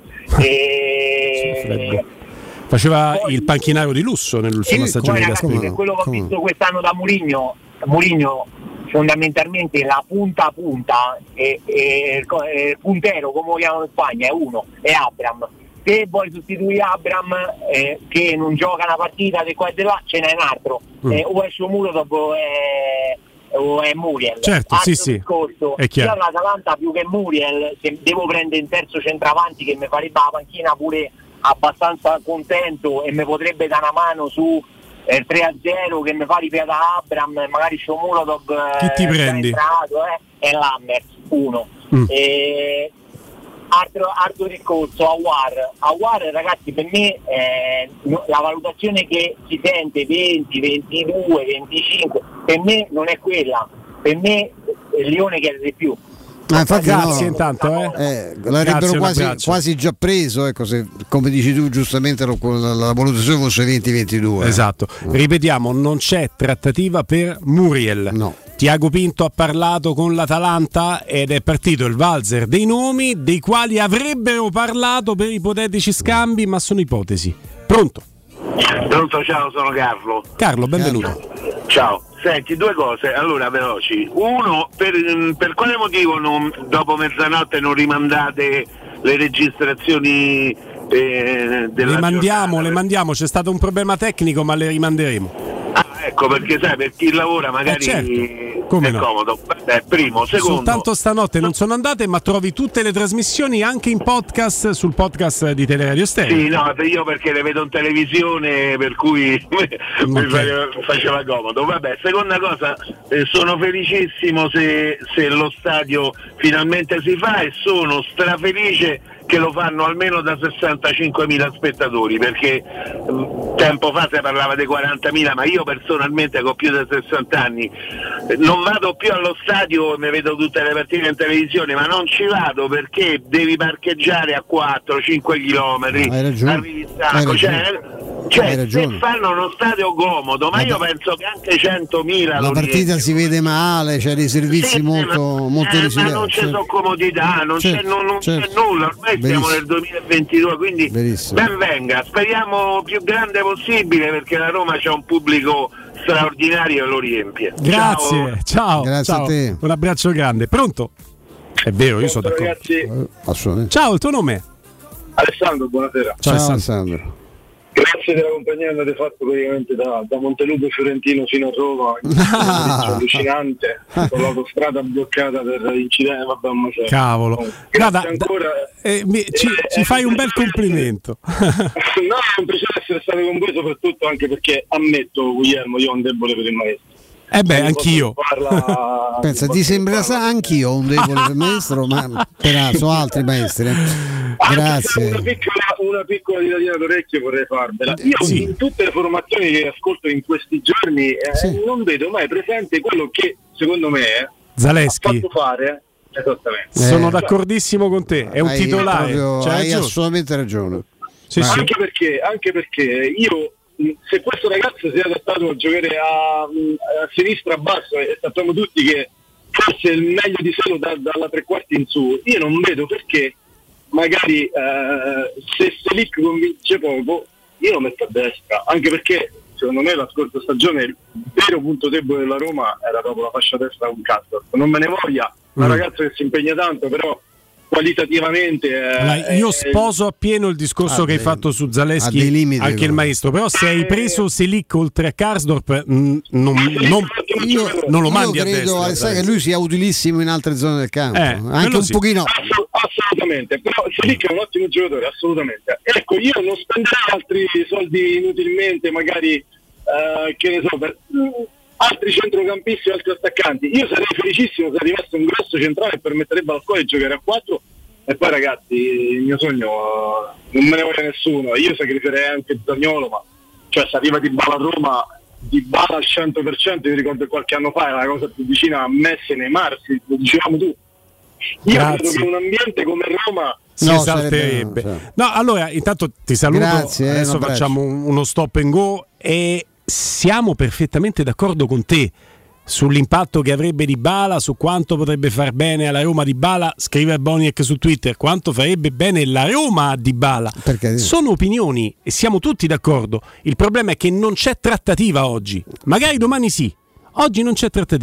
E... faceva poi, il panchinario di lusso nell'ultima sì, stagione di Gasperini. Quello che ho visto quest'anno da Mourinho, Mourinho fondamentalmente la punta a punta e, e il puntero, come lo chiamano in Spagna, è uno, è Abraham. se vuoi sostituire Abram eh, che non gioca una partita di qua e di là, ce n'è un altro, mm. eh, o è Shomuro dopo è, o è Muriel. Certo, altro sì, sì, discorso. è chiaro. Io all'Atalanta più che Muriel, se devo prendere in terzo centravanti che mi farebbe la panchina pure abbastanza contento e mi potrebbe dare una mano su eh, tre a zero che mi fa ripiata Abram, magari Shomurodov chi ti eh, prendi? Entrato, eh, e Lammers uno mm. e, altro, altro discorso Aouar Aouar ragazzi, per me eh, la valutazione che si sente venti, ventidue, venticinque per me non è quella, per me è il Lione che è di più. Ah, infatti grazie no, intanto eh. Eh, l'avrebbero quasi, quasi già preso, ecco, se, come dici tu giustamente la, la valutazione fosse venti ventidue. Esatto, eh. ripetiamo, non c'è trattativa per Muriel. No. Tiago Pinto ha parlato con l'Atalanta ed è partito il valzer dei nomi dei quali avrebbero parlato per ipotetici scambi, ma sono ipotesi. Pronto? Pronto, ciao, sono Carlo. Carlo, benvenuto. Ciao. Senti, due cose, allora veloci. Uno, per, per quale motivo non, dopo mezzanotte non rimandate le registrazioni eh, della Le mandiamo, giornata? le mandiamo, c'è stato un problema tecnico ma le rimanderemo. Ah, ecco, perché sai, per chi lavora magari eh certo. Come è no? comodo. Beh, primo, secondo. Soltanto stanotte non sono andate, ma trovi tutte le trasmissioni anche in podcast sul podcast di Teleradio Stereo. Sì, no, io perché le vedo in televisione, per cui okay. mi faceva, faceva comodo. Vabbè, seconda cosa, eh, sono felicissimo se, se lo stadio finalmente si fa e sono strafelice che lo fanno almeno da sessantacinquemila spettatori, perché mh, tempo fa si parlava di quarantamila, ma io personalmente che ho più di sessanta anni non vado più allo stadio e mi vedo tutte le partite in televisione, ma non ci vado perché devi parcheggiare a quattro cinque chilometri, arrivi stanco, cioè, cioè se fanno uno stadio comodo, ma, ma io penso che anche centomila la partita riesce. Si vede male, c'è dei servizi sì, molto, ma, molto eh, ma non c'è certo. sono comodità, non, certo, c'è, non, non certo. c'è nulla, ormai Benissimo. Siamo nel duemilaventidue, quindi Benissimo. Ben venga, speriamo più grande possibile perché la Roma c'ha un pubblico straordinario e lo riempie. Grazie, ciao, ciao. Grazie ciao. a te. Un abbraccio grande. Pronto? È vero, io sono d'accordo. Ragazzi. Ciao, il tuo nome? Alessandro, buonasera. Ciao, ciao Alessandro. Grazie della compagnia, avete fatto praticamente da, da Montelupo Fiorentino fino a Roma, ah, allucinante, con l'autostrada bloccata per incidenti, vabbè, ma c'è. Cavolo, grazie ancora. Eh, mi, ci, eh, ci fai un bel complimento. No, è un piacere essere stato con voi, soprattutto anche perché ammetto, Guglielmo, io ho un debole per il maestro. Eh beh, anch'io. Parla... Pensa, ti sembra sa anch'io ho un debole per il maestro, ma per so altri maestri. Grazie. Una piccola, una piccola tiratina d'orecchio vorrei farvela. Io sì. in tutte le formazioni che ascolto in questi giorni eh, sì. non vedo mai presente quello che secondo me Zaleschi ha fatto fare. Esattamente. Eh. Sono d'accordissimo con te, è un hai titolare. Proprio, cioè, hai assolutamente ragione. Sì, sì. Anche perché, anche perché io se questo ragazzo si è adattato a giocare a, a sinistra a basso e sappiamo tutti che forse il meglio di solo da, dalla tre quarti in su, io non vedo perché magari eh, se Selic convince poco io lo metto a destra, anche perché secondo me la scorsa stagione il vero punto debole della Roma era proprio la fascia destra con Castro. Non me ne voglia, un mm. ragazzo che si impegna tanto, però qualitativamente eh, allora, io sposo appieno il discorso ah, che hai fatto su Zaleschi, limiti, anche però. Il maestro, però se hai preso Selic oltre a Karsdorp mh, non, non, io, non lo mandi io credo, a destra, sai che lui sia utilissimo in altre zone del campo, eh, anche un sì. pochino Assolut- assolutamente, però Selic è un ottimo giocatore, assolutamente. Ecco, io non spenderei altri soldi inutilmente, magari eh, che ne so, per altri centrocampisti o altri attaccanti. Io sarei felicissimo se arrivasse un grosso centrale che permetterebbe al Scuola di giocare a quattro. E poi ragazzi, il mio sogno non me ne vuole nessuno, io sacrificherei anche Zaniolo, ma cioè se arriva Dybala a Roma, Dybala al cento per cento, io ricordo che qualche anno fa era la cosa più vicina a Messi e Neymar, lo dicevamo tu. Io Grazie. credo che un ambiente come Roma si no, esalterebbe. Cioè. No, allora intanto ti saluto. Grazie, adesso facciamo uno stop and go e siamo perfettamente d'accordo con te sull'impatto che avrebbe Dybala, su quanto potrebbe far bene alla Roma Dybala. Scrive Boniek su Twitter quanto farebbe bene la Roma a Dybala. Perché? Sono opinioni e siamo tutti d'accordo. Il problema è che non c'è trattativa oggi. Magari domani sì, oggi non c'è trattativa.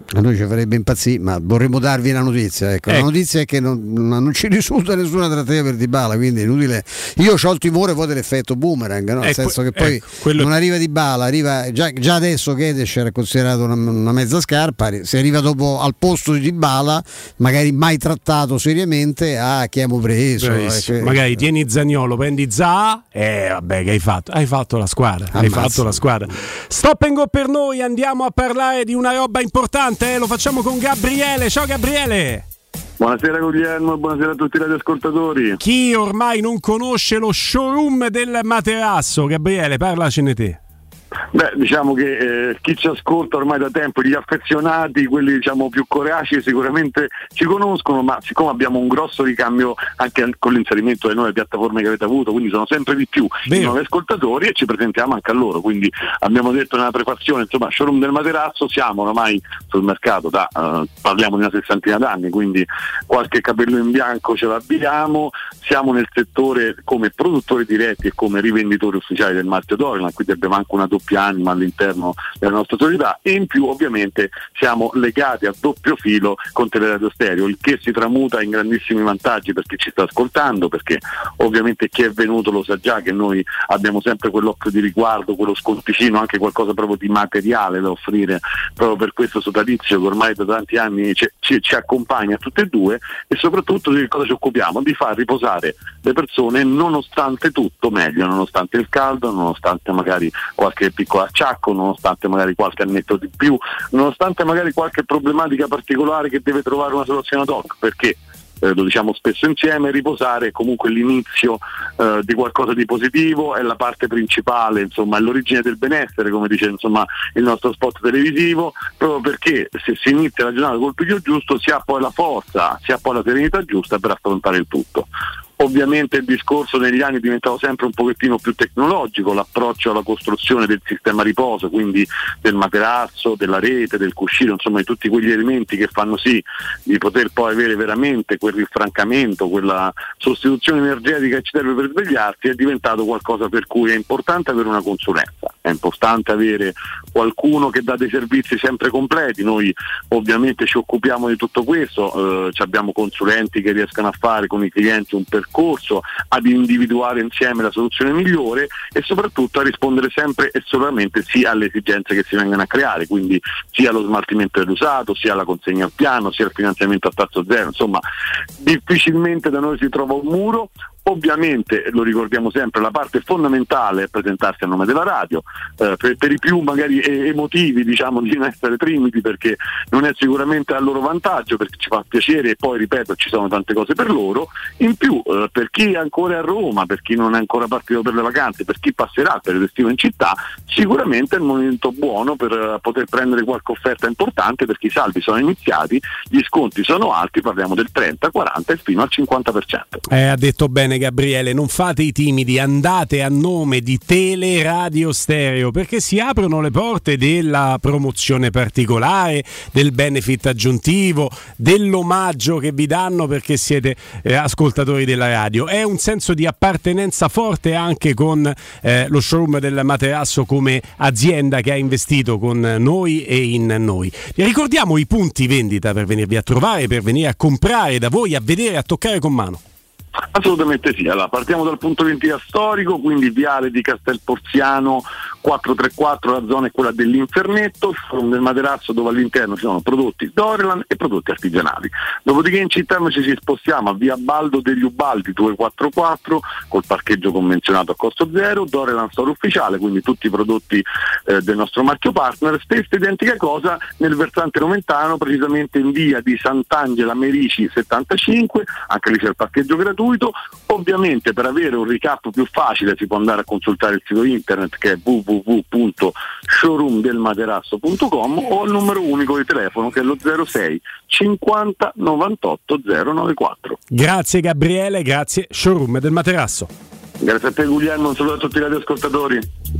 A noi ci farebbe impazzire, ma vorremmo darvi la notizia. Ecco. Ecco. La notizia è che non, non ci risulta nessuna trattativa per Dybala, quindi è inutile. Io ho il timore poi dell'effetto boomerang, no? Nel Eh, senso que- che poi eh, quello- non arriva Dybala, arriva già, già adesso Guedes era considerato una, una mezza scarpa, se arriva dopo al posto di Dybala, magari mai trattato seriamente, ah, chi abbiamo preso? Bravissimo. Eh, Magari tieni Zaniolo, prendi Zaha e vabbè, che hai fatto? Hai fatto la squadra, hai Ammazza. fatto la squadra. Stop and go per noi, andiamo a parlare di una roba importante, eh? Lo facciamo con Gabriele. Ciao Gabriele. Buonasera Guglielmo, buonasera a tutti i radioascoltatori. Chi ormai non conosce lo showroom del materasso? Gabriele, parlacene te. Beh, diciamo che eh, chi ci ascolta ormai da tempo, gli affezionati, quelli diciamo più coreaci sicuramente ci conoscono, ma siccome abbiamo un grosso ricambio anche con l'inserimento delle nuove piattaforme che avete avuto, quindi sono sempre di più Vero. i nuovi ascoltatori e ci presentiamo anche a loro, quindi abbiamo detto nella prefazione, insomma, showroom del materasso, siamo ormai sul mercato da, eh, parliamo di una sessantina d'anni, quindi qualche capello in bianco ce l'abbiamo, siamo nel settore come produttori diretti e come rivenditori ufficiali del marchio Dorian, quindi abbiamo anche una doppia anima all'interno della nostra società e in più ovviamente siamo legati a doppio filo con Teleradio Stereo, il che si tramuta in grandissimi vantaggi per chi ci sta ascoltando, perché ovviamente chi è venuto lo sa già che noi abbiamo sempre quell'occhio di riguardo, quello sconticino, anche qualcosa proprio di materiale da offrire proprio per questo sodalizio che ormai da tanti anni ci, ci, ci accompagna tutte e due, e soprattutto di che cosa ci occupiamo? Di far riposare le persone nonostante tutto, meglio, nonostante il caldo, nonostante magari qualche piccolo acciacco, nonostante magari qualche annetto di più, nonostante magari qualche problematica particolare che deve trovare una soluzione ad hoc, perché eh, lo diciamo spesso insieme, riposare è comunque l'inizio eh, di qualcosa di positivo, è la parte principale, insomma è l'origine del benessere, come dice insomma il nostro spot televisivo, proprio perché se si inizia la giornata col piglio giusto si ha poi la forza, si ha poi la serenità giusta per affrontare il tutto. Ovviamente il discorso negli anni è diventato sempre un pochettino più tecnologico, l'approccio alla costruzione del sistema riposo, quindi del materasso, della rete, del cuscino, insomma di tutti quegli elementi che fanno sì di poter poi avere veramente quel rinfrancamento, quella sostituzione energetica che ci serve per svegliarsi, è diventato qualcosa per cui è importante avere una consulenza, è importante avere qualcuno che dà dei servizi sempre completi. Noi ovviamente ci occupiamo di tutto questo, eh, abbiamo consulenti che riescano a fare con i clienti un percorso corso ad individuare insieme la soluzione migliore e soprattutto a rispondere sempre e solamente sia alle esigenze che si vengono a creare, quindi sia lo smaltimento dell'usato, sia la consegna al piano, sia il finanziamento a tasso zero, insomma difficilmente da noi si trova un muro. Ovviamente, lo ricordiamo sempre, la parte fondamentale è presentarsi a nome della radio, eh, per, per i più magari emotivi, diciamo, di non essere timidi, perché non è sicuramente a loro vantaggio, perché ci fa piacere e poi, ripeto, ci sono tante cose per loro. In più, eh, per chi è ancora a Roma, per chi non è ancora partito per le vacanze, per chi passerà per il estivo in città, sicuramente è il momento buono per uh, poter prendere qualche offerta importante, perché i saldi sono iniziati, gli sconti sono alti, parliamo del trenta, quaranta e fino al cinquanta per cento. Eh, ha detto bene Gabriele, non fate i timidi, andate a nome di Teleradio Stereo, perché si aprono le porte della promozione particolare, del benefit aggiuntivo, dell'omaggio che vi danno perché siete eh, ascoltatori della radio. È un senso di appartenenza forte anche con eh, lo showroom del materasso come azienda che ha investito con noi e in noi. Vi ricordiamo i punti vendita per venirvi a trovare, per venire a comprare da voi, a vedere, a toccare con mano. Assolutamente sì, allora partiamo dal punto vendita storico, quindi viale di Castel Porziano quattrocentotrentaquattro, la zona è quella dell'Infernetto, il forum del materasso dove all'interno ci sono prodotti Dorian e prodotti artigianali. Dopodiché in città invece ci spostiamo a via Baldo degli Ubaldi duecentoquarantaquattro col parcheggio convenzionato a costo zero, Dorian Store ufficiale, quindi tutti i prodotti eh, del nostro marchio partner. Stessa identica cosa nel versante noventano, precisamente in via di Sant'Angela Merici settantacinque, anche lì c'è il parcheggio gratuito. Ovviamente per avere un recap più facile si può andare a consultare il sito internet che è w w w punto showroom del materasso punto com o il numero unico di telefono che è lo zero sei cinquanta novantotto zero novantaquattro. Grazie Gabriele, grazie Showroom del Materasso. Grazie a te Guglielmo, un saluto a tutti i radioascoltatori.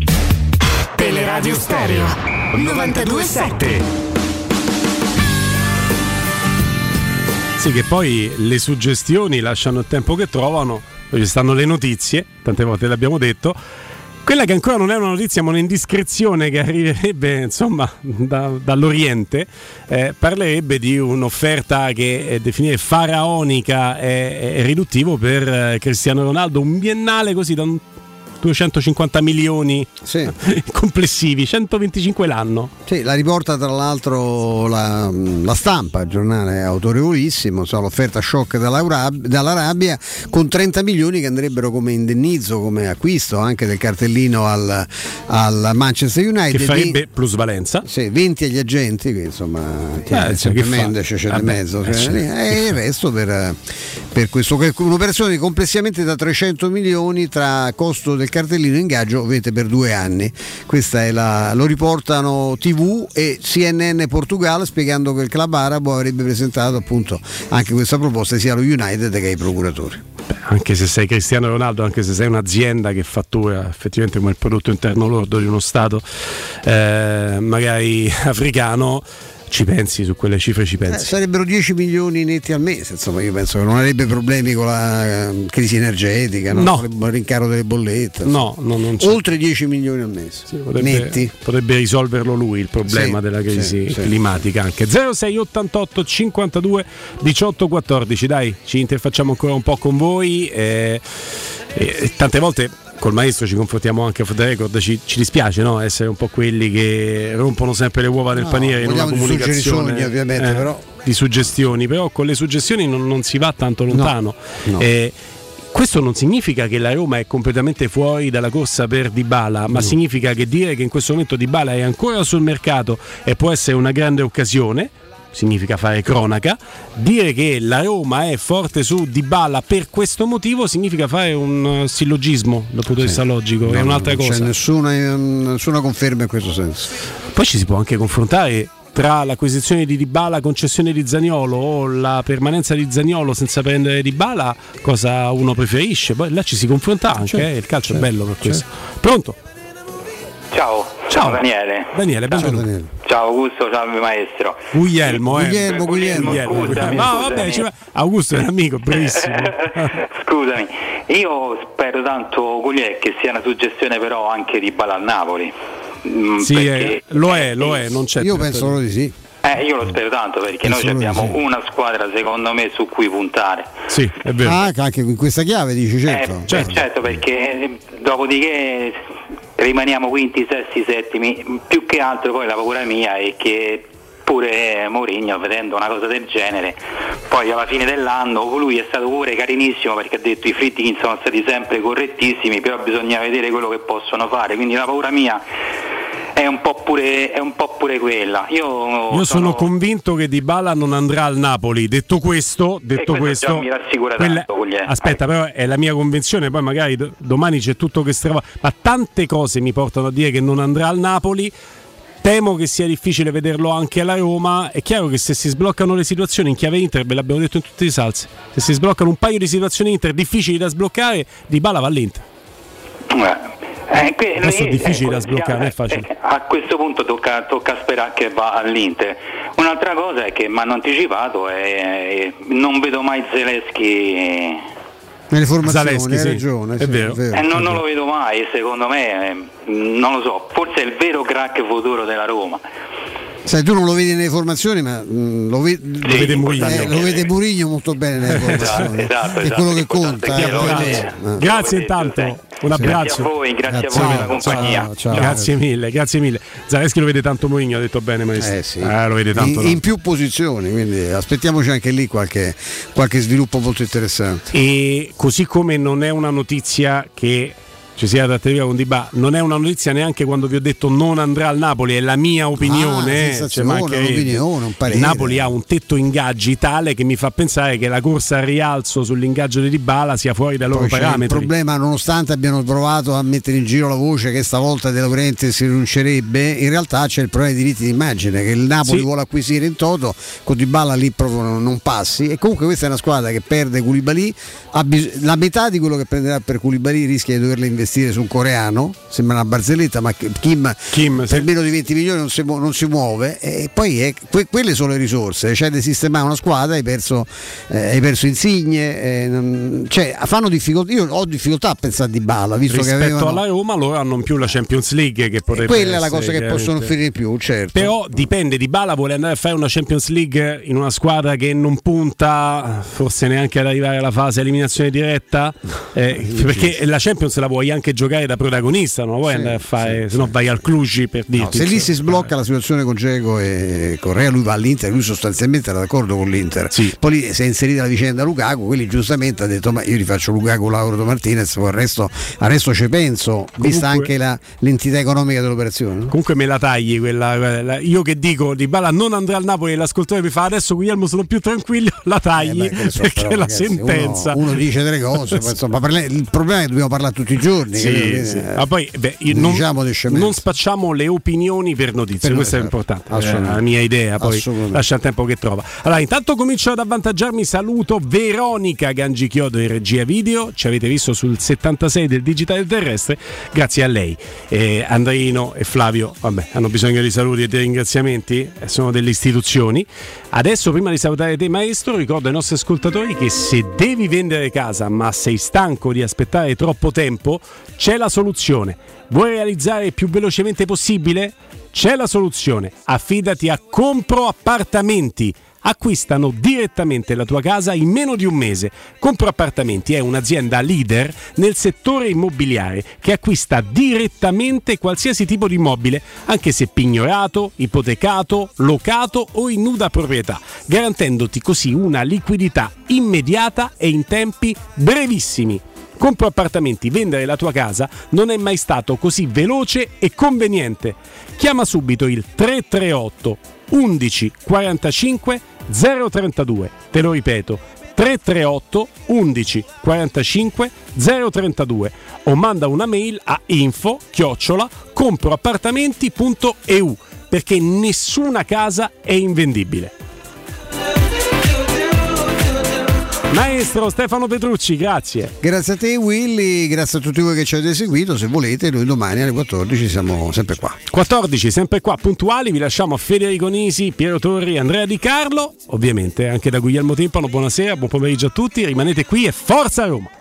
Teleradio Stereo novantadue sette. Sì, che poi le suggestioni lasciano il tempo che trovano, poi ci stanno le notizie, tante volte l'abbiamo detto, Quella che ancora non è una notizia ma un'indiscrezione che arriverebbe insomma da, dall'Oriente, eh, parlerebbe di un'offerta che è definita faraonica e, e riduttivo per eh, Cristiano Ronaldo, un biennale così da un duecentocinquanta milioni sì. complessivi, centoventicinque l'anno. Sì, la riporta tra l'altro la, la Stampa, il giornale autorevolissimo, insomma, l'offerta shock dall'Arabia con trenta milioni che andrebbero come indennizzo, come acquisto anche del cartellino al, al Manchester United. Che farebbe plusvalenza. Sì, venti agli agenti, che insomma eh, sempre Mendes c'è di mezzo, eh, cioè, eh, e il resto per, per questo, un'operazione complessivamente da trecento milioni tra costo del cartellino ingaggio ovviamente per due anni. Questa è la, lo riportano tivù e C N N Portugal, spiegando che il club arabo avrebbe presentato appunto anche questa proposta sia allo United che ai procuratori. Beh, anche se sei Cristiano Ronaldo, anche se sei un'azienda che fattura effettivamente come il prodotto interno lordo di uno stato eh, magari africano, ci pensi, su quelle cifre ci pensi? Eh, sarebbero dieci milioni netti al mese, insomma io penso che non avrebbe problemi con la eh, crisi energetica, no? No. Il rincaro delle bollette, no, no, non c'è. Oltre dieci milioni al mese, sì, potrebbe, netti. Potrebbe risolverlo lui il problema sì, della crisi sì, climatica sì. Anche zero sei ottantotto cinquantadue diciotto quattordici, dai, ci interfacciamo ancora un po' con voi e, e tante volte col maestro ci confrontiamo anche off the record, ci, ci dispiace, no? Essere un po' quelli che rompono sempre le uova nel no, paniere in una comunicazione sogni, ovviamente, eh, però. di suggestioni, però con le suggestioni non, non si va tanto lontano. No, no. Eh, questo non significa che la Roma è completamente fuori dalla corsa per Dybala, ma mm. significa che dire che in questo momento Dybala è ancora sul mercato e può essere una grande occasione significa fare cronaca. Dire che la Roma è forte su Dybala per questo motivo significa fare un sillogismo dal punto di vista sì. logico, no, è un'altra non cosa. C'è nessuna, nessuna conferma in questo senso. Poi ci si può anche confrontare tra l'acquisizione di Dybala, concessione di Zaniolo o la permanenza di Zaniolo senza prendere Dybala, cosa uno preferisce. Poi là ci si confronta anche, certo, eh, il calcio certo, è bello per questo. Certo. Pronto? Ciao, ciao Daniele. Daniele, benvenuto. Ciao, Daniele. Ciao Augusto, ciao maestro. Guglielmo, eh. Guglielmo, Guglielmo. Guglielmo, scusami, no, scusami. vabbè, cioè, Augusto è un amico, bravissimo. Scusami, io spero tanto Guglielmo che sia una suggestione però anche di Dybala al Napoli. Sì, perché, eh, lo è, lo è, non c'è. Io penso solo di sì. Eh, io lo spero tanto perché noi abbiamo sì. una squadra secondo me su cui puntare. Sì, è vero. Ah, anche in questa chiave dici, certo. Eh, certo. certo, perché dopodiché rimaniamo quinti, sesti, settimi, più che altro poi la paura mia è che pure Mourinho, vedendo una cosa del genere, poi alla fine dell'anno lui è stato pure carinissimo perché ha detto i Friedkin sono stati sempre correttissimi, però bisogna vedere quello che possono fare, quindi la paura mia è un po' pure, è un po' pure quella. Io, Io sono, sono convinto che Dybala non andrà al Napoli. Detto questo, detto questo, questo già mi rassicura quella, tanto, aspetta, però è la mia convinzione. Poi magari do, domani c'è tutto che strava, ma tante cose mi portano a dire che non andrà al Napoli. Temo che sia difficile vederlo anche alla Roma. È chiaro che se si sbloccano le situazioni in chiave Inter, ve l'abbiamo detto in tutte le salse, se si sbloccano un paio di situazioni Inter difficili da sbloccare, Dybala va all'Inter. Eh. Eh, que- questo è difficile eh, da sbloccare, non è facile. Eh, a questo punto tocca, tocca sperare che va all'Inter. Un'altra cosa è che mi hanno anticipato e non vedo mai Zelensky nelle formazioni, Zaleschi, hai sì. ragione, è sì, vero. È vero, eh, non, è non vero. lo vedo mai, secondo me, non lo so, forse è il vero crack futuro della Roma. Sai, tu non lo vedi nelle formazioni, ma mh, lo, ve- sì, lo vede Mourinho, eh, lo vede Mourinho molto bene nelle formazioni. Esatto, esatto, è quello che esatto, conta. Eh, grazie, eh. grazie intanto, un abbraccio. Grazie a voi, grazie, grazie a voi ciao, per la compagnia. Ciao, ciao. Grazie mille, grazie mille. Zaleschi lo vede tanto Mourinho, ha detto bene maestro. Eh, sì. eh, lo vede tanto. In, in più posizioni, quindi aspettiamoci anche lì qualche, qualche sviluppo molto interessante. E così come non è una notizia che ci sia trattativa con Dybala, non è una notizia neanche quando vi ho detto non andrà al Napoli, è la mia opinione, ah, cioè, un'opinione, un parere. Il Napoli ha un tetto ingaggi tale che mi fa pensare che la corsa al rialzo sull'ingaggio di Dybala sia fuori dai loro Poi parametri. Il problema, nonostante abbiano provato a mettere in giro la voce che stavolta De Laurentiis si rinuncerebbe, in realtà c'è il problema dei diritti d'immagine che il Napoli sì. vuole acquisire in toto, con Dybala lì proprio non passi, e comunque questa è una squadra che perde Koulibaly, la metà di quello che prenderà per Koulibaly rischia di doverla investire investire su un coreano, sembra una barzelletta, ma Kim, Kim per sì. meno di venti milioni non si, non si muove, e poi è, que, quelle sono le risorse, c'è da sistemare una squadra, hai perso, eh, hai perso Insigne, eh, non, cioè fanno difficoltà, io ho difficoltà a pensare a Dybala, visto rispetto che avevano, alla Roma loro hanno più la Champions League che potrebbe quella essere, è la cosa che possono offrire in più, certo. Però dipende, Dybala vuole andare a fare una Champions League in una squadra che non punta forse neanche ad arrivare alla fase eliminazione diretta, eh, perché la Champions la vuoi anche giocare da protagonista, non la vuoi sì, andare a fare, sì, se no sì. vai al Cluj per dirti. No, se lì si sblocca eh. la situazione con Dzeko e Correa, lui va all'Inter, lui sostanzialmente era d'accordo con l'Inter, sì. poi lì si è inserita la vicenda Lukaku, quelli giustamente ha detto ma io rifaccio Lukaku, Lauro Martinez, poi al resto, al resto ci penso, comunque, vista anche la, l'entità economica dell'operazione, no? Comunque me la tagli quella, quella, io che dico Dybala non andrà al Napoli e l'ascoltatore mi fa adesso Guglielmo sono più tranquillo, la tagli eh beh, so, perché però, la ragazzi, sentenza uno, uno dice delle cose poi, insomma, il problema è che dobbiamo parlare tutti i giorni, sì, che, sì. Eh, ma poi beh, non, diciamo non spacciamo le opinioni per notizie, per questo è importante, è la mia idea, poi lascia il tempo che trova. Allora intanto comincio ad avvantaggiarmi, saluto Veronica Gangichiodo in regia video, ci avete visto sul settantasei del Digitale Terrestre, grazie a lei. eh, Andreino e Flavio vabbè, hanno bisogno di saluti e di ringraziamenti, eh, sono delle istituzioni. Adesso prima di salutare te maestro ricordo ai nostri ascoltatori che se devi vendere casa ma sei stanco di aspettare troppo tempo, c'è la soluzione. Vuoi realizzare il più velocemente possibile? C'è la soluzione. Affidati a Compro Appartamenti. Acquistano direttamente la tua casa in meno di un mese. Compro Appartamenti è un'azienda leader nel settore immobiliare che acquista direttamente qualsiasi tipo di immobile, anche se pignorato, ipotecato, locato o in nuda proprietà, garantendoti così una liquidità immediata e in tempi brevissimi. Compro Appartamenti, vendere la tua casa non è mai stato così veloce e conveniente. Chiama subito il tre tre otto undici quarantacinque zero trentadue, te lo ripeto tre tre otto undici quarantacinque zero trentadue o manda una mail a info chiocciola comproappartamenti punto e u perché nessuna casa è invendibile. Maestro Stefano Petrucci, grazie. Grazie a te Willy, grazie a tutti voi che ci avete seguito. Se volete noi domani alle quattordici siamo sempre qua. quattordici sempre qua, puntuali. Vi lasciamo a Federico Nisi, Piero Torri, Andrea Di Carlo, ovviamente anche da Guglielmo Timpano. Buonasera, buon pomeriggio a tutti. Rimanete qui e forza Roma.